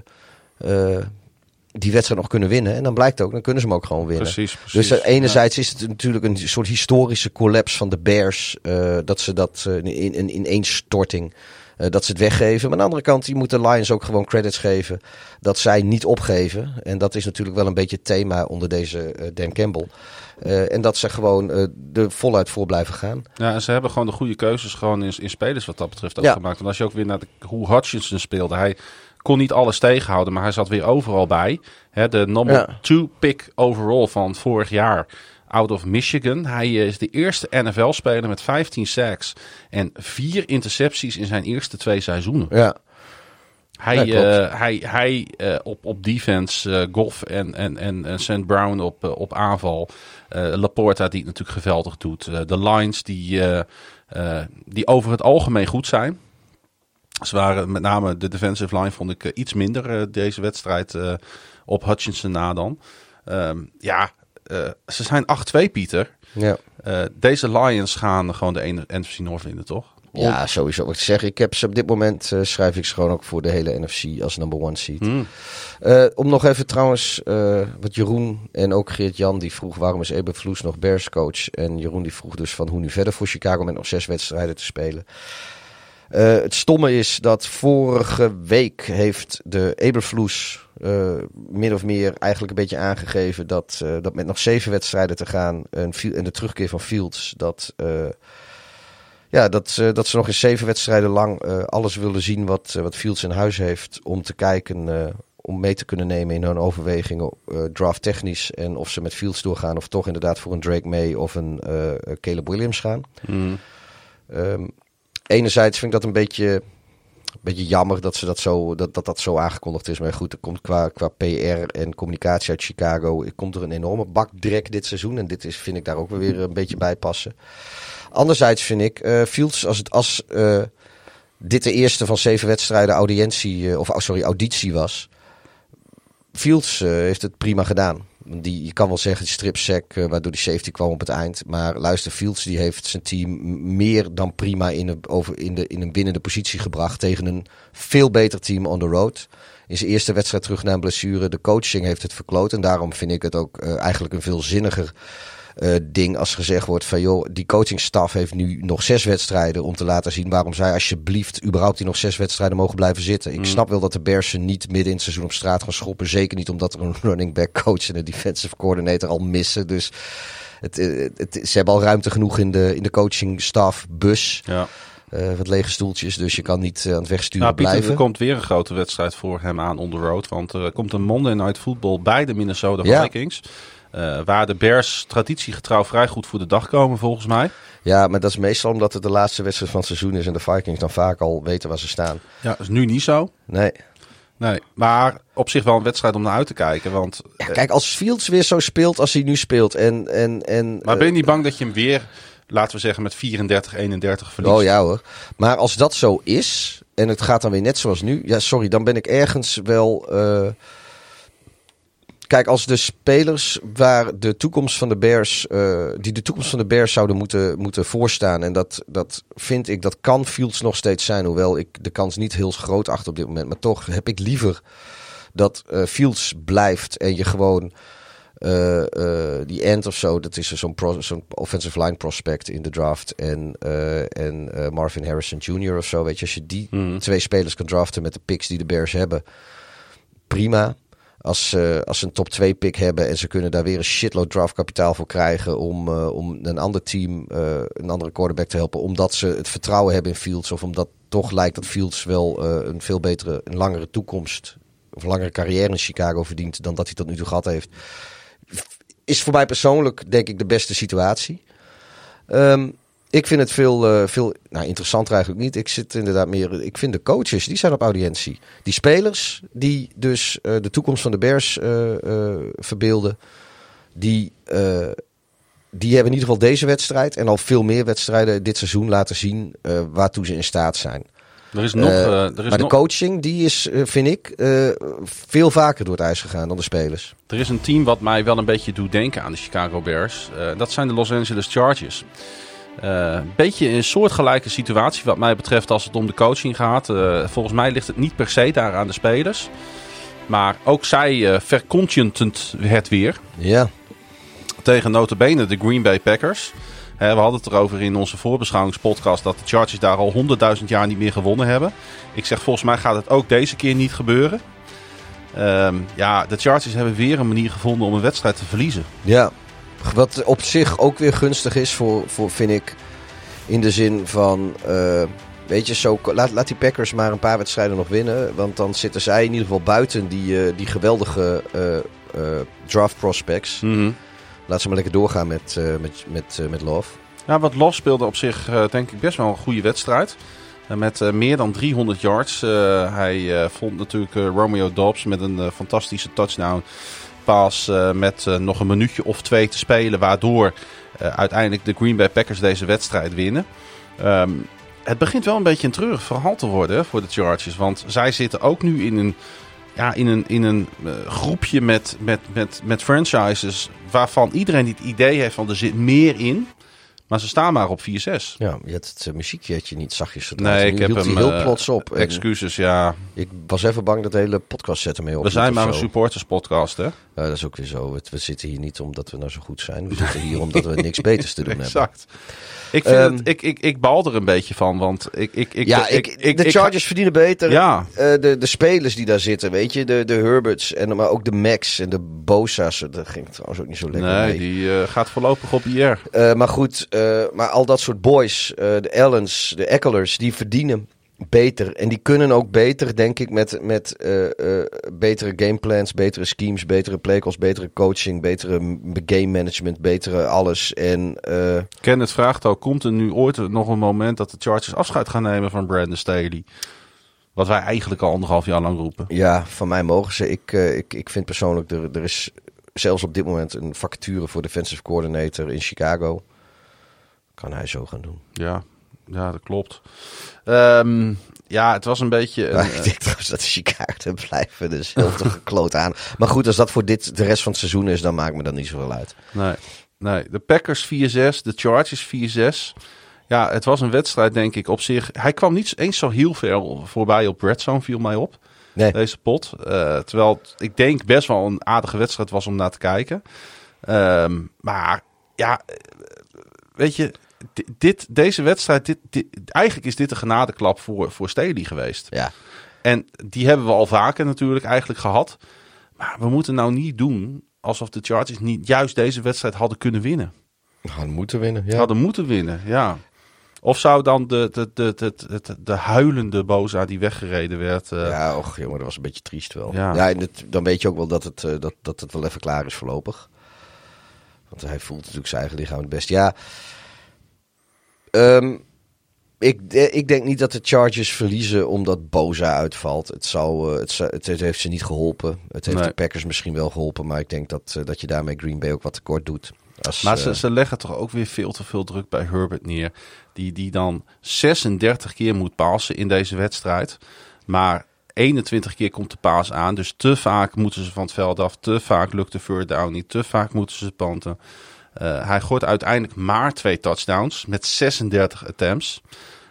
die wedstrijd nog kunnen winnen. En dan blijkt ook, dan kunnen ze hem ook gewoon winnen. Precies. Dus enerzijds is het natuurlijk een soort historische collapse van de Bears. Dat ze dat in ineenstorting, dat ze het weggeven. Maar aan de andere kant, je moet de Lions ook gewoon credits geven dat zij niet opgeven. En dat is natuurlijk wel een beetje het thema onder deze Dan Campbell. En dat ze gewoon er voluit voor blijven gaan. Ja, en ze hebben gewoon de goede keuzes gewoon in spelers wat dat betreft ook gemaakt. Want als je ook weer naar hoe Hutchinson speelde, hij kon niet alles tegenhouden, maar hij zat weer overal bij. De number 2 pick overall van vorig jaar out of Michigan. Hij is de eerste NFL-speler met 15 sacks en 4 intercepties in zijn eerste 2 seizoenen. Ja. Hij op defense, Goff en St. Brown op aanval. Laporta die het natuurlijk geweldig doet. De Lions die over het algemeen goed zijn. Ze waren met name de defensive line vond ik iets minder deze wedstrijd op Hutchinson na dan. Ze zijn 8-2, Pieter. Ja. Deze Lions gaan gewoon de NFC North winnen, toch? Ja, sowieso. Wat ik zeg, ik heb ze op dit moment schrijf ik ze gewoon ook voor de hele NFC als number 1 seed. Om nog even trouwens, wat Jeroen en ook Geert-Jan die vroeg, waarom is Eberflus nog Bears coach? En Jeroen die vroeg dus van hoe nu verder voor Chicago met nog 6 wedstrijden te spelen. Het stomme is dat vorige week heeft de Eberflus min of meer eigenlijk een beetje aangegeven dat met nog 7 wedstrijden te gaan en de terugkeer van Fields, dat ze nog eens 7 wedstrijden lang alles willen zien wat Fields in huis heeft om te kijken, om mee te kunnen nemen in hun overwegingen draft technisch en of ze met Fields doorgaan of toch inderdaad voor een Drake May of een Caleb Williams gaan. Enerzijds vind ik dat een beetje jammer dat dat zo aangekondigd is. Maar goed, er komt qua PR en communicatie uit Chicago, komt er een enorme bakdrek dit seizoen. En vind ik daar ook weer een beetje bij passen. Anderzijds vind ik, Fields, als dit de eerste van 7 wedstrijden auditie was. Fields heeft het prima gedaan. Je kan wel zeggen, die strip-sack, waardoor die safety kwam op het eind. Maar luister, Fields die heeft zijn team meer dan prima in een winnende positie gebracht tegen een veel beter team on the road. In zijn eerste wedstrijd terug na een blessure. De coaching heeft het verkloot. En daarom vind ik het ook eigenlijk een veel zinniger ding als gezegd wordt van joh, die coachingstaf heeft nu nog 6 wedstrijden om te laten zien waarom zij alsjeblieft überhaupt die nog 6 wedstrijden mogen blijven zitten. Ik snap wel dat de Bears ze niet midden in het seizoen op straat gaan schoppen. Zeker niet omdat er een running back coach en een defensive coordinator al missen. Dus ze hebben al ruimte genoeg in de coachingstaf bus. Ja. Wat lege stoeltjes, dus je kan niet aan het wegsturen blijven. Er komt weer een grote wedstrijd voor hem aan on the road. Want er komt een Monday Night Football bij de Minnesota Vikings. Waar de Bears traditiegetrouw vrij goed voor de dag komen volgens mij. Ja, maar dat is meestal omdat het de laatste wedstrijd van het seizoen is en de Vikings dan vaak al weten waar ze staan. Ja, dat is nu niet zo. Nee, maar op zich wel een wedstrijd om naar uit te kijken. Want, ja, kijk, als Fields weer zo speelt als hij nu speelt maar ben je niet bang dat je hem weer, laten we zeggen, met 34-31 verliest? Oh ja hoor. Maar als dat zo is en het gaat dan weer net zoals nu. Ja, sorry, dan ben ik ergens wel... Kijk, als de spelers waar de toekomst van de Bears, die de toekomst van de Bears zouden moeten voorstaan. En dat vind ik, dat kan Fields nog steeds zijn. Hoewel ik de kans niet heel groot achter op dit moment. Maar toch heb ik liever dat Fields blijft en je gewoon die end of zo. Dat is zo'n offensive line prospect in de draft. En Marvin Harrison Jr. of zo. Weet je, als je die twee spelers kan draften met de picks die de Bears hebben. Prima. Als ze een top 2 pick hebben en ze kunnen daar weer een shitload draftkapitaal voor krijgen om een ander team, een andere quarterback te helpen, omdat ze het vertrouwen hebben in Fields of omdat toch lijkt dat Fields wel een veel betere, een langere toekomst of een langere carrière in Chicago verdient dan dat hij tot nu toe gehad heeft. Is voor mij persoonlijk denk ik de beste situatie. Ik vind het veel interessanter eigenlijk niet. Ik zit inderdaad meer. Ik vind de coaches, die zijn op audiëntie. Die spelers, die dus de toekomst van de Bears verbeelden, die hebben in ieder geval deze wedstrijd en al veel meer wedstrijden dit seizoen laten zien waartoe ze in staat zijn. Maar de coaching, die is, vind ik, veel vaker door het ijs gegaan dan de spelers. Er is een team wat mij wel een beetje doet denken aan de Chicago Bears. Dat zijn de Los Angeles Chargers. Een beetje in een soortgelijke situatie wat mij betreft als het om de coaching gaat. Volgens mij ligt het niet per se daar aan de spelers. Maar ook zij vercontinent het weer. Ja. Tegen nota bene de Green Bay Packers. We hadden het erover in onze voorbeschouwingspodcast dat de Chargers daar al 100.000 jaar niet meer gewonnen hebben. Ik zeg, volgens mij gaat het ook deze keer niet gebeuren. De Chargers hebben weer een manier gevonden om een wedstrijd te verliezen. Ja. Wat op zich ook weer gunstig is voor vind ik, in de zin van, weet je, zo laat die Packers maar een paar wedstrijden nog winnen. Want dan zitten zij in ieder geval buiten die geweldige draft prospects. Mm-hmm. Laat ze maar lekker doorgaan met Love. Ja, wat Love speelde op zich denk ik best wel een goede wedstrijd. Met meer dan 300 yards. Hij vond natuurlijk Romeo Doubs met een fantastische touchdown. Pass met nog een minuutje of 2 te spelen, waardoor uiteindelijk de Green Bay Packers deze wedstrijd winnen. Het begint wel een beetje een treurig verhaal te worden voor de Chargers, want zij zitten ook nu in een groepje met franchises waarvan iedereen het idee heeft van er zit meer in. Maar ze staan maar op 4-6. Ja, je had het muziekje had je niet zachtjes gedaan. Nee, ik heb hem heel plots op. Excuses, ja. Ik was even bang dat de hele podcast zet ermee op. We zijn maar een supporters podcast, hè? Ja, dat is ook weer zo. We zitten hier niet omdat we nou zo goed zijn. We zitten hier omdat we niks beters te doen hebben. Exact. Ik vind ik baal er een beetje van, want de Chargers verdienen beter. Ja. De spelers die daar zitten, weet je, de Herberts maar ook de Max en de Bosa's. Dat ging trouwens ook niet zo lekker mee. Nee, die gaat voorlopig op IR. Maar goed, maar al dat soort boys, de Allens, de Ekelers, die verdienen beter. En die kunnen ook beter, denk ik, met betere gameplans, betere schemes, betere playcalls, betere coaching, betere game management, betere alles. En Kenneth vraagt ook, komt er nu ooit nog een moment dat de Chargers afscheid gaan nemen van Brandon Staley? Wat wij eigenlijk al 1,5 jaar lang roepen. Ja, van mij mogen ze. Ik vind persoonlijk, er is zelfs op dit moment een vacature voor defensive coordinator in Chicago. Kan hij zo gaan doen. Ja, dat klopt. Het was een beetje... Ik denk trouwens dat de Chicago blijven. Dus heel toch gekloot aan. Maar goed, als dat voor de rest van het seizoen is, dan maakt me dat niet zoveel uit. Nee, de Packers 4-6, de Chargers 4-6. Ja, het was een wedstrijd, denk ik, op zich. Hij kwam niet eens zo heel ver voorbij op Red Zone, viel mij op. Nee. Deze pot. Terwijl ik denk best wel een aardige wedstrijd was om naar te kijken. Maar ja, weet je... Deze wedstrijd, eigenlijk is dit een genadeklap voor Staley geweest. Ja. En die hebben we al vaker natuurlijk eigenlijk gehad. Maar we moeten nou niet doen alsof de Chargers niet juist deze wedstrijd hadden kunnen winnen. Hadden moeten winnen, ja. Hadden moeten winnen, ja. Of zou dan de huilende Bosa die weggereden werd... Ja, och jongen, dat was een beetje triest wel. Ja. Ja, en dan weet je ook wel dat het wel even klaar is voorlopig. Want hij voelt natuurlijk zijn eigen lichaam het best. Ja, ik denk niet dat de Chargers verliezen omdat Bosa uitvalt. Het heeft ze niet geholpen. Het heeft de Packers misschien wel geholpen. Maar ik denk dat je daarmee Green Bay ook wat tekort doet. Maar ze leggen toch ook weer veel te veel druk bij Herbert neer. Die dan 36 keer moet passen in deze wedstrijd. Maar 21 keer komt de paas aan. Dus te vaak moeten ze van het veld af. Te vaak lukt de third down niet. Te vaak moeten ze panten. Hij gooit uiteindelijk maar 2 touchdowns met 36 attempts.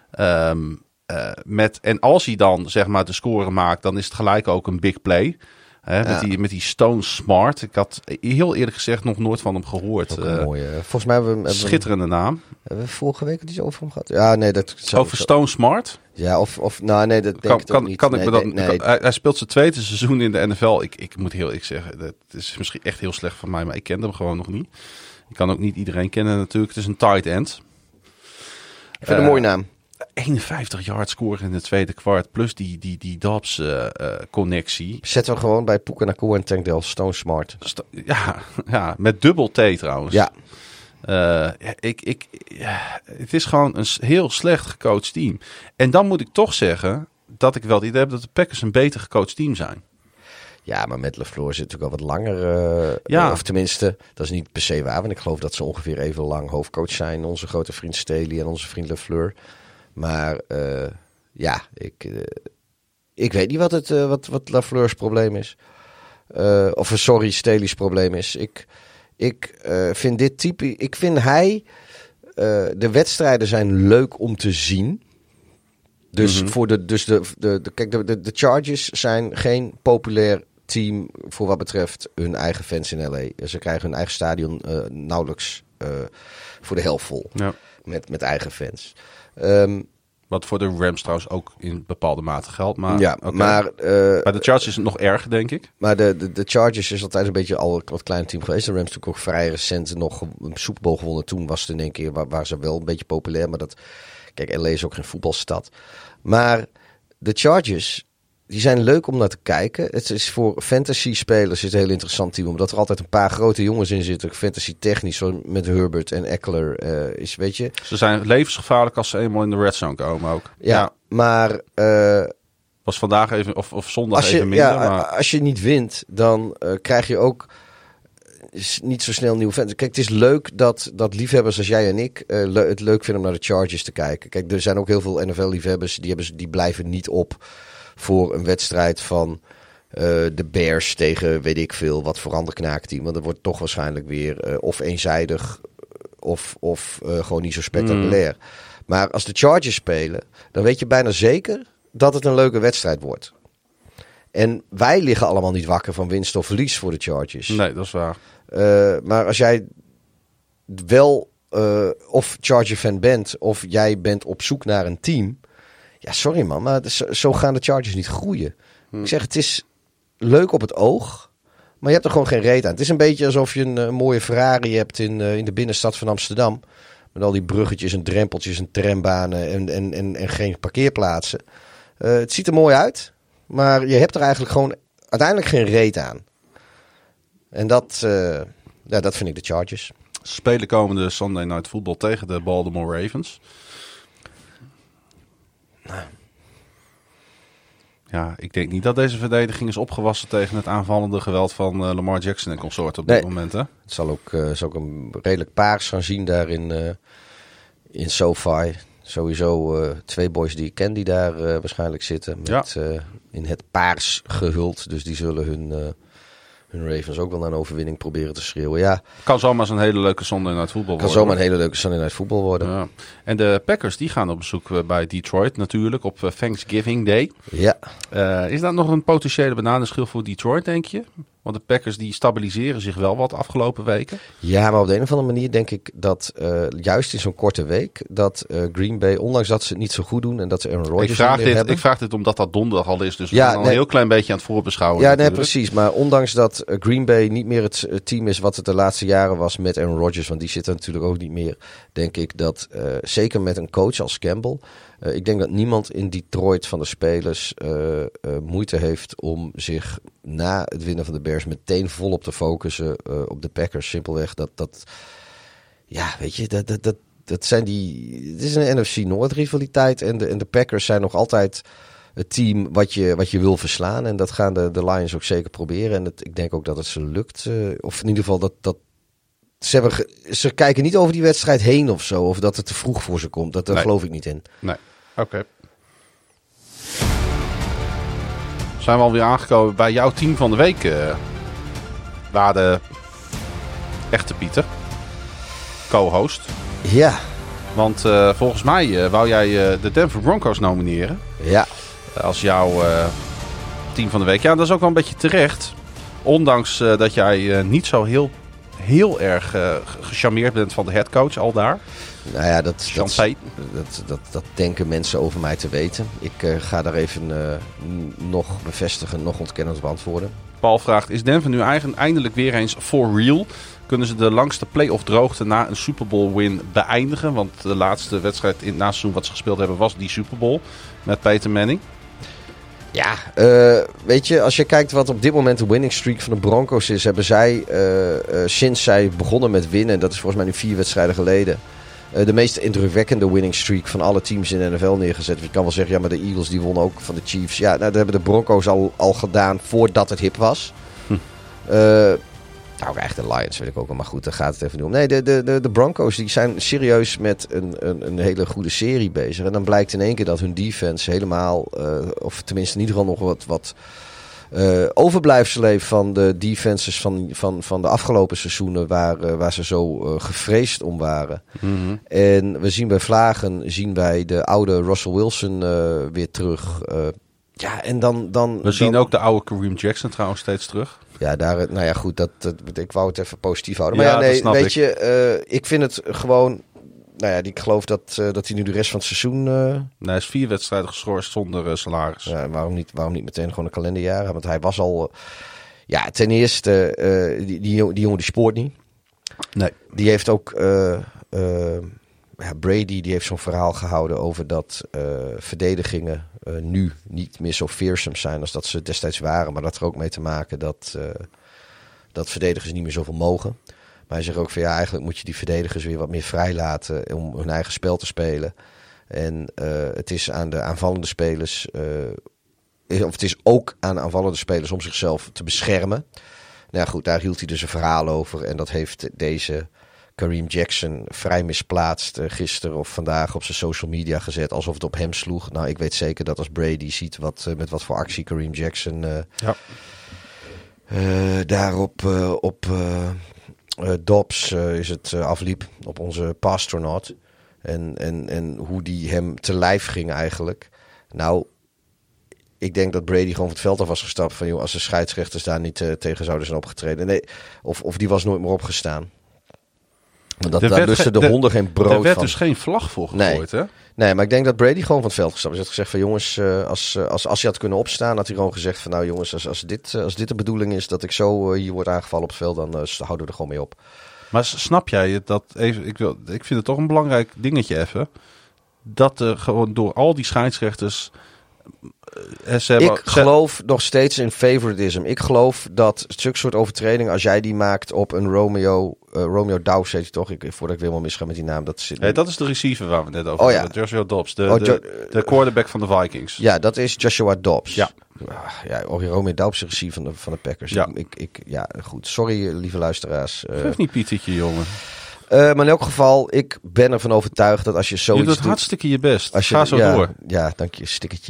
En als hij dan zeg maar de score maakt, dan is het gelijk ook een big play. Met die Stone Smart. Ik had heel eerlijk gezegd nog nooit van hem gehoord. Volgens mij hebben we schitterende naam. Hebben we vorige week iets over hem gehad? Ja, nee, over Stone Smart? Ja, nee, dat denk ik ook niet. Hij speelt zijn tweede seizoen in de NFL. Ik moet heel eerlijk zeggen, dat is misschien echt heel slecht van mij, maar ik kende hem gewoon nog niet. Ik kan ook niet iedereen kennen natuurlijk. Het is een tight end. Ik vind een mooie naam. 51 yard score in de tweede kwart. Plus die Dobbs connectie. Zetten we gewoon bij Puka Nacua en Tank Dell Stone Smart. Ja, met dubbel T trouwens. Ja. Het is gewoon een heel slecht gecoacht team. En dan moet ik toch zeggen dat ik wel het idee heb dat de Packers een beter gecoacht team zijn. Ja, maar met LaFleur zit natuurlijk al wat langer. Of tenminste, dat is niet per se waar. Want ik geloof dat ze ongeveer even lang hoofdcoach zijn. Onze grote vriend Staley en onze vriend LaFleur. Maar ik weet niet wat LaFleur's probleem is. Staley's probleem is. Ik vind dit type... Ik vind de wedstrijden zijn leuk om te zien. Dus de Chargers zijn geen populair team voor wat betreft hun eigen fans in LA. Ze krijgen hun eigen stadion nauwelijks voor de helft vol. Ja. Met eigen fans. Wat voor de Rams trouwens ook in bepaalde mate geldt. Maar, ja, okay. Maar bij de Chargers is het nog erger, denk ik. Maar de Chargers is altijd een beetje al een wat klein team geweest. De Rams natuurlijk ook vrij recent nog een Super Bowl gewonnen. Toen was het in één keer waar ze wel een beetje populair. Maar kijk, LA is ook geen voetbalstad. Maar de Chargers, die zijn leuk om naar te kijken. Het is voor fantasy-spelers een heel interessant team. Omdat er altijd een paar grote jongens in zitten. Fantasy-technisch, met Herbert en Eckler. Weet je. Ze zijn levensgevaarlijk als ze eenmaal in de red zone komen ook. Ja. Maar... was vandaag even, of zondag even minder. Ja, maar... Als je niet wint, dan krijg je ook niet zo snel nieuwe fans. Kijk, het is leuk dat liefhebbers als jij en ik het leuk vinden om naar de Chargers te kijken. Kijk, er zijn ook heel veel NFL-liefhebbers die blijven niet op voor een wedstrijd van de Bears tegen weet ik veel wat voor ander knaakteam. Want dat wordt toch waarschijnlijk weer of eenzijdig of gewoon niet zo spectaculair. Maar als de Chargers spelen, dan weet je bijna zeker dat het een leuke wedstrijd wordt. En wij liggen allemaal niet wakker van winst of verlies voor de Chargers. Nee, dat is waar. Maar als jij wel of Charger-fan bent of jij bent op zoek naar een team. Ja, sorry man, maar zo gaan de Chargers niet groeien. Ik zeg, het is leuk op het oog, maar je hebt er gewoon geen reet aan. Het is een beetje alsof je een mooie Ferrari hebt in de binnenstad van Amsterdam. Met al die bruggetjes en drempeltjes en trambanen en geen parkeerplaatsen. Het ziet er mooi uit, maar je hebt er eigenlijk gewoon uiteindelijk geen reet aan. En dat vind ik de Chargers. Ze spelen komende Sunday Night Football tegen de Baltimore Ravens. Ja, ik denk niet dat deze verdediging is opgewassen tegen het aanvallende geweld van Lamar Jackson en consorten op dit moment. Hè? Het zal ook een redelijk paars gaan zien daar in SoFi. Sowieso 2 boys die ik ken die daar waarschijnlijk zitten. In het paars gehuld. Dus die zullen hun Ravens ook wel naar een overwinning proberen te schreeuwen. Ja. Kan zomaar zo'n hele leuke Sunday Night Football worden. Kan zomaar een hele leuke Sunday Night Football worden. Ja. En de Packers die gaan op bezoek bij Detroit natuurlijk op Thanksgiving Day. Ja. Is dat nog een potentiële bananenschil voor Detroit, denk je? Want de Packers die stabiliseren zich wel wat afgelopen weken. Ja, maar op de een of andere manier denk ik dat juist in zo'n korte week dat Green Bay, ondanks dat ze het niet zo goed doen en dat ze Aaron Rodgers hebben. Ik vraag dit omdat dat donderdag al is, dus we zijn al een heel klein beetje aan het voorbeschouwen. Ja, nee, precies. Maar ondanks dat Green Bay niet meer het team is wat het de laatste jaren was met Aaron Rodgers, want die zit er natuurlijk ook niet meer, denk ik dat zeker met een coach als Campbell, ik denk dat niemand in Detroit van de spelers moeite heeft om zich na het winnen van de Bears Bears meteen volop te focussen op de Packers. Simpelweg dat weet je, dat zijn het is een NFC Noord rivaliteit en de Packers zijn nog altijd het team wat je wil verslaan. En dat gaan de Lions ook zeker proberen. En ik denk ook dat het ze lukt. Of in ieder geval dat ze kijken niet over die wedstrijd heen of zo. Of dat het te vroeg voor ze komt. Daar geloof ik niet in. Nee, oké. Zijn we alweer aangekomen bij jouw team van de week. Waar de echte Pieter, co-host. Ja. Want volgens mij wou jij de Denver Broncos nomineren. Ja. Als jouw team van de week. Ja, dat is ook wel een beetje terecht. Ondanks dat jij niet zo heel erg gecharmeerd bent van de headcoach al daar. Nou ja, dat denken mensen over mij te weten. Ik ga daar even nog bevestigen, nog ontkennend beantwoorden. Paul vraagt, is Denver nu eindelijk weer eens for real? Kunnen ze de langste playoff droogte na een Super Bowl win beëindigen? Want de laatste wedstrijd in het seizoen wat ze gespeeld hebben was die Super Bowl met Peyton Manning. Ja, weet je, als je kijkt wat op dit moment de winning streak van de Broncos is, hebben zij sinds zij begonnen met winnen, en dat is volgens mij nu 4 wedstrijden geleden, de meest indrukwekkende winning streak van alle teams in de NFL neergezet. Je kan wel zeggen, ja, maar de Eagles die wonnen ook van de Chiefs. Ja, nou, dat hebben de Broncos al gedaan voordat het hip was. Nou, eigenlijk de Lions weet ik ook al, maar goed, daar gaat het even niet om. Nee, de Broncos die zijn serieus met een hele goede serie bezig. En dan blijkt in één keer dat hun defense helemaal, of tenminste in ieder geval nog wat overblijfselen heeft van de defenses van de afgelopen seizoenen waar ze zo gevreesd om waren. Mm-hmm. En we zien bij vlagen, de oude Russell Wilson weer terug. Ja, en dan zien ook de oude Kareem Jackson trouwens steeds terug. Ja, nou ja, goed, ik wou het even positief houden. Maar ja, nee, weet je, ik vind het gewoon, nou ja, ik geloof dat hij nu de rest van het seizoen... Nee, hij is 4 wedstrijden geschorst zonder salaris. Ja, waarom niet meteen gewoon een kalenderjaar? Want hij was al, ja, ten eerste, die jongen die spoort niet. Nee. Die heeft ook... Brady die heeft zo'n verhaal gehouden over dat verdedigingen nu niet meer zo fearsome zijn als dat ze destijds waren. Maar dat er ook mee te maken dat verdedigers niet meer zoveel mogen. Maar hij zegt ook van ja, eigenlijk moet je die verdedigers weer wat meer vrij laten om hun eigen spel te spelen. En het is aan de aanvallende spelers, of het is ook aan aanvallende spelers om zichzelf te beschermen. Nou ja, goed, daar hield hij dus een verhaal over en dat heeft deze Kareem Jackson vrij misplaatst gisteren of vandaag op zijn social media gezet, alsof het op hem sloeg. Nou, ik weet zeker dat als Brady ziet met wat voor actie Kareem Jackson daarop op Dobbs is het afliep, op onze Pastronaut. En hoe die hem te lijf ging eigenlijk. Nou, ik denk dat Brady gewoon van het veld af was gestapt van joh, als de scheidsrechters daar niet tegen zouden zijn opgetreden. Nee, of die was nooit meer opgestaan. Want daar lusten de honden geen brood van. Er werd dus geen vlag voor gegooid, hè? Nee, maar ik denk dat Brady gewoon van het veld gestapt is. Hij heeft gezegd van jongens, als hij had kunnen opstaan, had hij gewoon gezegd van nou jongens, als dit de bedoeling is dat ik zo hier word aangevallen op het veld, dan houden we er gewoon mee op. Maar snap jij dat even? Ik vind het toch een belangrijk dingetje even. Dat er gewoon door al die scheidsrechters... Ik geloof nog steeds in favoritism. Ik geloof dat zulke soort overtredingen, als jij die maakt op een Romeo Doubs, heet je toch? Voordat ik weer helemaal misga met die naam. Dat is de receiver waar we net over hadden. Joshua Dobbs, de quarterback van de Vikings. Ja, dat is Joshua Dobbs. Ja. Romeo Doubs, de receiver van de Packers. Ja. Ja, goed. Sorry, lieve luisteraars. Geef niet Pietertje, jongen. Maar in elk geval, ik ben ervan overtuigd dat als je zoiets doet... Je doet hartstikke je best. Ga zo door. Ja, dank je, stickertje.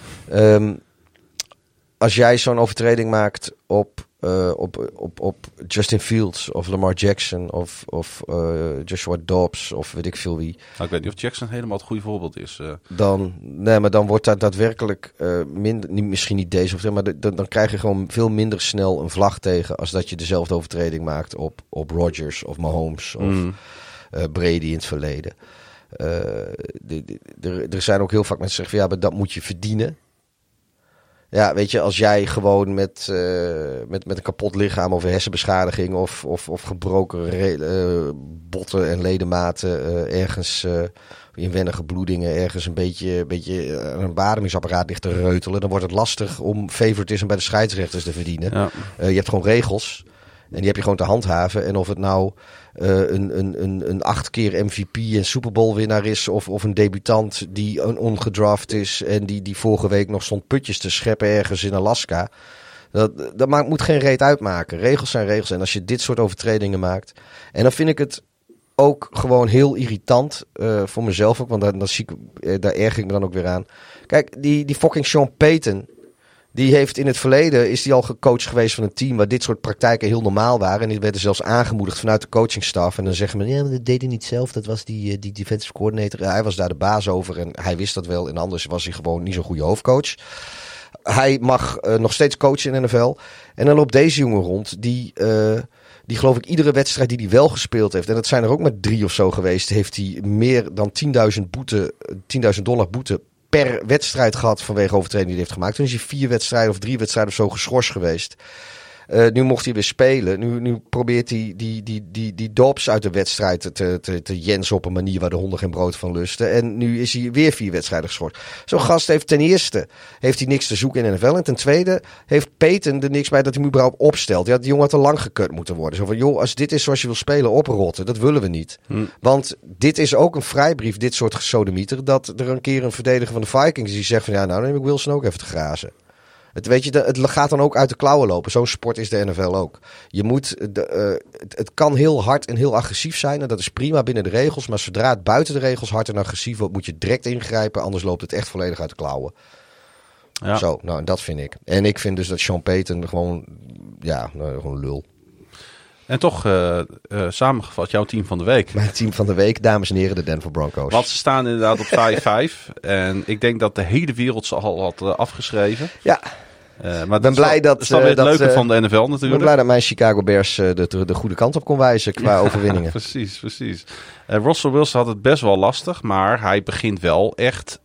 Als jij zo'n overtreding maakt op Justin Fields of Lamar Jackson of Joshua Dobbs of weet ik veel wie. Nou, ik weet niet of Jackson helemaal het goede voorbeeld is. Dan wordt daar daadwerkelijk misschien niet deze overtreding, maar dan krijg je gewoon veel minder snel een vlag tegen als dat je dezelfde overtreding maakt op Rodgers of Mahomes of Brady in het verleden. Er zijn ook heel vaak mensen die zeggen van ja, maar dat moet je verdienen. Ja, weet je, als jij gewoon met een kapot lichaam of een hersenbeschadiging of gebroken botten en ledematen ergens inwendige bloedingen ergens een beetje een beademingsapparaat ligt te reutelen, dan wordt het lastig om favoritisme bij de scheidsrechters te verdienen. Ja. Je hebt gewoon regels en die heb je gewoon te handhaven. En of het nou een 8 keer MVP en Super Bowl winnaar is of een debutant die een ongedraft is en die vorige week nog stond putjes te scheppen ergens in Alaska. Dat moet geen reet uitmaken. Regels zijn regels. En als je dit soort overtredingen maakt, en dan vind ik het ook gewoon heel irritant voor mezelf ook, want daar erger ik me dan ook weer aan. Kijk, die fucking Sean Payton, die heeft in het verleden, is die al gecoacht geweest van een team waar dit soort praktijken heel normaal waren. En die werden zelfs aangemoedigd vanuit de coachingstaf. En dan zeggen we, ja, dat deed hij niet zelf. Dat was die defensive coordinator. Hij was daar de baas over en hij wist dat wel. En anders was hij gewoon niet zo'n goede hoofdcoach. Hij mag nog steeds coachen in de NFL. En dan loopt deze jongen rond, die geloof ik iedere wedstrijd die hij wel gespeeld heeft, en dat zijn er ook maar 3 of zo geweest, heeft hij meer dan $10.000 boete per wedstrijd gehad vanwege overtreding die hij heeft gemaakt. Toen is hij 4 wedstrijden of 3 wedstrijden of zo geschorst geweest. Nu mocht hij weer spelen. Nu probeert hij die Dobbs uit de wedstrijd te jensen op een manier waar de honden geen brood van lusten. En nu is hij weer 4 wedstrijden geschorst. Zo'n gast heeft ten eerste niks te zoeken in de NFL. En ten tweede heeft Peyton er niks bij dat hij hem überhaupt opstelt. Ja, die jongen had al lang gekut moeten worden. Zo van, joh, als dit is zoals je wil spelen, oprotten. Dat willen we niet. Want dit is ook een vrijbrief, dit soort gesodemieter, dat er een keer een verdediger van de Vikings die zegt van, ja, nou dan neem ik Wilson ook even te grazen. Het gaat dan ook uit de klauwen lopen. Zo'n sport is de NFL ook. Het kan heel hard en heel agressief zijn. En dat is prima binnen de regels. Maar zodra het buiten de regels hard en agressief wordt, moet je direct ingrijpen. Anders loopt het echt volledig uit de klauwen. Ja. Zo, nou, en dat vind ik. En ik vind dus dat Sean Payton gewoon lul. En toch samengevat, jouw team van de week. Mijn team van de week, dames en heren, de Denver Broncos. Want ze staan inderdaad op 5-5. En ik denk dat de hele wereld ze al had afgeschreven. Ja. Maar ik ben blij dat is dan weer het leuke van de NFL natuurlijk. Ik ben blij dat mijn Chicago Bears de goede kant op kon wijzen qua overwinningen. Precies. Russell Wilson had het best wel lastig, maar hij begint wel echt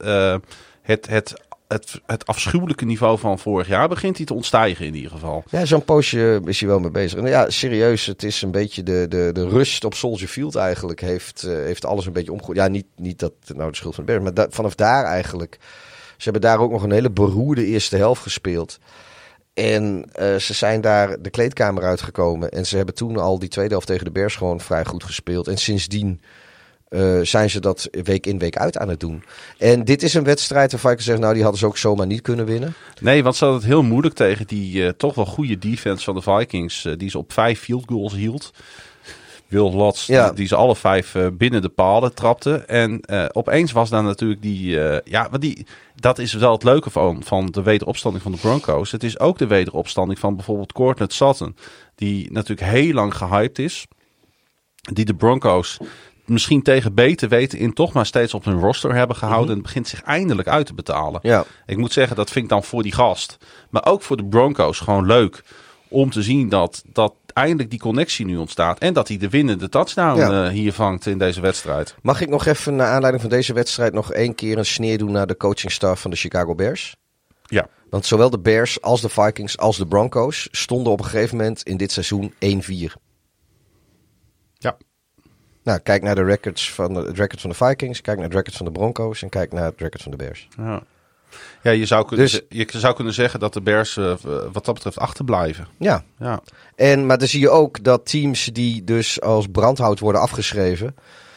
het afschuwelijke niveau van vorig jaar begint hij te ontstijgen in ieder geval. Ja, zo'n poosje is hij wel mee bezig. En ja, serieus, het is een beetje de rust op Soldier Field eigenlijk heeft alles een beetje omgegooid. Ja, niet dat nou de schuld van de Bears, maar vanaf daar eigenlijk. Ze hebben daar ook nog een hele beroerde eerste helft gespeeld. En ze zijn daar de kleedkamer uitgekomen. En ze hebben toen al die tweede helft tegen de Bears gewoon vrij goed gespeeld. En sindsdien zijn ze dat week in week uit aan het doen. En dit is een wedstrijd waarvan ik zeg, nou die hadden ze ook zomaar niet kunnen winnen. Nee, want ze hadden het heel moeilijk tegen die toch wel goede defense van de Vikings. Die ze op 5 field goals hield. Will Lutz, die ze alle 5 binnen de palen trapten. En opeens was daar natuurlijk dat is wel het leuke van de wederopstanding van de Broncos. Het is ook de wederopstanding van bijvoorbeeld Courtney Sutton. Die natuurlijk heel lang gehyped is. Die de Broncos misschien tegen beter weten in toch maar steeds op hun roster hebben gehouden. En het begint zich eindelijk uit te betalen. Ja. Ik moet zeggen, dat vind ik dan voor die gast. Maar ook voor de Broncos gewoon leuk om te zien dat eindelijk die connectie nu ontstaat. En dat hij de winnende touchdown hier vangt in deze wedstrijd. Mag ik nog even naar aanleiding van deze wedstrijd nog 1 keer een sneer doen naar de coachingstaf van de Chicago Bears? Ja. Want zowel de Bears als de Vikings als de Broncos stonden op een gegeven moment in dit seizoen 1-4. Ja. Nou, kijk naar de records van de Vikings, kijk naar het record van de Broncos en kijk naar het record van de Bears. Ja, je zou kunnen zeggen dat de Bears wat dat betreft achterblijven. Ja. Maar dan zie je ook dat teams die dus als brandhout worden afgeschreven,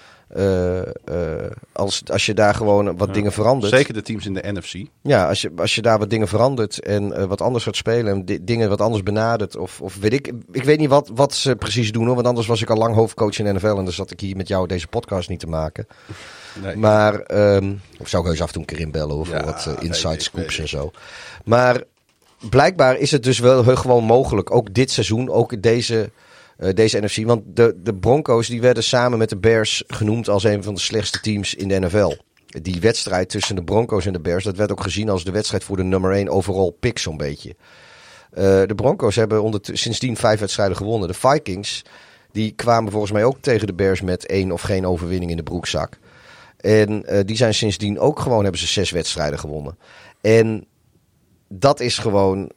als je daar gewoon wat dingen verandert. Zeker de teams in de NFC. Ja, als je daar wat dingen verandert en wat anders gaat spelen en dingen wat anders benadert. Of weet ik weet niet wat ze precies doen hoor. Want anders was ik al lang hoofdcoach in de NFL en dan zat ik hier met jou deze podcast niet te maken. Nee. Maar, of zou ik heus af en toe een keer inbellen over wat inside scoops en zo. Maar blijkbaar is het dus wel gewoon mogelijk, ook dit seizoen, ook deze NFC. Want de Broncos die werden samen met de Bears genoemd als een van de slechtste teams in de NFL. Die wedstrijd tussen de Broncos en de Bears, dat werd ook gezien als de wedstrijd voor de nummer 1 overall pick zo'n beetje. De Broncos hebben sindsdien 5 wedstrijden gewonnen. De Vikings die kwamen volgens mij ook tegen de Bears met 1 of geen overwinning in de broekzak. En die zijn sindsdien ook gewoon, hebben ze 6 wedstrijden gewonnen. En dat is gewoon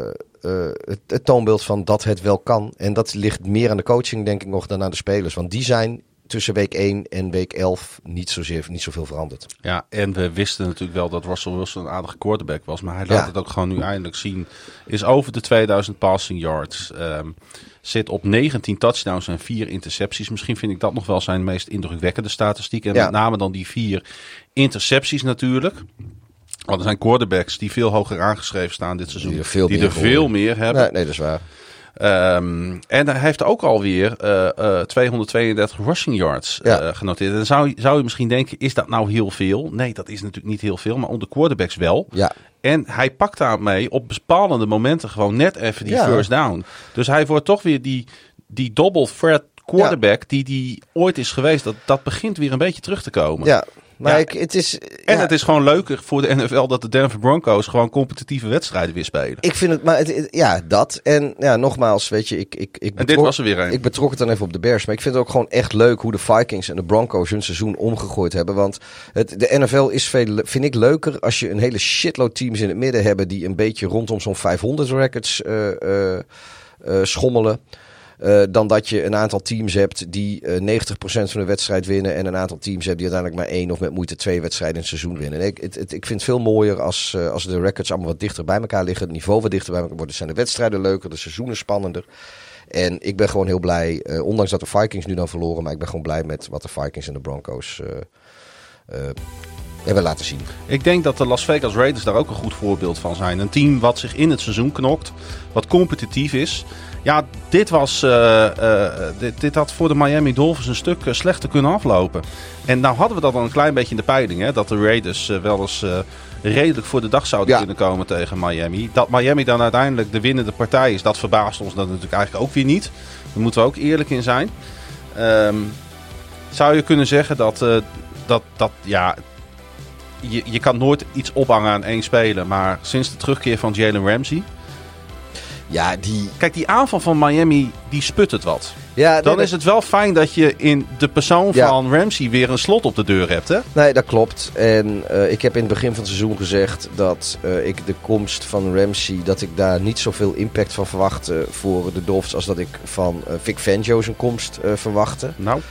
het toonbeeld van dat het wel kan. En dat ligt meer aan de coaching, denk ik, nog dan aan de spelers. Want die zijn tussen week 1 en week 11 niet zoveel veranderd. Ja, en we wisten natuurlijk wel dat Russell Wilson een aardige quarterback was. Maar hij laat het ook gewoon nu eindelijk zien. Is over de 2000 passing yards. Zit op 19 touchdowns en 4 intercepties. Misschien vind ik dat nog wel zijn meest indrukwekkende statistiek. En met name dan die 4 intercepties natuurlijk. Want er zijn quarterbacks die veel hoger aangeschreven staan dit seizoen. Die er veel meer hebben. Nee, dat is waar. En hij heeft ook alweer 232 rushing yards genoteerd. En zou je misschien denken, is dat nou heel veel? Nee, dat is natuurlijk niet heel veel, maar onder quarterbacks wel. Ja. En hij pakt daarmee op bepalende momenten gewoon net even die first down. Dus hij wordt toch weer die double threat quarterback die ooit is geweest. Dat begint weer een beetje terug te komen. Ja. Maar het is... En het is gewoon leuker voor de NFL dat de Denver Broncos gewoon competitieve wedstrijden weer spelen. Ik vind het, maar dat. En nogmaals, weet je, dit was er weer een. Ik betrok het dan even op de Bears. Maar ik vind het ook gewoon echt leuk hoe de Vikings en de Broncos hun seizoen omgegooid hebben. Want de NFL is vind ik leuker als je een hele shitload teams in het midden hebben die een beetje rondom zo'n 500 records schommelen. Dan dat je een aantal teams hebt die 90% van de wedstrijd winnen. En een aantal teams hebt die uiteindelijk maar 1 of met moeite 2 wedstrijden in het seizoen winnen. En ik vind het veel mooier als de records allemaal wat dichter bij elkaar liggen. Het niveau wat dichter bij elkaar wordt. Zijn de wedstrijden leuker, de seizoenen spannender. En ik ben gewoon heel blij, ondanks dat de Vikings nu dan verloren. Maar ik ben gewoon blij met wat de Vikings en de Broncos hebben laten zien. Ik denk dat de Las Vegas Raiders daar ook een goed voorbeeld van zijn. Een team wat zich in het seizoen knokt. Wat competitief is. Ja, dit had voor de Miami Dolphins een stuk slechter kunnen aflopen. En nou hadden we dat al een klein beetje in de peiling. Hè, dat de Raiders wel eens redelijk voor de dag zouden kunnen komen tegen Miami. Dat Miami dan uiteindelijk de winnende partij is, dat verbaast ons dan natuurlijk eigenlijk ook weer niet. Daar moeten we ook eerlijk in zijn. Zou je kunnen zeggen dat je kan nooit iets ophangen aan 1 speler. Maar sinds de terugkeer van Jalen Ramsey... Ja, Kijk, die aanval van Miami, die sput het wat. Ja, dan is het wel fijn dat je in de persoon van Ramsey weer een slot op de deur hebt, hè? Nee, dat klopt. En ik heb in het begin van het seizoen gezegd dat ik de komst van Ramsey, dat ik daar niet zoveel impact van verwachtte voor de Dolphins als dat ik van Vic Fangio zijn komst verwachtte. Nou...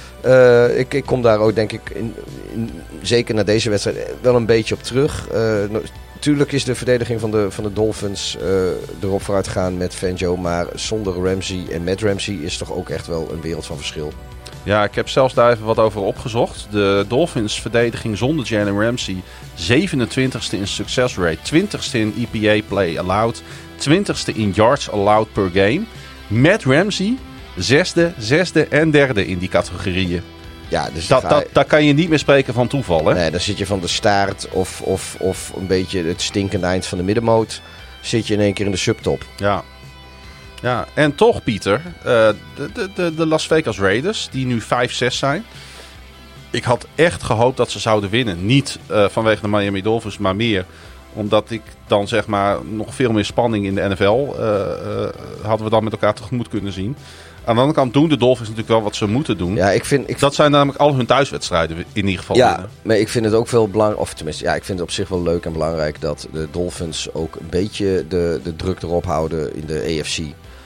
Ik kom daar ook, denk ik, zeker na deze wedstrijd, wel een beetje op terug. Tuurlijk is de verdediging van de Dolphins erop vooruit gegaan met Fangio. Maar zonder Ramsey en met Ramsey is toch ook echt wel een wereld van verschil. Ja, ik heb zelfs daar even wat over opgezocht. De Dolphins verdediging zonder Jalen Ramsey 27ste in success rate, 20ste in EPA play allowed, 20ste in yards allowed per game. Met Ramsey 6e en 3e in die categorieën. Ja, dus daar kan je niet meer spreken van toeval, hè? Nee, dan zit je van de staart of een beetje het stinkende eind van de middenmoot. Zit je in één keer in de subtop. Ja, en toch, Pieter, de Las Vegas Raiders, die nu 5-6 zijn. Ik had echt gehoopt dat ze zouden winnen. Niet vanwege de Miami Dolphins, maar meer omdat ik dan zeg maar nog veel meer spanning in de NFL hadden we dan met elkaar tegemoet kunnen zien. Aan de andere kant doen de Dolphins natuurlijk wel wat ze moeten doen. Ja, dat zijn namelijk al hun thuiswedstrijden in ieder geval. Ja, maar ik vind het ook veel belangrijk, of tenminste, ik vind het op zich wel leuk en belangrijk dat de Dolphins ook een beetje de druk erop houden in de AFC.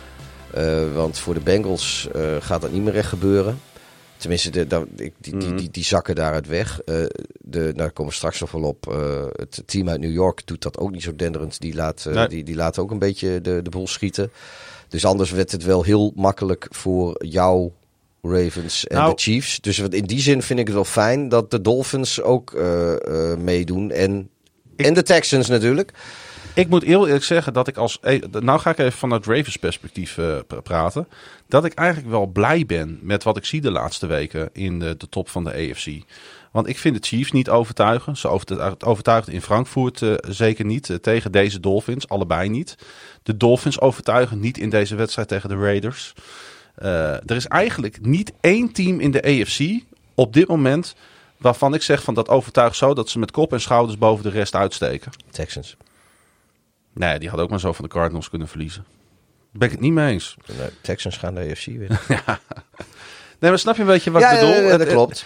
Want voor de Bengals gaat dat niet meer echt gebeuren. Tenminste, die zakken daaruit weg. Daar komen we straks nog wel op. Het team uit New York doet dat ook niet zo denderend. Die laat ook een beetje de boel schieten. Dus anders werd het wel heel makkelijk voor jou, Ravens en de Chiefs. Dus in die zin vind ik het wel fijn dat de Dolphins ook meedoen. En de Texans natuurlijk. Ik moet eerlijk zeggen dat ik nou ga ik even vanuit Ravens perspectief praten. Dat ik eigenlijk wel blij ben met wat ik zie de laatste weken in de top van de AFC. Want ik vind de Chiefs niet overtuigen. Ze overtuigden in Frankfurt zeker niet. Tegen deze Dolphins, allebei niet. De Dolphins overtuigen niet in deze wedstrijd tegen de Raiders. Er is eigenlijk niet één team in de AFC op dit moment waarvan ik zeg van dat overtuigt zo dat ze met kop en schouders boven de rest uitsteken. Texans. Nee, die had ook maar zo van de Cardinals kunnen verliezen. Daar ben ik het niet mee eens. Nee, Texans gaan de AFC winnen. Ja. Nee, maar snap je een beetje wat ik bedoel? Ja, dat klopt.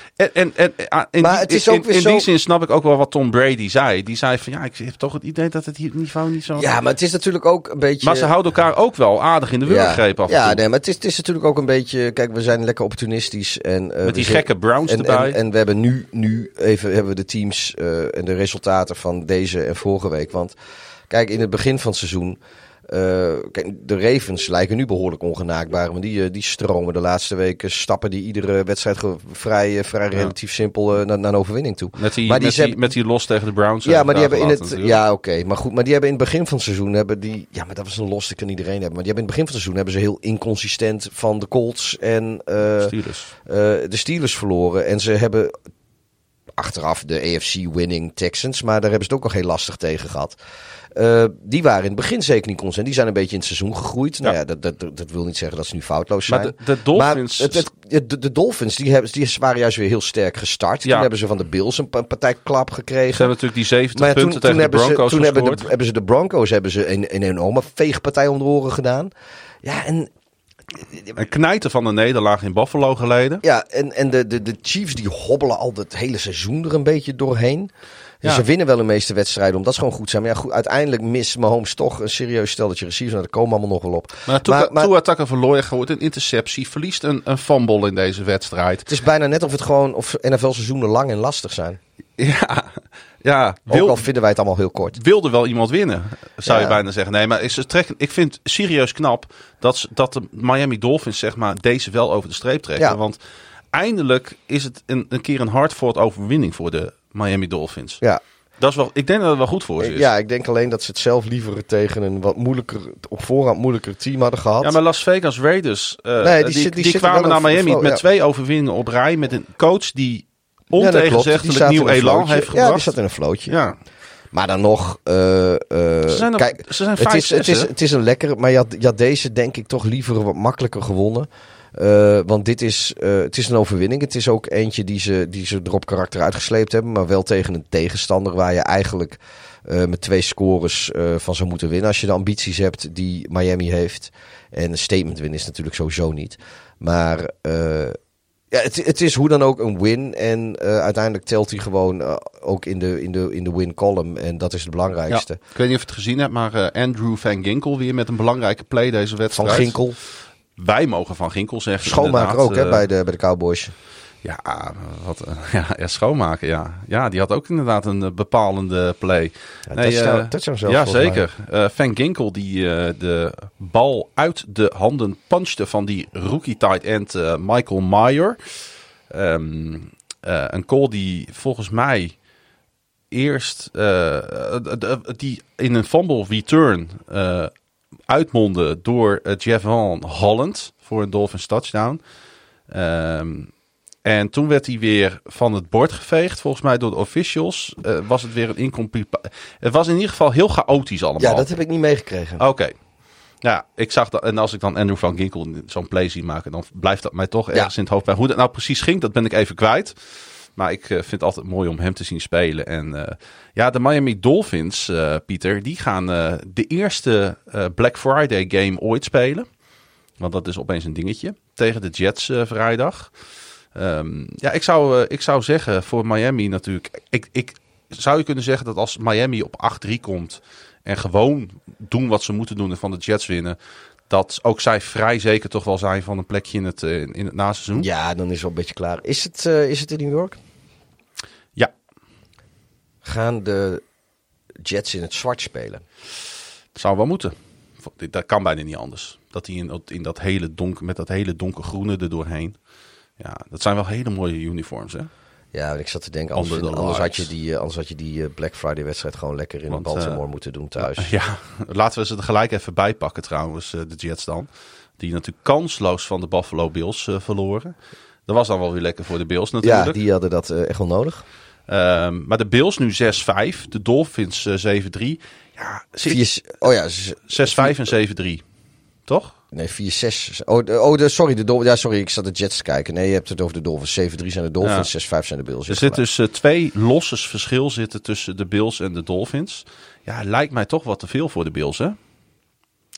In die zin snap ik ook wel wat Tom Brady zei. Die zei van, ik heb toch het idee dat het hier niveau niet zo... Ja, maar het is natuurlijk ook een beetje... Maar ze houden elkaar ook wel aardig in de wurggreep af en toe. Ja, nee, maar het is natuurlijk ook een beetje... Kijk, we zijn lekker opportunistisch. En, met die gekke Browns erbij. En we hebben nu hebben we de teams en de resultaten van deze en vorige week. Want kijk, in het begin van het seizoen... Kijk, de Ravens lijken nu behoorlijk ongenaakbaar. Want die stromen de laatste weken, stappen die iedere wedstrijd vrij relatief simpel naar een overwinning toe. Met die los tegen de Browns. Ja, maar die hebben in het... Ja, oké. Maar goed, maar die hebben in het begin van het seizoen... Ja, maar dat was een los, dat kan iedereen hebben. Maar die hebben in het begin van het seizoen... hebben ze heel inconsistent van de Colts en de Steelers verloren. En ze hebben achteraf de AFC-winning Texans. Maar daar hebben ze het ook nog heel lastig tegen gehad. Die waren in het begin zeker niet constant. Die zijn een beetje in het seizoen gegroeid. Ja. Nou ja, dat wil niet zeggen dat ze nu foutloos zijn. Maar de Dolphins... Maar de Dolphins, die waren juist weer heel sterk gestart. Ja. Toen hebben ze van de Bills een partijklap gekregen. Ze hebben natuurlijk die 70 punten tegen de Broncos gescoord. Toen hebben ze de Broncos een enorme veegpartij om de oren gedaan. Ja, en... Een knijten van de nederlaag in Buffalo geleden. Ja, en de Chiefs die hobbelen al het hele seizoen er een beetje doorheen. Dus ze winnen wel de meeste wedstrijden omdat ze gewoon goed zijn. Maar ja, goed, uiteindelijk mist Mahomes toch een serieus stelletje receivers. Nou, daar komen allemaal nog wel op. Maar Tua Tagovailoa gooit een interceptie. Verliest een fumble in deze wedstrijd. Het is bijna net of NFL-seizoenen lang en lastig zijn. Ja. Ook al vinden wij het allemaal heel kort. Wilde wel iemand winnen, zou je bijna zeggen. Nee, maar ik vind het serieus knap dat de Miami Dolphins zeg maar deze wel over de streep trekken. Ja. Want eindelijk is het een keer een hard-fought overwinning voor de Miami Dolphins. Ja. Dat is wel, ik denk dat het wel goed voor ze is. Ja, ik denk alleen dat ze het zelf liever tegen een wat op voorhand moeilijker team hadden gehad. Ja, maar Las Vegas Raiders, die kwamen naar Miami met 2 overwinningen op rij. Met een coach die ontegenzeggelijk nieuw elan heeft gebracht. Ja, die zat in een flootje. Ja. Maar dan nog... ze zijn 5-6. Het is een lekkere... Maar je had deze denk ik toch liever wat makkelijker gewonnen. Want het is een overwinning. Het is ook eentje die ze er op karakter uitgesleept hebben. Maar wel tegen een tegenstander waar je eigenlijk met 2 scores van zou moeten winnen. Als je de ambities hebt die Miami heeft. En een statement win is natuurlijk sowieso niet. Maar... het is hoe dan ook een win. En uiteindelijk telt hij gewoon ook in de win column. En dat is het belangrijkste. Ja, ik weet niet of je het gezien hebt, maar Andrew Van Ginkel weer met een belangrijke play deze wedstrijd. Van Ginkel. Wij mogen Van Ginkel zeggen. Schoonmaker ook bij de Cowboys. Ja, schoonmaken, ja. Ja, die had ook inderdaad een bepalende play. Ja, ja zeker. Van Ginkel die de bal uit de handen punchte van die rookie tight end Michael Mayer. Een call die volgens mij eerst die in een fumble return uitmondde door Javon Holland voor een Dolphins touchdown. En toen werd hij weer van het bord geveegd, volgens mij door de officials. Was het weer een incomplete... Het was in ieder geval heel chaotisch allemaal. Ja, dat heb ik niet meegekregen. Oké. Ja, ik zag dat. En als ik dan Andrew Van Ginkel zo'n play zie maken, dan blijft dat mij toch ergens in het hoofd bij. Hoe dat nou precies ging, dat ben ik even kwijt. Maar ik vind het altijd mooi om hem te zien spelen. En de Miami Dolphins, Pieter, die gaan de eerste Black Friday game ooit spelen. Want dat is opeens een dingetje. Tegen de Jets vrijdag. Ik zou zeggen voor Miami natuurlijk. Ik zou je kunnen zeggen dat als Miami op 8-3 komt en gewoon doen wat ze moeten doen en van de Jets winnen, dat ook zij vrij zeker toch wel zijn van een plekje in het naseizoen. Ja, dan is het wel een beetje klaar. Is het in New York? Ja. Gaan de Jets in het zwart spelen? Dat zou wel moeten. Dat kan bijna niet anders. Dat die in dat hele met dat hele donkergroene er doorheen. Ja, dat zijn wel hele mooie uniforms, hè? Ja, ik zat te denken, anders had je die Black Friday wedstrijd gewoon lekker in Baltimore moeten doen thuis. Ja, laten we ze er gelijk even bij pakken trouwens, de Jets dan. Die natuurlijk kansloos van de Buffalo Bills verloren. Dat was dan wel weer lekker voor de Bills natuurlijk. Ja, die hadden dat echt wel nodig. Maar de Bills nu 6-5, de Dolphins 7-3. Ja, 6-5 en 7-3, toch? Nee, 4-6. Sorry, ik zat de Jets te kijken. Nee, je hebt het over de Dolphins. 7-3 zijn de Dolphins, 6-5 zijn de Bills. Er zit dus 2 losses verschil zitten tussen de Bills en de Dolphins. Ja, lijkt mij toch wat te veel voor de Bills, hè?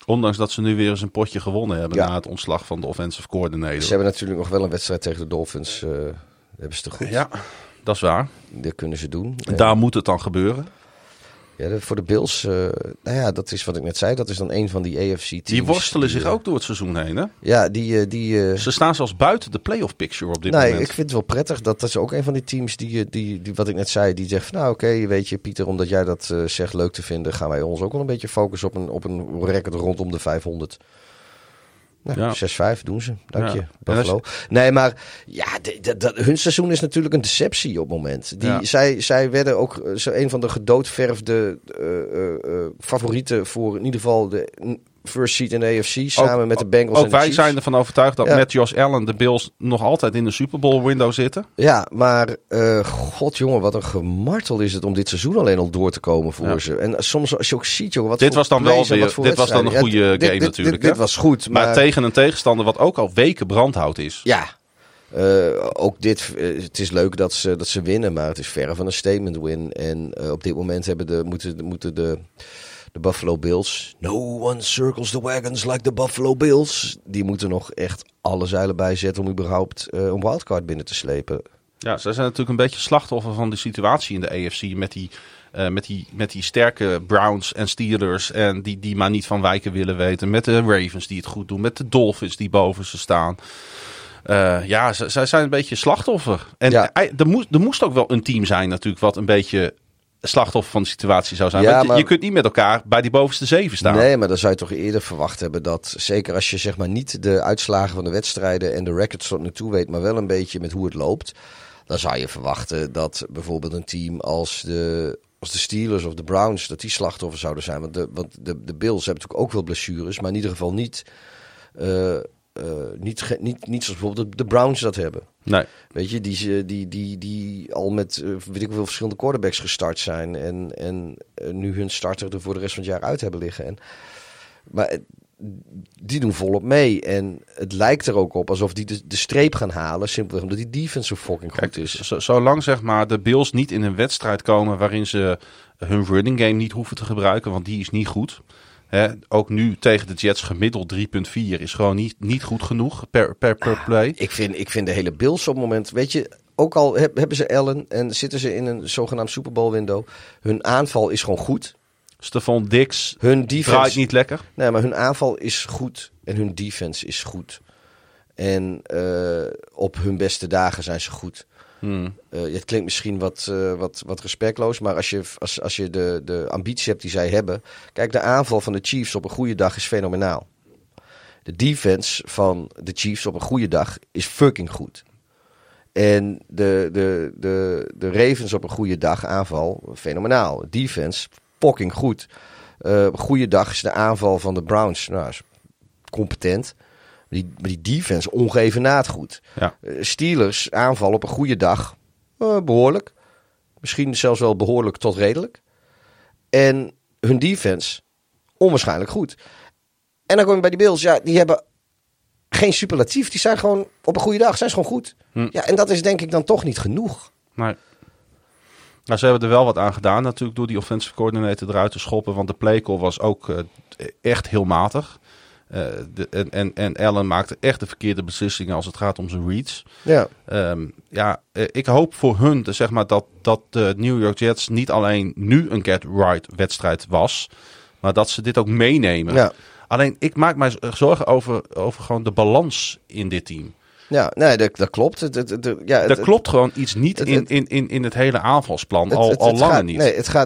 Ondanks dat ze nu weer eens een potje gewonnen hebben na het ontslag van de offensive coordinator. Ze hebben natuurlijk nog wel een wedstrijd tegen de Dolphins. Hebben ze te goed. Ja, dat is waar. Dat kunnen ze doen. Daar moet het dan gebeuren. Ja, voor de Bills, dat is wat ik net zei. Dat is dan een van die AFC-teams. Die worstelen zich ook door het seizoen heen, hè? Ja, Ze staan zelfs buiten de playoff picture op dit moment. Ik vind het wel prettig. Dat is ook een van die teams die wat ik net zei, die zegt van oké, weet je Pieter, omdat jij dat zegt leuk te vinden, gaan wij ons ook wel een beetje focussen op een record rondom de 500. Nou, 6-5 doen ze. Dank je, Buffalo. Nee, maar hun seizoen is natuurlijk een deceptie op het moment. Zij werden ook een van de gedoodverfde favorieten voor in ieder geval de first seed in de AFC. Samen met de Bengals en de Chiefs. Ook wij zijn ervan overtuigd dat met Josh Allen de Bills nog altijd in de Super Bowl window zitten. Ja, maar god jongen, wat een gemartel is het om dit seizoen alleen al door te komen voor ze. En soms als je ook ziet, jongen, wat dit was dan wel weer, dit was dan een goede game natuurlijk. Dit was goed. Maar tegen een tegenstander wat ook al weken brandhout is. Ja. Ook dit, het is leuk dat ze winnen, maar het is verre van een statement win. En op dit moment moeten de Buffalo Bills, no one circles the wagons like the Buffalo Bills. Die moeten nog echt alle zeilen bijzetten om überhaupt een wildcard binnen te slepen. Ja, zij zijn natuurlijk een beetje slachtoffer van de situatie in de AFC met die sterke Browns en Steelers en die maar niet van wijken willen weten. Met de Ravens die het goed doen, met de Dolphins die boven ze staan. Zij zijn een beetje slachtoffer. En er moest ook wel een team zijn natuurlijk wat een beetje slachtoffer van de situatie zou zijn. Ja, maar je kunt niet met elkaar bij die bovenste 7 staan. Nee, maar dan zou je toch eerder verwacht hebben dat, zeker als je zeg maar niet de uitslagen van de wedstrijden en de records tot nu toe weet, maar wel een beetje met hoe het loopt, dan zou je verwachten dat bijvoorbeeld een team als de Steelers of de Browns, dat die slachtoffer zouden zijn. Want de Bills hebben natuurlijk ook wel blessures, maar in ieder geval niet zoals bijvoorbeeld de Browns dat hebben. Nee. Weet je, die al met weet ik hoeveel verschillende quarterbacks gestart zijn. En nu hun starter er voor de rest van het jaar uit hebben liggen. Maar die doen volop mee. En het lijkt er ook op alsof die de streep gaan halen. Simpelweg omdat die defense zo fucking goed is. Zolang zeg maar de Bills niet in een wedstrijd komen waarin ze hun running game niet hoeven te gebruiken. Want die is niet goed. Ook nu tegen de Jets gemiddeld 3.4 is gewoon niet goed genoeg per play. Ik vind de hele Bills op het moment, weet je, ook al hebben ze Allen en zitten ze in een zogenaamd Super Bowl window, hun aanval is gewoon goed. Stephon Diggs hun defense draait niet lekker. Nee, maar hun aanval is goed en hun defense is goed. En op hun beste dagen zijn ze goed. Het klinkt misschien wat respectloos, maar als je de ambitie hebt die zij hebben. Kijk, de aanval van de Chiefs op een goede dag is fenomenaal. De defense van de Chiefs op een goede dag is fucking goed. En de Ravens op een goede dag aanval fenomenaal. Defense fucking goed. Een goede dag is de aanval van de Browns is competent. Maar die defense ongeëvenaard goed. Ja. Steelers aanval op een goede dag behoorlijk. Misschien zelfs wel behoorlijk tot redelijk. En hun defense onwaarschijnlijk goed. En dan kom je bij die Bills. Ja, die hebben geen superlatief. Die zijn gewoon op een goede dag zijn ze gewoon goed. Ja, en dat is denk ik dan toch niet genoeg. Nee. Nou, ze hebben er wel wat aan gedaan natuurlijk door die offensive coordinator eruit te schoppen. Want de playcall was ook echt heel matig. En Allen maakte echt de verkeerde beslissingen als het gaat om zijn reads. Ja. Ik hoop voor hun zeg maar, dat de New York Jets niet alleen nu een get-right wedstrijd was, maar dat ze dit ook meenemen. Ja. Alleen ik maak mij zorgen over gewoon de balans in dit team. Ja, nee, dat klopt. Er klopt gewoon iets niet in het hele aanvalsplan. Al langer niet. Nee, het gaat.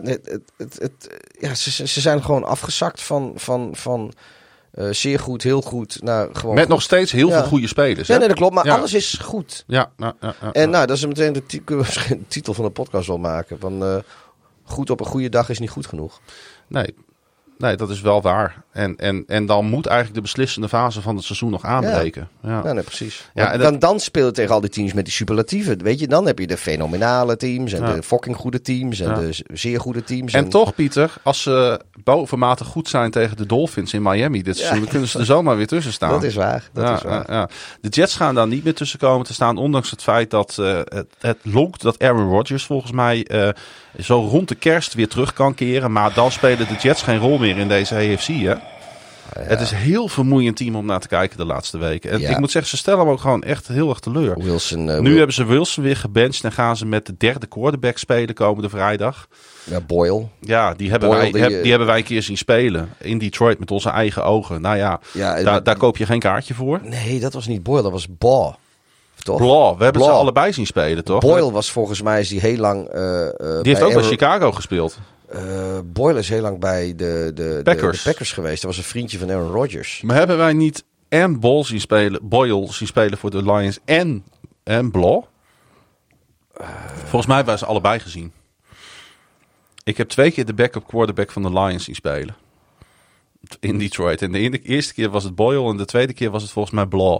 Ze zijn gewoon afgezakt van zeer goed, heel goed. Naar gewoon met goed. Nog steeds heel veel goede spelers. Ja, nee, dat klopt. Maar alles is goed. Ja. En dat is meteen de titel van de podcast wel maken. Van goed op een goede dag is niet goed genoeg. Nee, dat is wel waar. En dan moet eigenlijk de beslissende fase van het seizoen nog aanbreken. Ja, nee, precies. Ja, dan speel je tegen al die teams met die superlatieven. Weet je, dan heb je de fenomenale teams en de fucking goede teams en de zeer goede teams. En toch, Pieter, als ze bovenmatig goed zijn tegen de Dolphins in Miami dit seizoen, dan kunnen ze er zomaar weer tussen staan. Dat is waar. Ja. De Jets gaan daar niet meer tussen komen te staan, ondanks het feit dat het lonkt dat Aaron Rodgers volgens mij zo rond de kerst weer terug kan keren. Maar dan spelen de Jets geen rol meer in deze AFC, hè? Het is heel vermoeiend team om naar te kijken de laatste weken. En ik moet zeggen, ze stellen hem ook gewoon echt heel erg teleur. Nu hebben ze Wilson weer gebenched en gaan ze met de derde quarterback spelen komende vrijdag. Ja, Boyle. Ja, die hebben wij een keer zien spelen in Detroit met onze eigen ogen. Nou ja, daar koop je geen kaartje voor. Nee, dat was niet Boyle, dat was Baugh. Toch? We hebben ze allebei zien spelen, toch? Boyle was volgens mij is die heel lang... die heeft ook bij Chicago gespeeld. Boyle is heel lang bij de Packers geweest. Dat was een vriendje van Aaron Rodgers. Maar hebben wij niet Boyle zien spelen voor de Lions en Blah? Volgens mij hebben we ze allebei gezien. Ik heb 2 keer de backup quarterback van de Lions zien spelen. In Detroit. En de eerste keer was het Boyle en de tweede keer was het volgens mij Blah.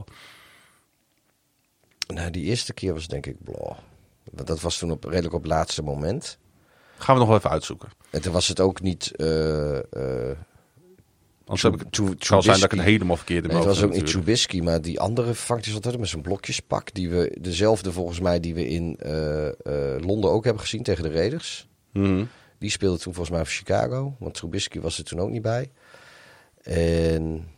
Nou, die eerste keer was denk ik Blah. Want dat was toen redelijk op het laatste moment. Gaan we nog wel even uitzoeken. En toen was het ook niet... Anders het zal zijn dat ik een helemaal verkeerd in mijn hoofd. Het was ook natuurlijk. niet Trubisky, maar die andere vangt is altijd met zo'n blokjespak. Dezelfde volgens mij die we in Londen ook hebben gezien tegen de Raiders. Mm-hmm. Die speelde toen volgens mij voor Chicago. Want Trubisky was er toen ook niet bij. En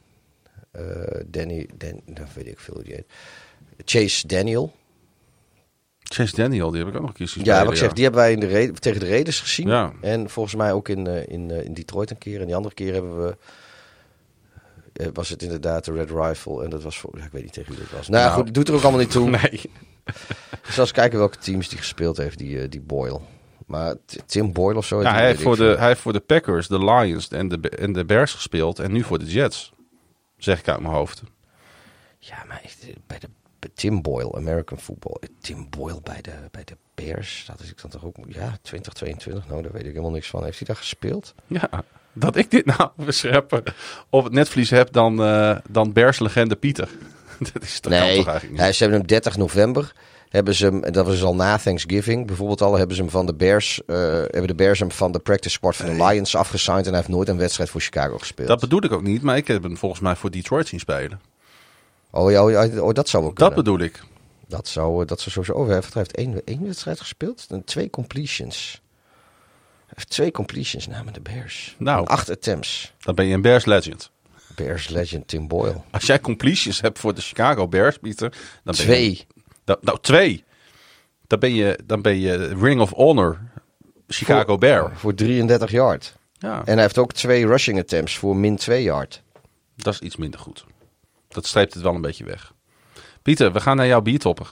nou weet ik veel hoe die heet. Chase Daniel, die heb ik ook nog een keer zien spelen. Ja, wat ik zeg, die hebben wij tegen de Raiders gezien. Ja. En volgens mij ook in Detroit een keer. En die andere keer hebben we... was het inderdaad de Red Rifle. En dat was ik weet niet tegen wie dat was. Nou goed, doet er ook allemaal niet toe. Nee. Dus als kijken welke teams die gespeeld heeft, die Boyle. Maar Tim Boyle of zo. Ja, hij heeft voor de Packers, de Lions en de Bears gespeeld. En nu voor de Jets. Zeg ik uit mijn hoofd. Ja, maar bij Tim Boyle, American Football. Tim Boyle bij de Bears. Dat is ik dan toch ook... Ja, 2022. Nou, daar weet ik helemaal niks van. Heeft hij daar gespeeld? Ja, dat ik dit nou bescherpen op het netvlies heb dan Bears-legende Pieter. Dat is toch eigenlijk niet. Ze hebben hem 30 november... Hebben ze hem, dat was al na Thanksgiving bijvoorbeeld al, hebben ze hem van de Bears, hebben de Bears hem van de practice squad van de Lions afgesigned en hij heeft nooit een wedstrijd voor Chicago gespeeld. Dat bedoel ik ook niet, maar ik heb hem volgens mij voor Detroit zien spelen. Oh, dat zou wel kunnen. Dat bedoel ik. Dat zou sowieso over. Hij heeft één wedstrijd gespeeld en 2 completions. Hij heeft 2 completions namens de Bears. Nou, 8 attempts. Dan ben je een Bears legend. Bears legend Tim Boyle. Als jij completions hebt voor de Chicago Bears, Pieter, dan 2. Nou, 2. Dan ben je Ring of Honor Chicago Bear. Voor 33 yard. Ja. En hij heeft ook 2 rushing attempts voor min 2 yard. Dat is iets minder goed. Dat streept het wel een beetje weg. Pieter, we gaan naar jouw biertopper.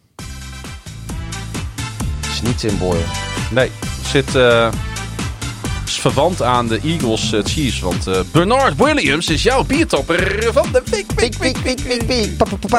Het is niet Tim Boyle. Nee, is verwant aan de Eagles Chiefs. Want Bernard Williams is jouw biertopper van de week.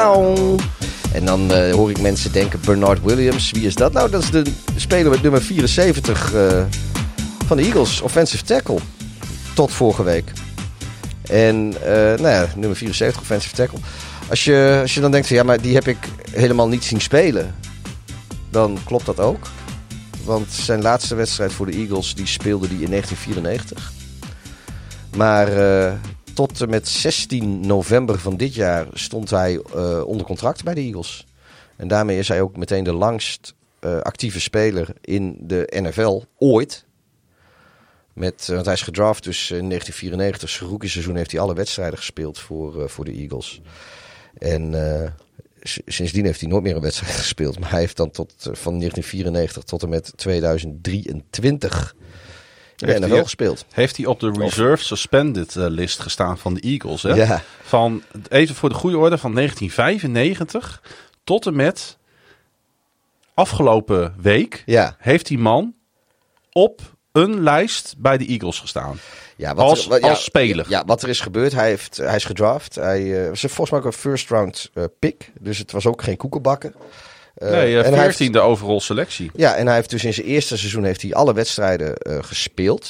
En dan hoor ik mensen denken, Bernard Williams, wie is dat? Nou, dat is de speler met nummer 74 van de Eagles, offensive tackle. Tot vorige week. En nummer 74, offensive tackle. Als je dan denkt, ja, maar die heb ik helemaal niet zien spelen. Dan klopt dat ook. Want zijn laatste wedstrijd voor de Eagles, die speelde hij in 1994. Maar tot en met 16 november van dit jaar stond hij onder contract bij de Eagles. En daarmee is hij ook meteen de langst actieve speler in de NFL ooit. Want hij is gedraft dus in 1994. Zijn rookieseizoen heeft hij alle wedstrijden gespeeld voor de Eagles. En sindsdien heeft hij nooit meer een wedstrijd gespeeld. Maar hij heeft dan van 1994 tot en met 2023 in de NFL gespeeld. Heeft hij op de reserve suspended list gestaan van de Eagles? Hè? Ja. Even voor de goede orde, van 1995 tot en met afgelopen week heeft die man op een lijst bij de Eagles gestaan. Ja, als speler. Ja, wat er is gebeurd, hij is gedraft. Hij was volgens mij ook een first round pick. Dus het was ook geen koekenbakker. Nee, 14e overall selectie. Ja, en hij heeft dus in zijn eerste seizoen heeft hij alle wedstrijden gespeeld.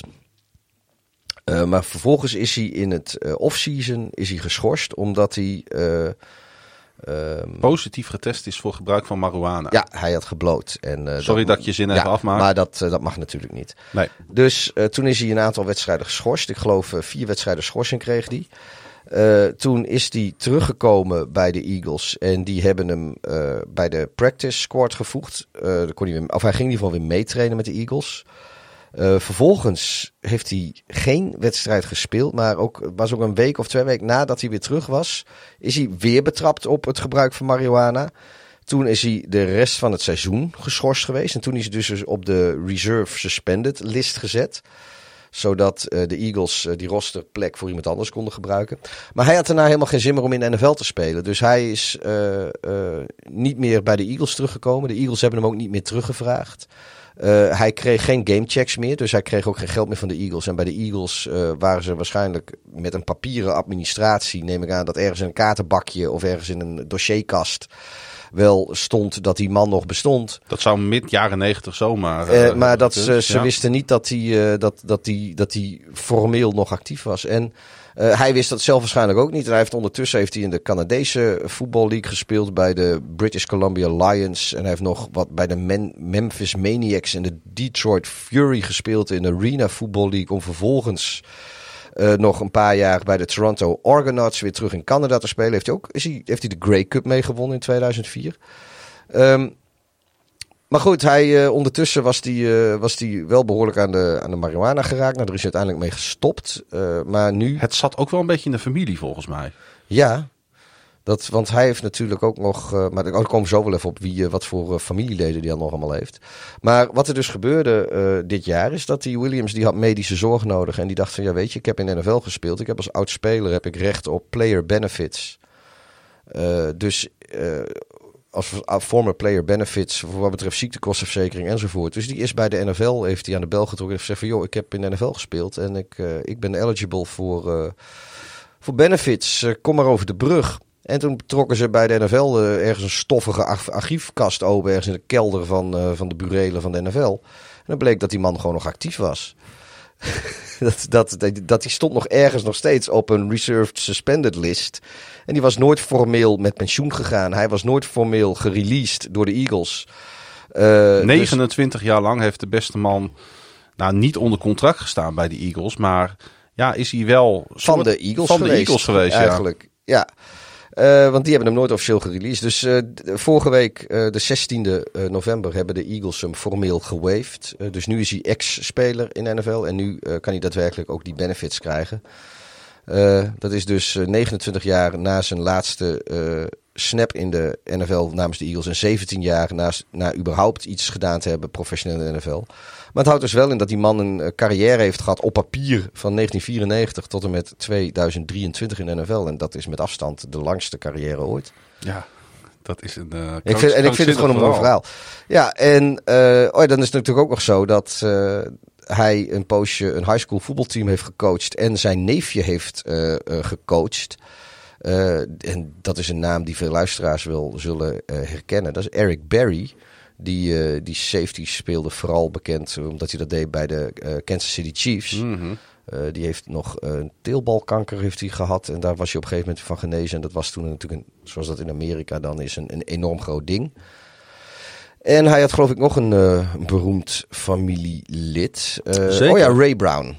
Maar vervolgens is hij in het off-season geschorst, omdat hij positief getest is voor gebruik van marijuana. Ja, hij had gebloot. En, sorry dat ik je zin even afmaak. Maar dat mag natuurlijk niet. Nee. Dus toen is hij een aantal wedstrijden geschorst. Ik geloof 4 wedstrijden schorsing kreeg hij. Toen is hij teruggekomen bij de Eagles. En die hebben hem bij de practice squad gevoegd. Hij ging in ieder geval weer meetrainen met de Eagles. Vervolgens heeft hij geen wedstrijd gespeeld. Maar was ook een week of 2 weken nadat hij weer terug was. Is hij weer betrapt op het gebruik van marihuana. Toen is hij de rest van het seizoen geschorst geweest. En toen is hij dus op de reserve suspended list gezet. Zodat de Eagles die rosterplek voor iemand anders konden gebruiken. Maar hij had daarna helemaal geen zin meer om in de NFL te spelen. Dus hij is niet meer bij de Eagles teruggekomen. De Eagles hebben hem ook niet meer teruggevraagd. Hij kreeg geen gamechecks meer. Dus hij kreeg ook geen geld meer van de Eagles. En bij de Eagles waren ze waarschijnlijk met een papieren administratie. Neem ik aan dat ergens in een kaartenbakje of ergens in een dossierkast wel stond dat die man nog bestond. Dat zou mid jaren 90 zomaar. Maar dat ze wisten niet dat hij formeel nog actief was. En hij wist dat zelf waarschijnlijk ook niet. En ondertussen heeft hij in de Canadese Football League gespeeld bij de British Columbia Lions. En hij heeft nog wat bij de Memphis Maniacs en de Detroit Fury gespeeld in de Arena Football League. Om vervolgens nog een paar jaar bij de Toronto Argonauts weer terug in Canada te spelen. Heeft hij de Grey Cup meegewonnen in 2004. Maar goed, ondertussen was hij wel behoorlijk aan de marihuana geraakt. Nou, er is uiteindelijk mee gestopt. Maar nu... Het zat ook wel een beetje in de familie volgens mij. Ja, want hij heeft natuurlijk ook nog... maar daar komen we zo wel even op wat voor familieleden die dan nog allemaal heeft. Maar wat er dus gebeurde dit jaar is dat die Williams die had medische zorg nodig. En die dacht van, ja weet je, ik heb in de NFL gespeeld. Ik heb als oud-speler recht op player benefits. Als former player benefits voor wat betreft ziektekostenverzekering enzovoort. Dus die is bij de NFL, heeft hij aan de bel getrokken en gezegd van, joh, ik heb in de NFL gespeeld en ik ben eligible voor benefits. Kom maar over de brug. En toen trokken ze bij de NFL ergens een stoffige archiefkast open, ergens in de kelder van de burelen van de NFL. En dan bleek dat die man gewoon nog actief was. dat die stond nog ergens nog steeds op een reserved suspended list. En die was nooit formeel met pensioen gegaan. Hij was nooit formeel gereleased door de Eagles. 29 jaar lang heeft de beste man niet onder contract gestaan bij de Eagles. Maar ja, is hij wel van de Eagles geweest eigenlijk. Ja. Want die hebben hem nooit officieel gereleased. Dus vorige week, de 16e november, hebben de Eagles hem formeel gewaved. Dus nu is hij ex-speler in de NFL. En nu kan hij daadwerkelijk ook die benefits krijgen. Dat is dus 29 jaar na zijn laatste snap in de NFL namens de Eagles. En 17 jaar na überhaupt iets gedaan te hebben professioneel in de NFL. Maar het houdt dus wel in dat die man een carrière heeft gehad op papier van 1994 tot en met 2023 in de NFL. En dat is met afstand de langste carrière ooit. Ja, dat is een ik vind het gewoon een mooi verhaal. Ja, en dan is het natuurlijk ook nog zo dat hij een poosje een high school voetbalteam heeft gecoacht en zijn neefje heeft gecoacht. En dat is een naam die veel luisteraars wel zullen herkennen. Dat is Eric Berry. Die safety speelde vooral bekend omdat hij dat deed bij de Kansas City Chiefs. Mm-hmm. Die heeft nog een teelbalkanker heeft hij gehad. En daar was hij op een gegeven moment van genezen. En dat was toen natuurlijk, zoals dat in Amerika dan is, een enorm groot ding. En hij had geloof ik nog een beroemd familielid. Ray Brown.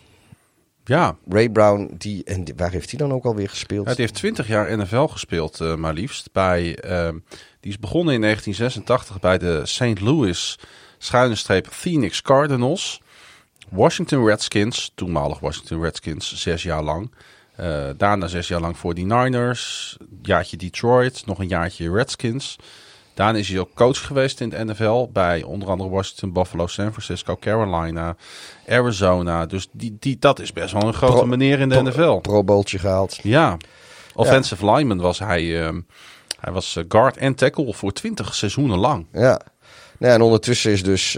Ja. Ray Brown, waar heeft hij dan ook alweer gespeeld? Hij heeft 20 jaar NFL gespeeld, maar liefst. Die is begonnen in 1986 bij de St. Louis /Phoenix Cardinals. Washington Redskins, toenmalig Washington Redskins, 6 jaar lang. Daarna 6 jaar lang voor die Niners. Een jaartje Detroit, nog een jaartje Redskins. Daarna is hij ook coach geweest in de NFL bij onder andere Washington, Buffalo, San Francisco, Carolina, Arizona. Dus dat is best wel een grote meneer in de NFL. Pro Bowltje gehaald. Ja, offensive lineman was hij. Hij was guard en tackle voor 20 seizoenen lang. Ja, en ondertussen is dus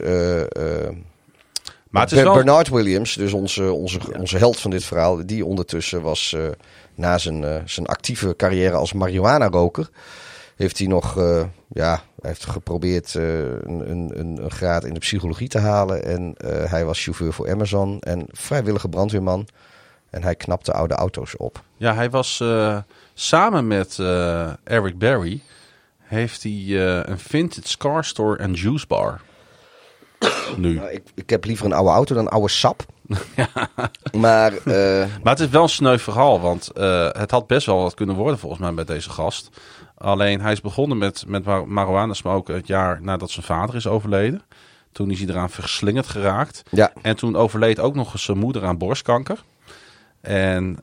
maar het is wel... Bernard Williams, dus onze held van dit verhaal, die ondertussen was na zijn actieve carrière als marihuana-roker, heeft hij nog hij heeft geprobeerd een graad in de psychologie te halen. En hij was chauffeur voor Amazon en vrijwillige brandweerman. En hij knapte oude auto's op. Ja, hij was samen met Eric Berry heeft hij een vintage car store en juice bar. Nu. Nou, ik heb liever een oude auto dan een oude sap. Ja. Maar het is wel een sneu verhaal, want het had best wel wat kunnen worden volgens mij bij deze gast. Alleen hij is begonnen met marihuana smoken het jaar nadat zijn vader is overleden. Toen is hij eraan verslingerd geraakt. Ja. En toen overleed ook nog eens zijn moeder aan borstkanker. En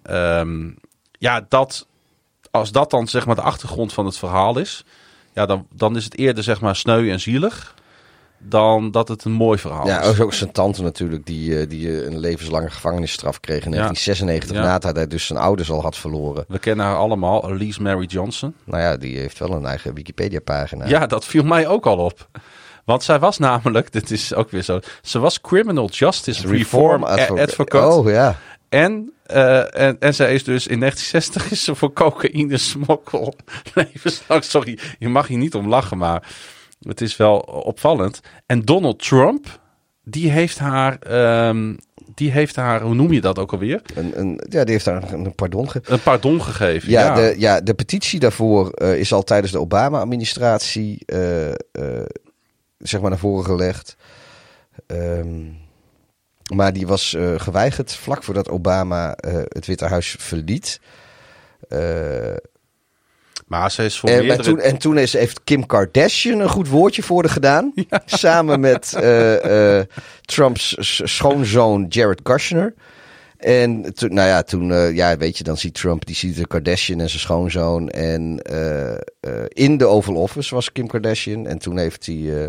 als dat dan zeg maar de achtergrond van het verhaal is, ja, dan is het eerder zeg maar sneu en zielig dan dat het een mooi verhaal is. Ja, ook zijn tante natuurlijk, die een levenslange gevangenisstraf kreeg in 1996, nadat hij dus zijn ouders al had verloren. We kennen haar allemaal, Elise Mary Johnson. Nou ja, die heeft wel een eigen Wikipedia-pagina. Ja, dat viel mij ook al op. Want zij was namelijk, dit is ook weer zo, ze was Criminal Justice Reform Advocate. Oh ja. En zij is dus in 1960 is ze voor cocaïne smokkel levenslang. Sorry, je mag hier niet om lachen, maar het is wel opvallend. En Donald Trump, die heeft haar, hoe noem je dat ook alweer? Die heeft haar een pardon gegeven. Een pardon gegeven, De petitie daarvoor is al tijdens de Obama-administratie zeg maar naar voren gelegd. Maar die was geweigerd vlak voordat Obama het Witte Huis verliet. Maar ze is voor toen heeft Kim Kardashian een goed woordje voor haar gedaan. Ja. Samen met Trumps schoonzoon Jared Kushner. En toen weet je, dan ziet Trump, die ziet de Kardashian en zijn schoonzoon. En in de Oval Office was Kim Kardashian. En toen heeft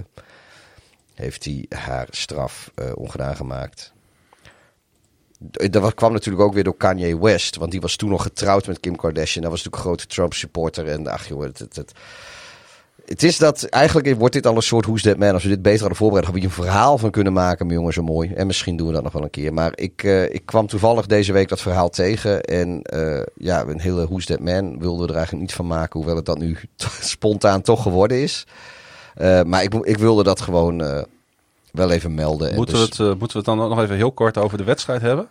hij haar straf ongedaan gemaakt. Dat kwam natuurlijk ook weer door Kanye West. Want die was toen nog getrouwd met Kim Kardashian. Dat was natuurlijk een grote Trump-supporter. En ach joh, het is dat... Eigenlijk wordt dit al een soort Who's That Man. Als we dit beter hadden voorbereid, hadden we hier een verhaal van kunnen maken. Mijn jongen, zo mooi. En misschien doen we dat nog wel een keer. Maar ik kwam toevallig deze week dat verhaal tegen. En een hele Who's That Man wilden we er eigenlijk niet van maken. Hoewel het dat nu spontaan toch geworden is. Maar ik wilde dat gewoon... wel even melden. Moeten we het dan nog even heel kort over de wedstrijd hebben?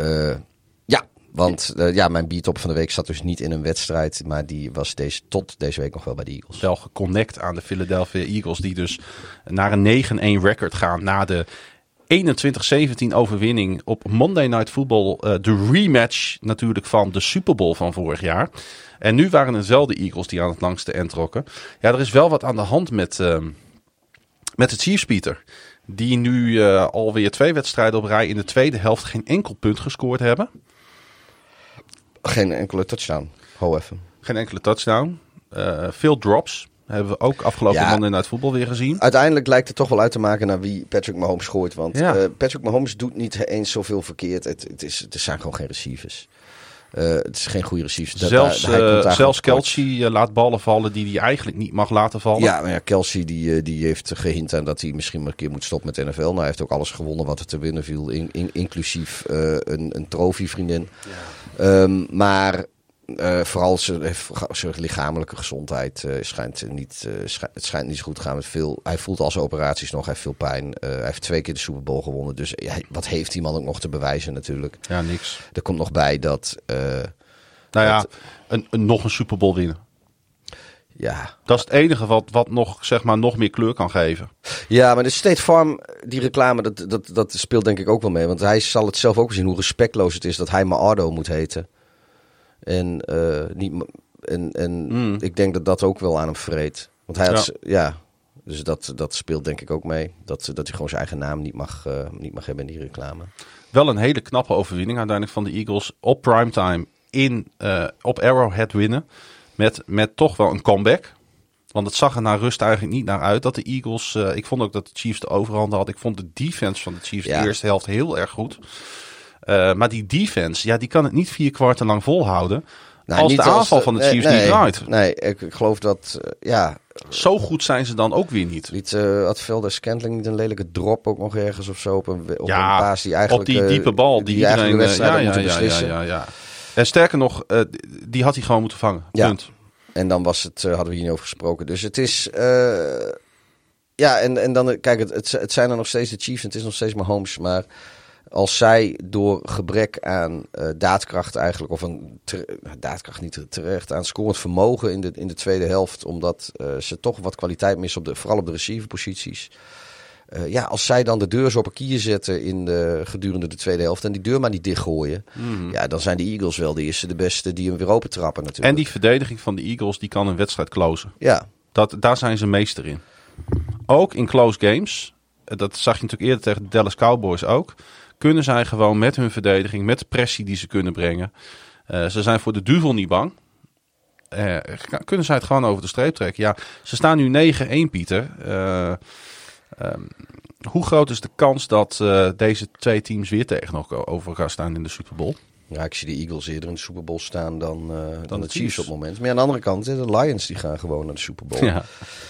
Want mijn beat-op van de week zat dus niet in een wedstrijd. Maar die was tot deze week nog wel bij de Eagles. Wel geconnect aan de Philadelphia Eagles. Die dus naar een 9-1 record gaan. Na de 21-17 overwinning op Monday Night Football. De rematch natuurlijk van de Super Bowl van vorig jaar. En nu waren het wel de Eagles die aan het langste eind trokken. Ja, er is wel wat aan de hand met de Chiefs, Pieter. Die nu alweer 2 wedstrijden op rij in de tweede helft geen enkel punt gescoord hebben. Geen enkele touchdown. Ho even. Geen enkele touchdown. Veel drops. Hebben we ook afgelopen Monday Night Football weer gezien. Uiteindelijk lijkt het toch wel uit te maken naar wie Patrick Mahomes gooit. Want Patrick Mahomes doet niet eens zoveel verkeerd. Het zijn gewoon geen receivers. Het is geen goede receiver. Zelfs Kelce laat ballen vallen die hij eigenlijk niet mag laten vallen. Ja, maar Kelce die heeft gehint aan dat hij misschien maar een keer moet stoppen met NFL. Nou, hij heeft ook alles gewonnen wat er te winnen viel. Inclusief een trofeevriendin. Ja. Maar vooral zijn lichamelijke gezondheid schijnt niet zo goed te gaan met veel. Hij voelt al zijn operaties nog, hij heeft veel pijn. Hij heeft 2 keer de Super Bowl gewonnen. Dus wat heeft die man ook nog te bewijzen natuurlijk? Ja, niks. Er komt nog bij dat... nog een Super Bowl winnen. Ja. Dat is het enige wat nog, zeg maar, nog meer kleur kan geven. Ja, maar de State Farm, die reclame, dat speelt denk ik ook wel mee. Want hij zal het zelf ook zien hoe respectloos het is dat hij Maardo moet heten. En ik denk dat dat ook wel aan hem vreet. Want hij had, dus dat speelt denk ik ook mee. Dat hij gewoon zijn eigen naam niet mag hebben in die reclame. Wel een hele knappe overwinning uiteindelijk van de Eagles op primetime op Arrowhead winnen. Met toch wel een comeback. Want het zag er naar rust eigenlijk niet naar uit dat de Eagles... ik vond ook dat de Chiefs de overhand hadden. Ik vond de defense van de Chiefs de eerste helft heel erg goed. Maar die defense, die kan het niet 4 kwarten lang volhouden. Als de aanval van de Chiefs niet draait. Nee, ik geloof dat... Zo goed zijn ze dan ook weer niet. Had Velder Scantling niet een lelijke drop ook nog ergens of zo? Op een paas die eigenlijk... op die diepe bal die iedereen... de wedstrijd moeten beslissen. Ja. En sterker nog, die had hij gewoon moeten vangen. Punt. En dan hadden we hier niet over gesproken. Dus het is... en dan... Kijk, het zijn er nog steeds de Chiefs en het is nog steeds Mahomes. Maar als zij door gebrek aan daadkracht eigenlijk... of daadkracht niet terecht... aan scorend vermogen in de tweede helft... omdat ze toch wat kwaliteit missen, vooral op de receiverposities... als zij dan de deur zo op een kier zetten gedurende de tweede helft... en die deur maar niet dichtgooien... dan zijn de Eagles wel de eerste, de beste die hem weer open trappen natuurlijk. En die verdediging van de Eagles, die kan een wedstrijd closen. Ja. Daar zijn ze meester in. Ook in close games. dat zag je natuurlijk eerder tegen de Dallas Cowboys ook, kunnen zij gewoon met hun verdediging, met de pressie die ze kunnen brengen. Ze zijn voor de duivel niet bang. Kunnen zij het gewoon over de streep trekken? Ja, ze staan nu 9-1, Pieter. Hoe groot is de kans dat deze twee teams weer tegenover gaan staan in de Super Bowl? Ja, ik zie de Eagles eerder in de Super Bowl staan dan de Chiefs op het moment. Maar aan de andere kant, de Lions die gaan gewoon naar de Super Bowl. Ja.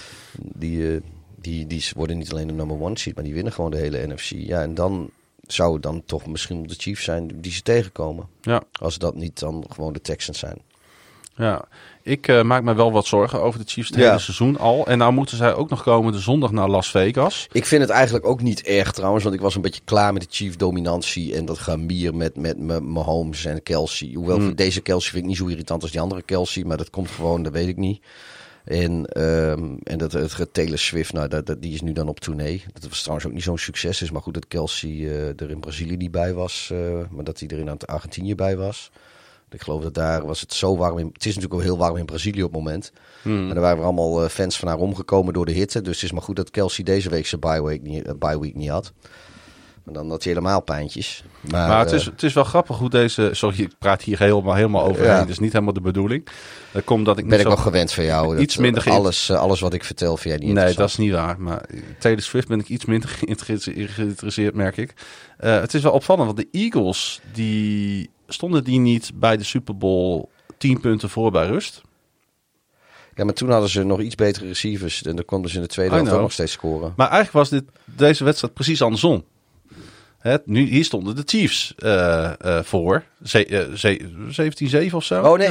Die worden niet alleen de number 1 seed, maar die winnen gewoon de hele NFC. Ja, en dan zou het dan toch misschien de Chiefs zijn die ze tegenkomen. Ja. Als dat niet dan gewoon de Texans zijn. Ja, ik maak me wel wat zorgen over de Chiefs het hele seizoen al. En nou moeten zij ook nog komen de zondag naar Las Vegas. Ik vind het eigenlijk ook niet erg trouwens. Want ik was een beetje klaar met de Chiefs dominantie. En dat gamier met Mahomes en Kelsey. Hoewel deze Kelsey vind ik niet zo irritant als die andere Kelsey. Maar dat komt gewoon, dat weet ik niet. En het Taylor Swift, die is nu dan op tournee. Dat was trouwens ook niet zo'n succes. Is maar goed dat Kelsey er in Brazilië niet bij was. Maar dat hij er in Argentinië bij was. Ik geloof dat daar was het zo warm. Het is natuurlijk ook heel warm in Brazilië op het moment. En er waren allemaal fans van haar omgekomen door de hitte. Dus het is maar goed dat Kelsey deze week zijn bye week niet had. Maar dan had hij helemaal pijntjes. Maar het is wel grappig hoe deze... Sorry, ik praat hier helemaal overheen. Dat is niet helemaal de bedoeling. Dat komt dat ik ben ik wel gewend van jou. Iets minder alles wat ik vertel vind jij niet Nee, dat is niet waar. Maar Taylor Swift ben ik iets minder geïnteresseerd, merk ik. Het is wel opvallend, want de Eagles... Stonden die niet bij de Super Bowl 10 punten voor bij rust? Ja, maar toen hadden ze nog iets betere receivers. En dan konden ze in de tweede helft ook nog steeds scoren. Maar eigenlijk was deze wedstrijd precies andersom. Hier stonden de Chiefs voor. 17-7 of zo? Oh nee,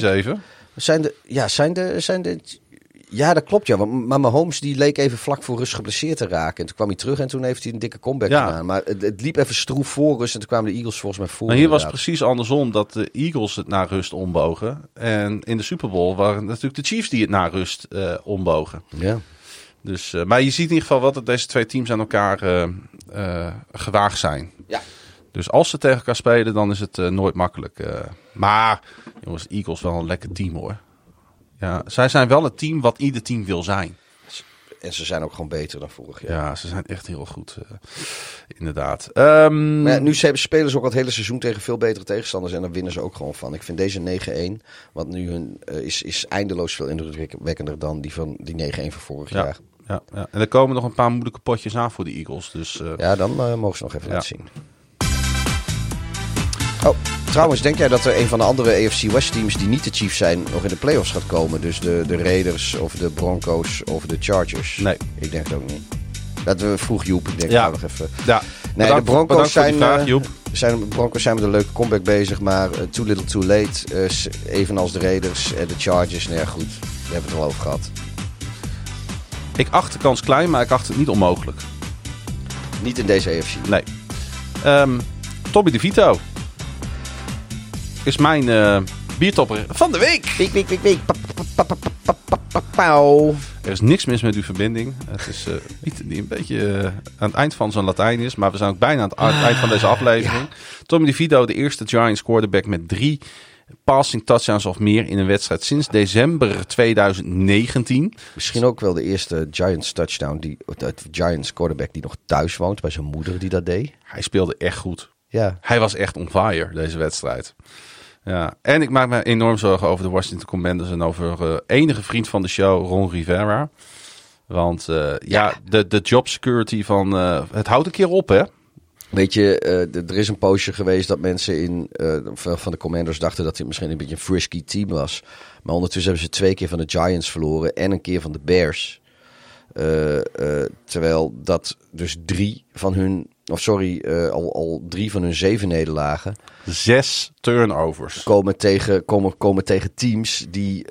17-7. Ja, dat klopt ja. Maar Mahomes die leek even vlak voor rust geblesseerd te raken. En toen kwam hij terug en toen heeft hij een dikke comeback gedaan. Maar het liep even stroef voor rust en toen kwamen de Eagles volgens mij voor. Maar hier was het precies andersom, dat de Eagles het naar rust ombogen. En in de Super Bowl waren natuurlijk de Chiefs die het naar rust ombogen. Ja. Dus, maar je ziet in ieder geval wel dat deze twee teams aan elkaar gewaagd zijn. Ja. Dus als ze tegen elkaar spelen, dan is het nooit makkelijk. Maar jongens, de Eagles wel een lekker team hoor. Ja, zij zijn wel het team wat ieder team wil zijn. En ze zijn ook gewoon beter dan vorig jaar. Ja, ze zijn echt heel goed. Inderdaad. Maar ja, nu spelen ze ook het hele seizoen tegen veel betere tegenstanders. En dan winnen ze ook gewoon van. Ik vind deze 9-1, wat nu is eindeloos veel indrukwekkender dan die 9-1 van vorig jaar. Ja. En er komen nog een paar moeilijke potjes aan voor de Eagles. Dus, ja, dan mogen ze nog even laten zien. Oh, trouwens, denk jij dat er een van de andere AFC West teams die niet de Chiefs zijn nog in de playoffs gaat komen? Dus de Raiders of de Broncos of de Chargers? Nee. Ik denk het ook niet. Dat vroeg Joep. Ik denk nog even. Ja. Nee, de Broncos vraag, Broncos zijn met een leuke comeback bezig, maar too little too late. Evenals de Raiders en de Chargers. Nou ja, goed. We hebben het al over gehad. Ik acht de kans klein, maar ik acht het niet onmogelijk. Niet in deze AFC. Nee. Tommy DeVito is mijn biertopper van de week. Week. Pauw. Er is niks mis met uw verbinding. Het is niet een beetje aan het eind van zijn Latijn is, maar we zijn ook bijna aan het eind van deze aflevering. Ja. Tommy DeVito, de eerste Giants quarterback met 3 passing touchdowns of meer in een wedstrijd sinds december 2019. Misschien ook wel de eerste Giants touchdown, de Giants quarterback die nog thuis woont bij zijn moeder die dat deed. Hij speelde echt goed. Ja. Hij was echt on fire deze wedstrijd. Ja. En ik maak me enorm zorgen over de Washington Commanders en over enige vriend van de show, Ron Rivera. Want de job security van het houdt een keer op, hè? Weet je, er is een poosje geweest dat mensen van de Commanders dachten dat dit misschien een beetje een frisky team was. Maar ondertussen hebben ze 2 keer van de Giants verloren en een keer van de Bears. Terwijl dat dus 3 van hun... al 3 van hun 7 nederlagen. 6 turnovers. Komen tegen teams die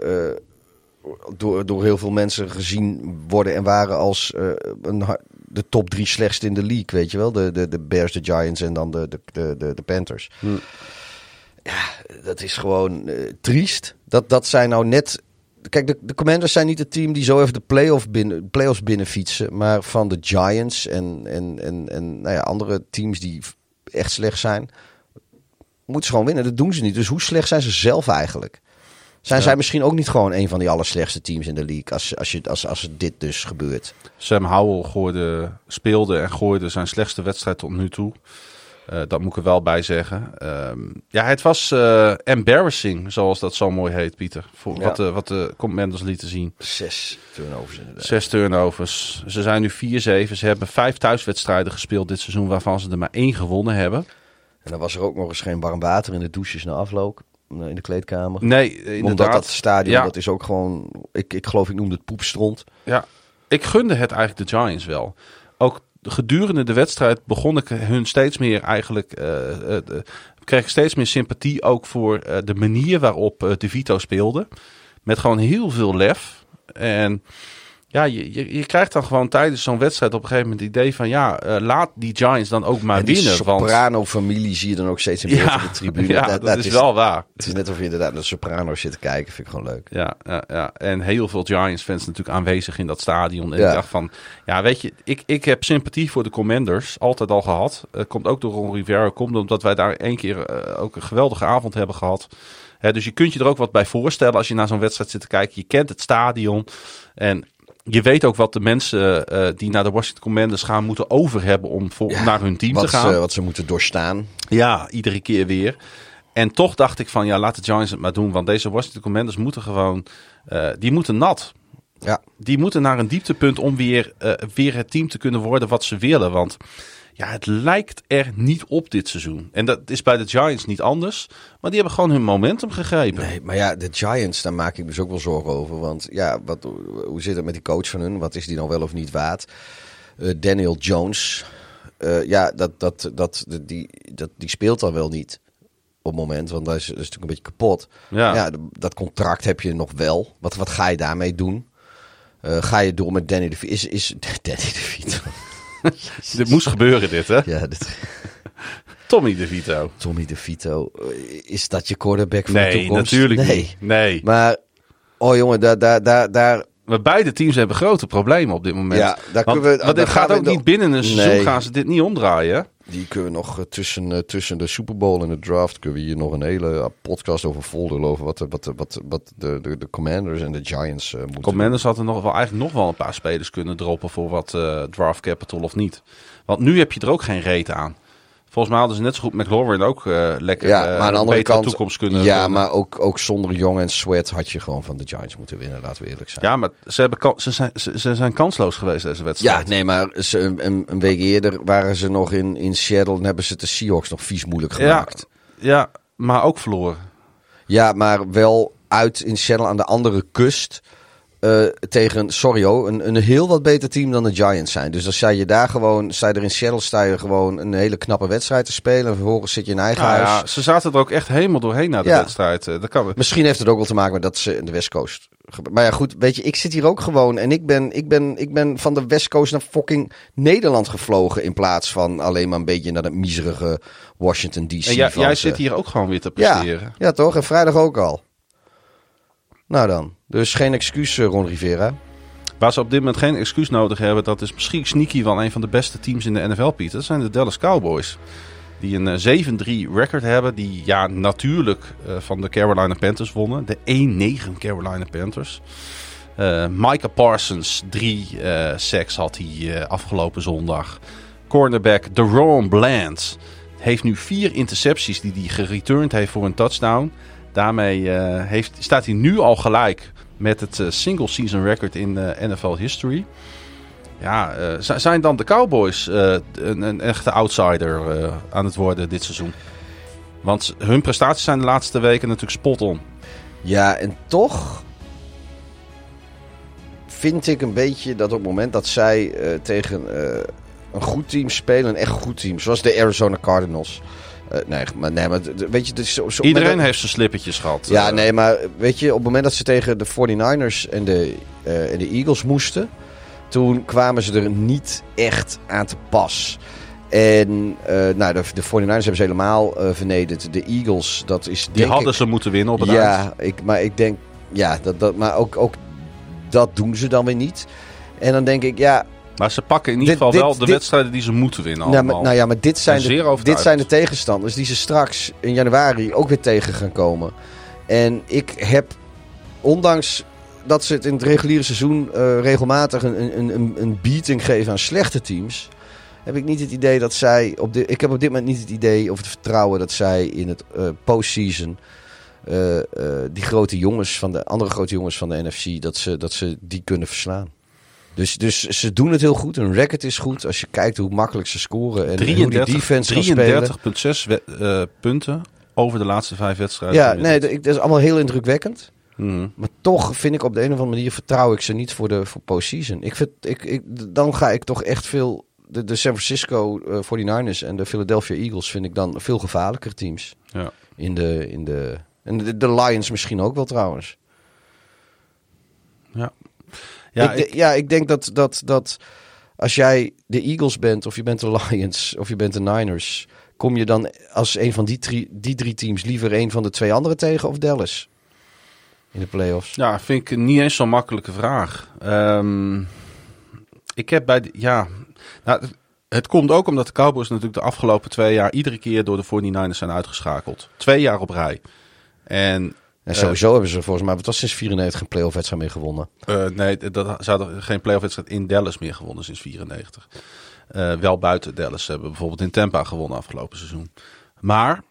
door heel veel mensen gezien worden en waren als de top 3 slechtste in de league, weet je wel. De Bears, de Giants en dan de Panthers. Ja, dat is gewoon triest. Dat zijn nou net... Kijk, de Commanders zijn niet het team die zo even de playoffs binnenfietsen. Maar van de Giants en andere teams die echt slecht zijn, moeten ze gewoon winnen. Dat doen ze niet. Dus hoe slecht zijn ze zelf eigenlijk? Zijn zij misschien ook niet gewoon een van die allerslechtste teams in de league als dit dus gebeurt? Sam Howell speelde en gooide zijn slechtste wedstrijd tot nu toe. Dat moet ik er wel bij zeggen. Het was embarrassing, zoals dat zo mooi heet, Pieter. Voor wat de Commanders lieten zien. 6 turnovers inderdaad. 6 turnovers. Ze zijn nu 4-7. Ze hebben 5 thuiswedstrijden gespeeld dit seizoen, waarvan ze er maar 1 gewonnen hebben. En dan was er ook nog eens geen warm water in de douches na afloop. In de kleedkamer. Nee, inderdaad. Omdat dat stadion, dat is ook gewoon... Ik geloof, ik noemde het poepstront. Ja, ik gunde het eigenlijk de Giants wel. Ook gedurende de wedstrijd begon ik hun steeds meer eigenlijk... kreeg ik steeds meer sympathie ook voor de manier waarop DeVito speelde. Met gewoon heel veel lef. En ja, je krijgt dan gewoon tijdens zo'n wedstrijd op een gegeven moment het idee van... laat die Giants dan ook maar winnen. Die Soprano-familie zie je dan ook steeds in beeld op de tribune. Ja, dat is wel waar. Het is net of je inderdaad naar de Soprano's zit te kijken. Vind ik gewoon leuk. Ja. En heel veel Giants-fans natuurlijk aanwezig in dat stadion. En ik dacht van, weet je, ik heb sympathie voor de Commanders. Altijd al gehad. Komt ook door Ron Rivera. Komt omdat wij daar 1 keer ook een geweldige avond hebben gehad. Dus je kunt je er ook wat bij voorstellen als je naar zo'n wedstrijd zit te kijken. Je kent het stadion. En je weet ook wat de mensen die naar de Washington Commanders gaan moeten over hebben om naar hun team te gaan. Wat ze moeten doorstaan. Ja, iedere keer weer. En toch dacht ik van, laat de Giants het maar doen. Want deze Washington Commanders moeten gewoon, die moeten nat. Ja. Die moeten naar een dieptepunt om weer het team te kunnen worden wat ze willen. Want het lijkt er niet op dit seizoen. En dat is bij de Giants niet anders. Maar die hebben gewoon hun momentum gegrepen. Nee, maar de Giants, daar maak ik dus ook wel zorgen over. Want hoe zit het met die coach van hun? Wat is die nou wel of niet waard? Daniel Jones. Die speelt dan wel niet op het moment. Want dat is natuurlijk een beetje kapot. Ja, dat contract heb je nog wel. Wat ga je daarmee doen? Ga je door met Danny DeVito? Is Danny DeVito... Dit moest gebeuren, dit, hè? Ja, Tommy DeVito. Tommy DeVito. Is dat je quarterback voor de toekomst? Natuurlijk niet. Nee. Maar, jongen, daar... Maar beide teams hebben grote problemen op dit moment. Ja, want dit gaat ook niet binnen een seizoen, gaan ze dit niet omdraaien. Die kunnen we nog tussen de Super Bowl en de draft... kunnen we hier nog een hele podcast over volderen... over wat de Commanders en de Giants moeten Commanders hadden eigenlijk nog wel een paar spelers kunnen droppen... voor wat draft capital of niet. Want nu heb je er ook geen reet aan. Volgens mij hadden ze net zo goed McLaurin ook lekker maar aan de andere betere kant, toekomst kunnen ja, maar ook zonder Young en Sweat had je gewoon van de Giants moeten winnen, laten we eerlijk zijn. Ja, maar ze zijn kansloos geweest deze wedstrijd. Ja, nee, maar een week eerder waren ze nog in Seattle en hebben ze de Seahawks nog vies moeilijk gemaakt. Ja, maar ook verloren. Ja, maar wel uit in Seattle aan de andere kust... tegen, een heel wat beter team dan de Giants zijn. Dus dan sta je er in Seattle gewoon een hele knappe wedstrijd te spelen. En vervolgens zit je in eigen huis. Ja, ze zaten er ook echt helemaal doorheen na de wedstrijd. Dat kan. Misschien heeft het ook wel te maken met dat ze in de West Coast... Maar ja, goed, weet je, ik zit hier ook gewoon... En ik ben van de West Coast naar fucking Nederland gevlogen... in plaats van alleen maar een beetje naar dat miserige Washington D.C. En jij zit hier ook gewoon weer te presteren. Ja, toch? En vrijdag ook al. Nou dan. Dus geen excuus, Ron Rivera. Waar ze op dit moment geen excuus nodig hebben... dat is misschien sneaky wel een van de beste teams in de NFL, Pieter. Dat zijn de Dallas Cowboys. Die een 7-3 record hebben. Die natuurlijk van de Carolina Panthers wonnen. De 1-9 Carolina Panthers. Micah Parsons 3 sacks had hij afgelopen zondag. Cornerback Deron Bland heeft nu 4 intercepties die hij gereturned heeft voor een touchdown. Daarmee staat hij nu al gelijk met het single season record in NFL history. Ja, zijn dan de Cowboys een echte outsider aan het worden dit seizoen? Want hun prestaties zijn de laatste weken natuurlijk spot on. Ja, en toch vind ik een beetje dat op het moment dat zij tegen een goed team spelen, een echt goed team, zoals de Arizona Cardinals... maar weet je, dus iedereen heeft zijn slippertjes gehad. Ja, nee, maar weet je, op het moment dat ze tegen de 49ers en de Eagles moesten, toen kwamen ze er niet echt aan te pas. En de 49ers hebben ze helemaal vernederd. De Eagles, dat is die hadden ze moeten winnen op het eind. Maar ik denk, maar ook dat doen ze dan weer niet. En dan denk ik, maar ze pakken in ieder geval wel de wedstrijden die ze moeten winnen allemaal. Maar dit zijn de tegenstanders die ze straks in januari ook weer tegen gaan komen. En ik heb ondanks dat ze het in het reguliere seizoen regelmatig een beating geven aan slechte teams, heb ik niet het idee dat zij ik heb op dit moment niet het idee of het vertrouwen dat zij in het postseason die grote jongens van de andere grote jongens van de NFC dat ze die kunnen verslaan. Dus ze doen het heel goed. Hun record is goed. Als je kijkt hoe makkelijk ze scoren en hoe die defense kan spelen. 33,6 punten over de laatste 5 wedstrijden. Ja, nee, dat is allemaal heel indrukwekkend. Maar toch vind ik op de een of andere manier vertrouw ik ze niet voor postseason. Dan ga ik toch echt veel de San Francisco 49ers en de Philadelphia Eagles vind ik dan veel gevaarlijker teams. Ja. En de Lions misschien ook wel trouwens. Ja. Ik denk dat als jij de Eagles bent, of je bent de Lions, of je bent de Niners, kom je dan als een van die drie teams liever een van de 2 andere tegen of Dallas in de playoffs? Ja, vind ik niet eens zo'n makkelijke vraag. Ik heb het komt ook omdat de Cowboys natuurlijk de afgelopen 2 jaar iedere keer door de 49ers zijn uitgeschakeld. 2 jaar op rij. En sowieso hebben ze volgens mij, wat was sinds 94 een playoff wedstrijd mee gewonnen? Nee, ze hadden geen playoff wedstrijd in Dallas meer gewonnen sinds 94. Wel buiten Dallas. Ze hebben bijvoorbeeld in Tampa gewonnen afgelopen seizoen. Maar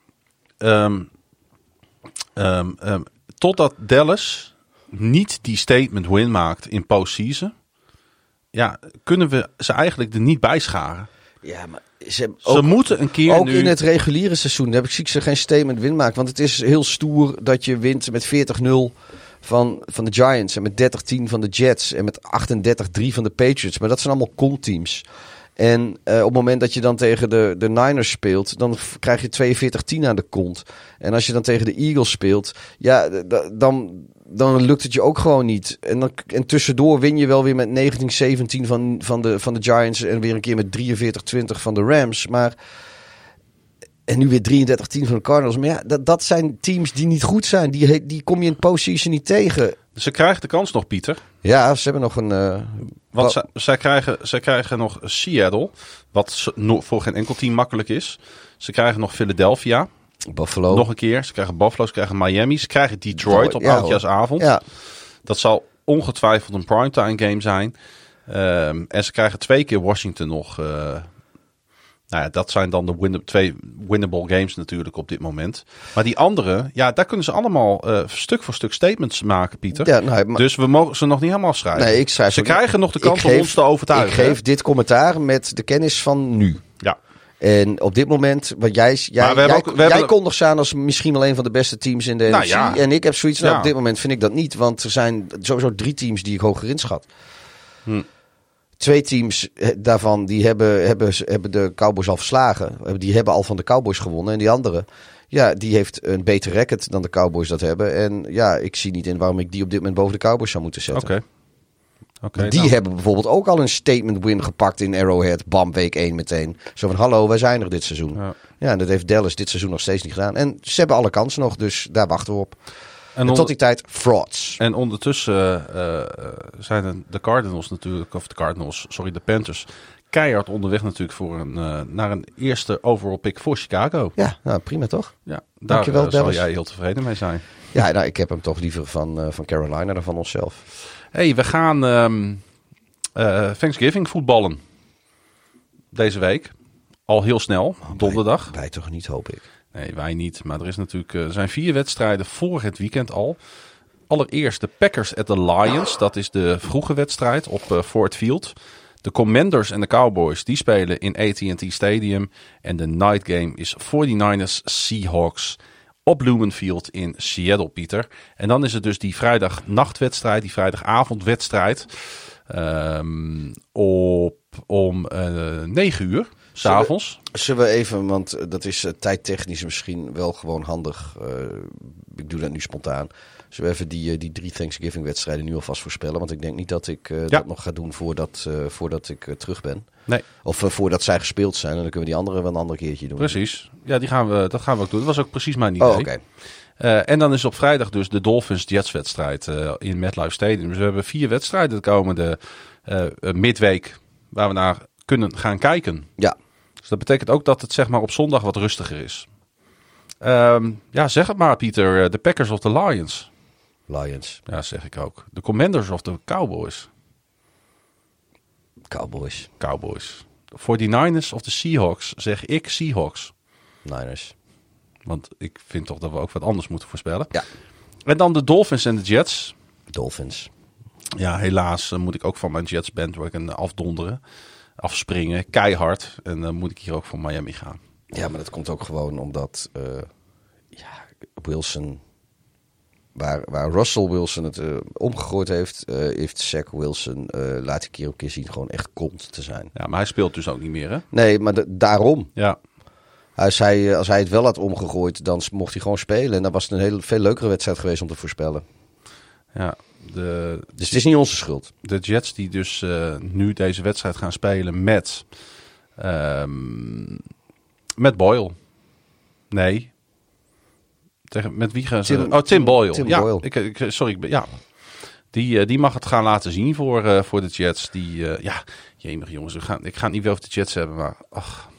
totdat Dallas niet die statement win maakt in postseason, kunnen we ze eigenlijk er niet bij scharen. Ja, maar ze moeten een keer ook nu... in het reguliere seizoen zie ik ze geen statement win maken. Want het is heel stoer dat je wint met 40-0 van de Giants en met 30-10 van de Jets en met 38-3 van de Patriots. Maar dat zijn allemaal con-teams. En op het moment dat je dan tegen de Niners speelt, dan krijg je 42-10 aan de kont. En als je dan tegen de Eagles speelt, dan lukt het je ook gewoon niet. En tussendoor win je wel weer met 19-17 van de Giants en weer een keer met 43-20 van de Rams. En nu weer 33-10 van de Cardinals. Maar ja, dat zijn teams die niet goed zijn. Die kom je in postseason niet tegen. Ze krijgen de kans nog, Pieter. Ja, ze hebben nog een... Want zij krijgen nog Seattle, wat voor geen enkel team makkelijk is. Ze krijgen nog Philadelphia. Buffalo. Nog een keer. Ze krijgen Buffalo, ze krijgen Miami. Ze krijgen Detroit op oudjaarsavond. Ja. Dat zal ongetwijfeld een primetime game zijn. En ze krijgen 2 keer Washington nog. Dat zijn dan de 2 winnable games natuurlijk op dit moment. Maar die andere, daar kunnen ze allemaal stuk voor stuk statements maken, Pieter. Ja, dus we mogen ze nog niet helemaal schrijven. Nee, ze krijgen nog de kans om ons te overtuigen. Ik geef dit commentaar met de kennis van nu. Ja. En op dit moment, wat jij kondigt ze aan als misschien wel een van de beste teams in de NFC. Ja. En ik heb zoiets, op dit moment vind ik dat niet. Want er zijn sowieso 3 teams die ik hoger inschat. 2 teams daarvan die hebben de Cowboys al verslagen. Die hebben al van de Cowboys gewonnen. En die andere, die heeft een beter record dan de Cowboys dat hebben. En ik zie niet in waarom ik die op dit moment boven de Cowboys zou moeten zetten. Okay, die hebben bijvoorbeeld ook al een statement win gepakt in Arrowhead. Bam, week 1 meteen. Zo van, hallo, wij zijn er dit seizoen. Ja, en dat heeft Dallas dit seizoen nog steeds niet gedaan. En ze hebben alle kansen nog, dus daar wachten we op. En tot die tijd, frauds. En ondertussen zijn de Panthers keihard onderweg natuurlijk naar een eerste overall pick voor Chicago. Ja, prima toch? Ja, daar zal jij heel tevreden mee zijn. Ja, ik heb hem toch liever van Carolina dan van onszelf. Hey, we gaan Thanksgiving voetballen deze week. Al heel snel, donderdag. Wij toch niet, hoop ik. Nee, wij niet. Maar er zijn 4 wedstrijden voor het weekend al. Allereerst de Packers at the Lions. Dat is de vroege wedstrijd op Ford Field. De Commanders en de Cowboys die spelen in AT&T Stadium. En de night game is 49ers Seahawks op Lumen Field in Seattle, Pieter. En dan is het dus die vrijdagnachtwedstrijd, die vrijdagavondwedstrijd. Om 9 uur. 's avonds. Zullen we even, want dat is tijdtechnisch misschien wel gewoon handig. Ik doe dat nu spontaan. Zullen we even die 3 Thanksgiving wedstrijden nu alvast voorspellen? Want ik denk niet dat ik dat nog ga doen voordat ik terug ben. Nee. Of voordat zij gespeeld zijn. En dan kunnen we die andere wel een ander keertje doen. Precies. Ja, dat gaan we ook doen. Dat was ook precies mijn idee. Oh, oké. En dan is op vrijdag dus de Dolphins-Jets wedstrijd in MetLife Stadium. Dus we hebben 4 wedstrijden de komende midweek waar we naar kunnen gaan kijken. Ja. Dus dat betekent ook dat het zeg maar op zondag wat rustiger is. Zeg het maar, Pieter. De Packers of de Lions? Lions. Ja, zeg ik ook. De Commanders of de Cowboys? Cowboys. De 49ers of de Seahawks? Zeg ik Seahawks. Niners. Want ik vind toch dat we ook wat anders moeten voorspellen. Ja. En dan de Dolphins en de Jets. Dolphins. Ja, helaas moet ik ook van mijn Jets bandwagon afspringen. Keihard. En dan moet ik hier ook voor Miami gaan. Ja, maar dat komt ook gewoon omdat Wilson... Waar Russell Wilson het omgegooid heeft Zach Wilson, laat ik keer op keer zien, gewoon echt kont te zijn. Ja, maar hij speelt dus ook niet meer, hè? Nee, maar daarom. Ja. Als hij het wel had omgegooid, dan mocht hij gewoon spelen. En dan was het een veel leukere wedstrijd geweest om te voorspellen. Ja, dus het is niet onze schuld. De Jets die dus nu deze wedstrijd gaan spelen met Boyle. Nee. Met wie gaan ze? Tim Boyle. Tim ja, Boyle. Sorry. Die mag het gaan laten zien voor de Jets. Jemig jongens. Ik ga het niet weer over de Jets hebben, maar... Ach.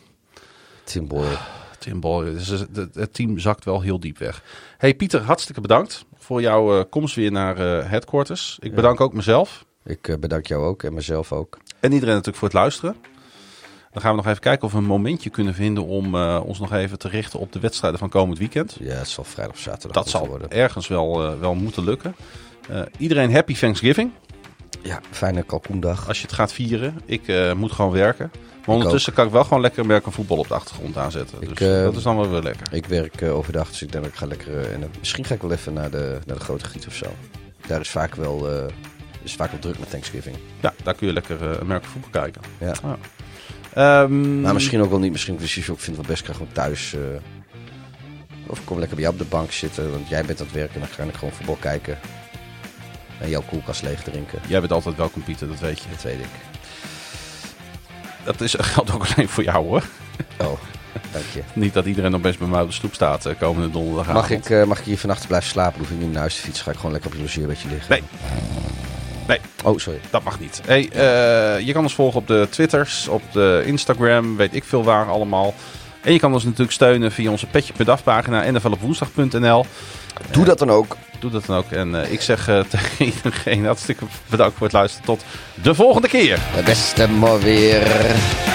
Tim Boyle. Dus het team zakt wel heel diep weg. Hey Pieter, hartstikke bedankt voor jouw komst weer naar Headquarters. Ik bedank ook mezelf. Ik bedank jou ook en mezelf ook. En iedereen natuurlijk voor het luisteren. Dan gaan we nog even kijken of we een momentje kunnen vinden om ons nog even te richten op de wedstrijden van komend weekend. Ja, het zal vrijdag of zaterdag Dat zal worden. Ergens wel moeten lukken. Iedereen happy Thanksgiving. Ja, fijne kalkoendag. Als je het gaat vieren. Ik moet gewoon werken. Maar ondertussen kan ik wel gewoon lekker American voetbal op de achtergrond aanzetten. Dus dat is dan wel weer lekker. Ik werk overdag, dus ik denk dat ik ga lekker... misschien ga ik wel even naar de Grote Giet of zo. Daar is vaak wel druk met Thanksgiving. Ja, daar kun je lekker American voetbal kijken. Ja. Maar misschien ook wel niet. Misschien precies ook vind ik wel best gewoon thuis. Of ik kom lekker bij jou op de bank zitten. Want jij bent aan het werken. Dan ga ik gewoon voetbal kijken. En jouw koelkast leeg drinken. Jij bent altijd welkom, Pieter. Dat weet je. Dat weet ik. Dat geldt ook alleen voor jou, hoor. Oh, dank je. Niet dat iedereen nog best bij mij op de stoep staat komende donderdagavond. Mag ik hier vannacht blijven slapen? Hoef ik niet naar huis te fietsen? Ga ik gewoon lekker op je logeerbedje liggen? Nee. Oh, sorry. Dat mag niet. Hey, je kan ons volgen op de Twitters, op de Instagram, weet ik veel waar allemaal. En je kan ons natuurlijk steunen via onze petje.af-pagina nflopwoensdag.nl. Doe dat dan ook. En ik zeg tegen iedereen hartstikke bedankt voor het luisteren. Tot de volgende keer. De beste maar weer.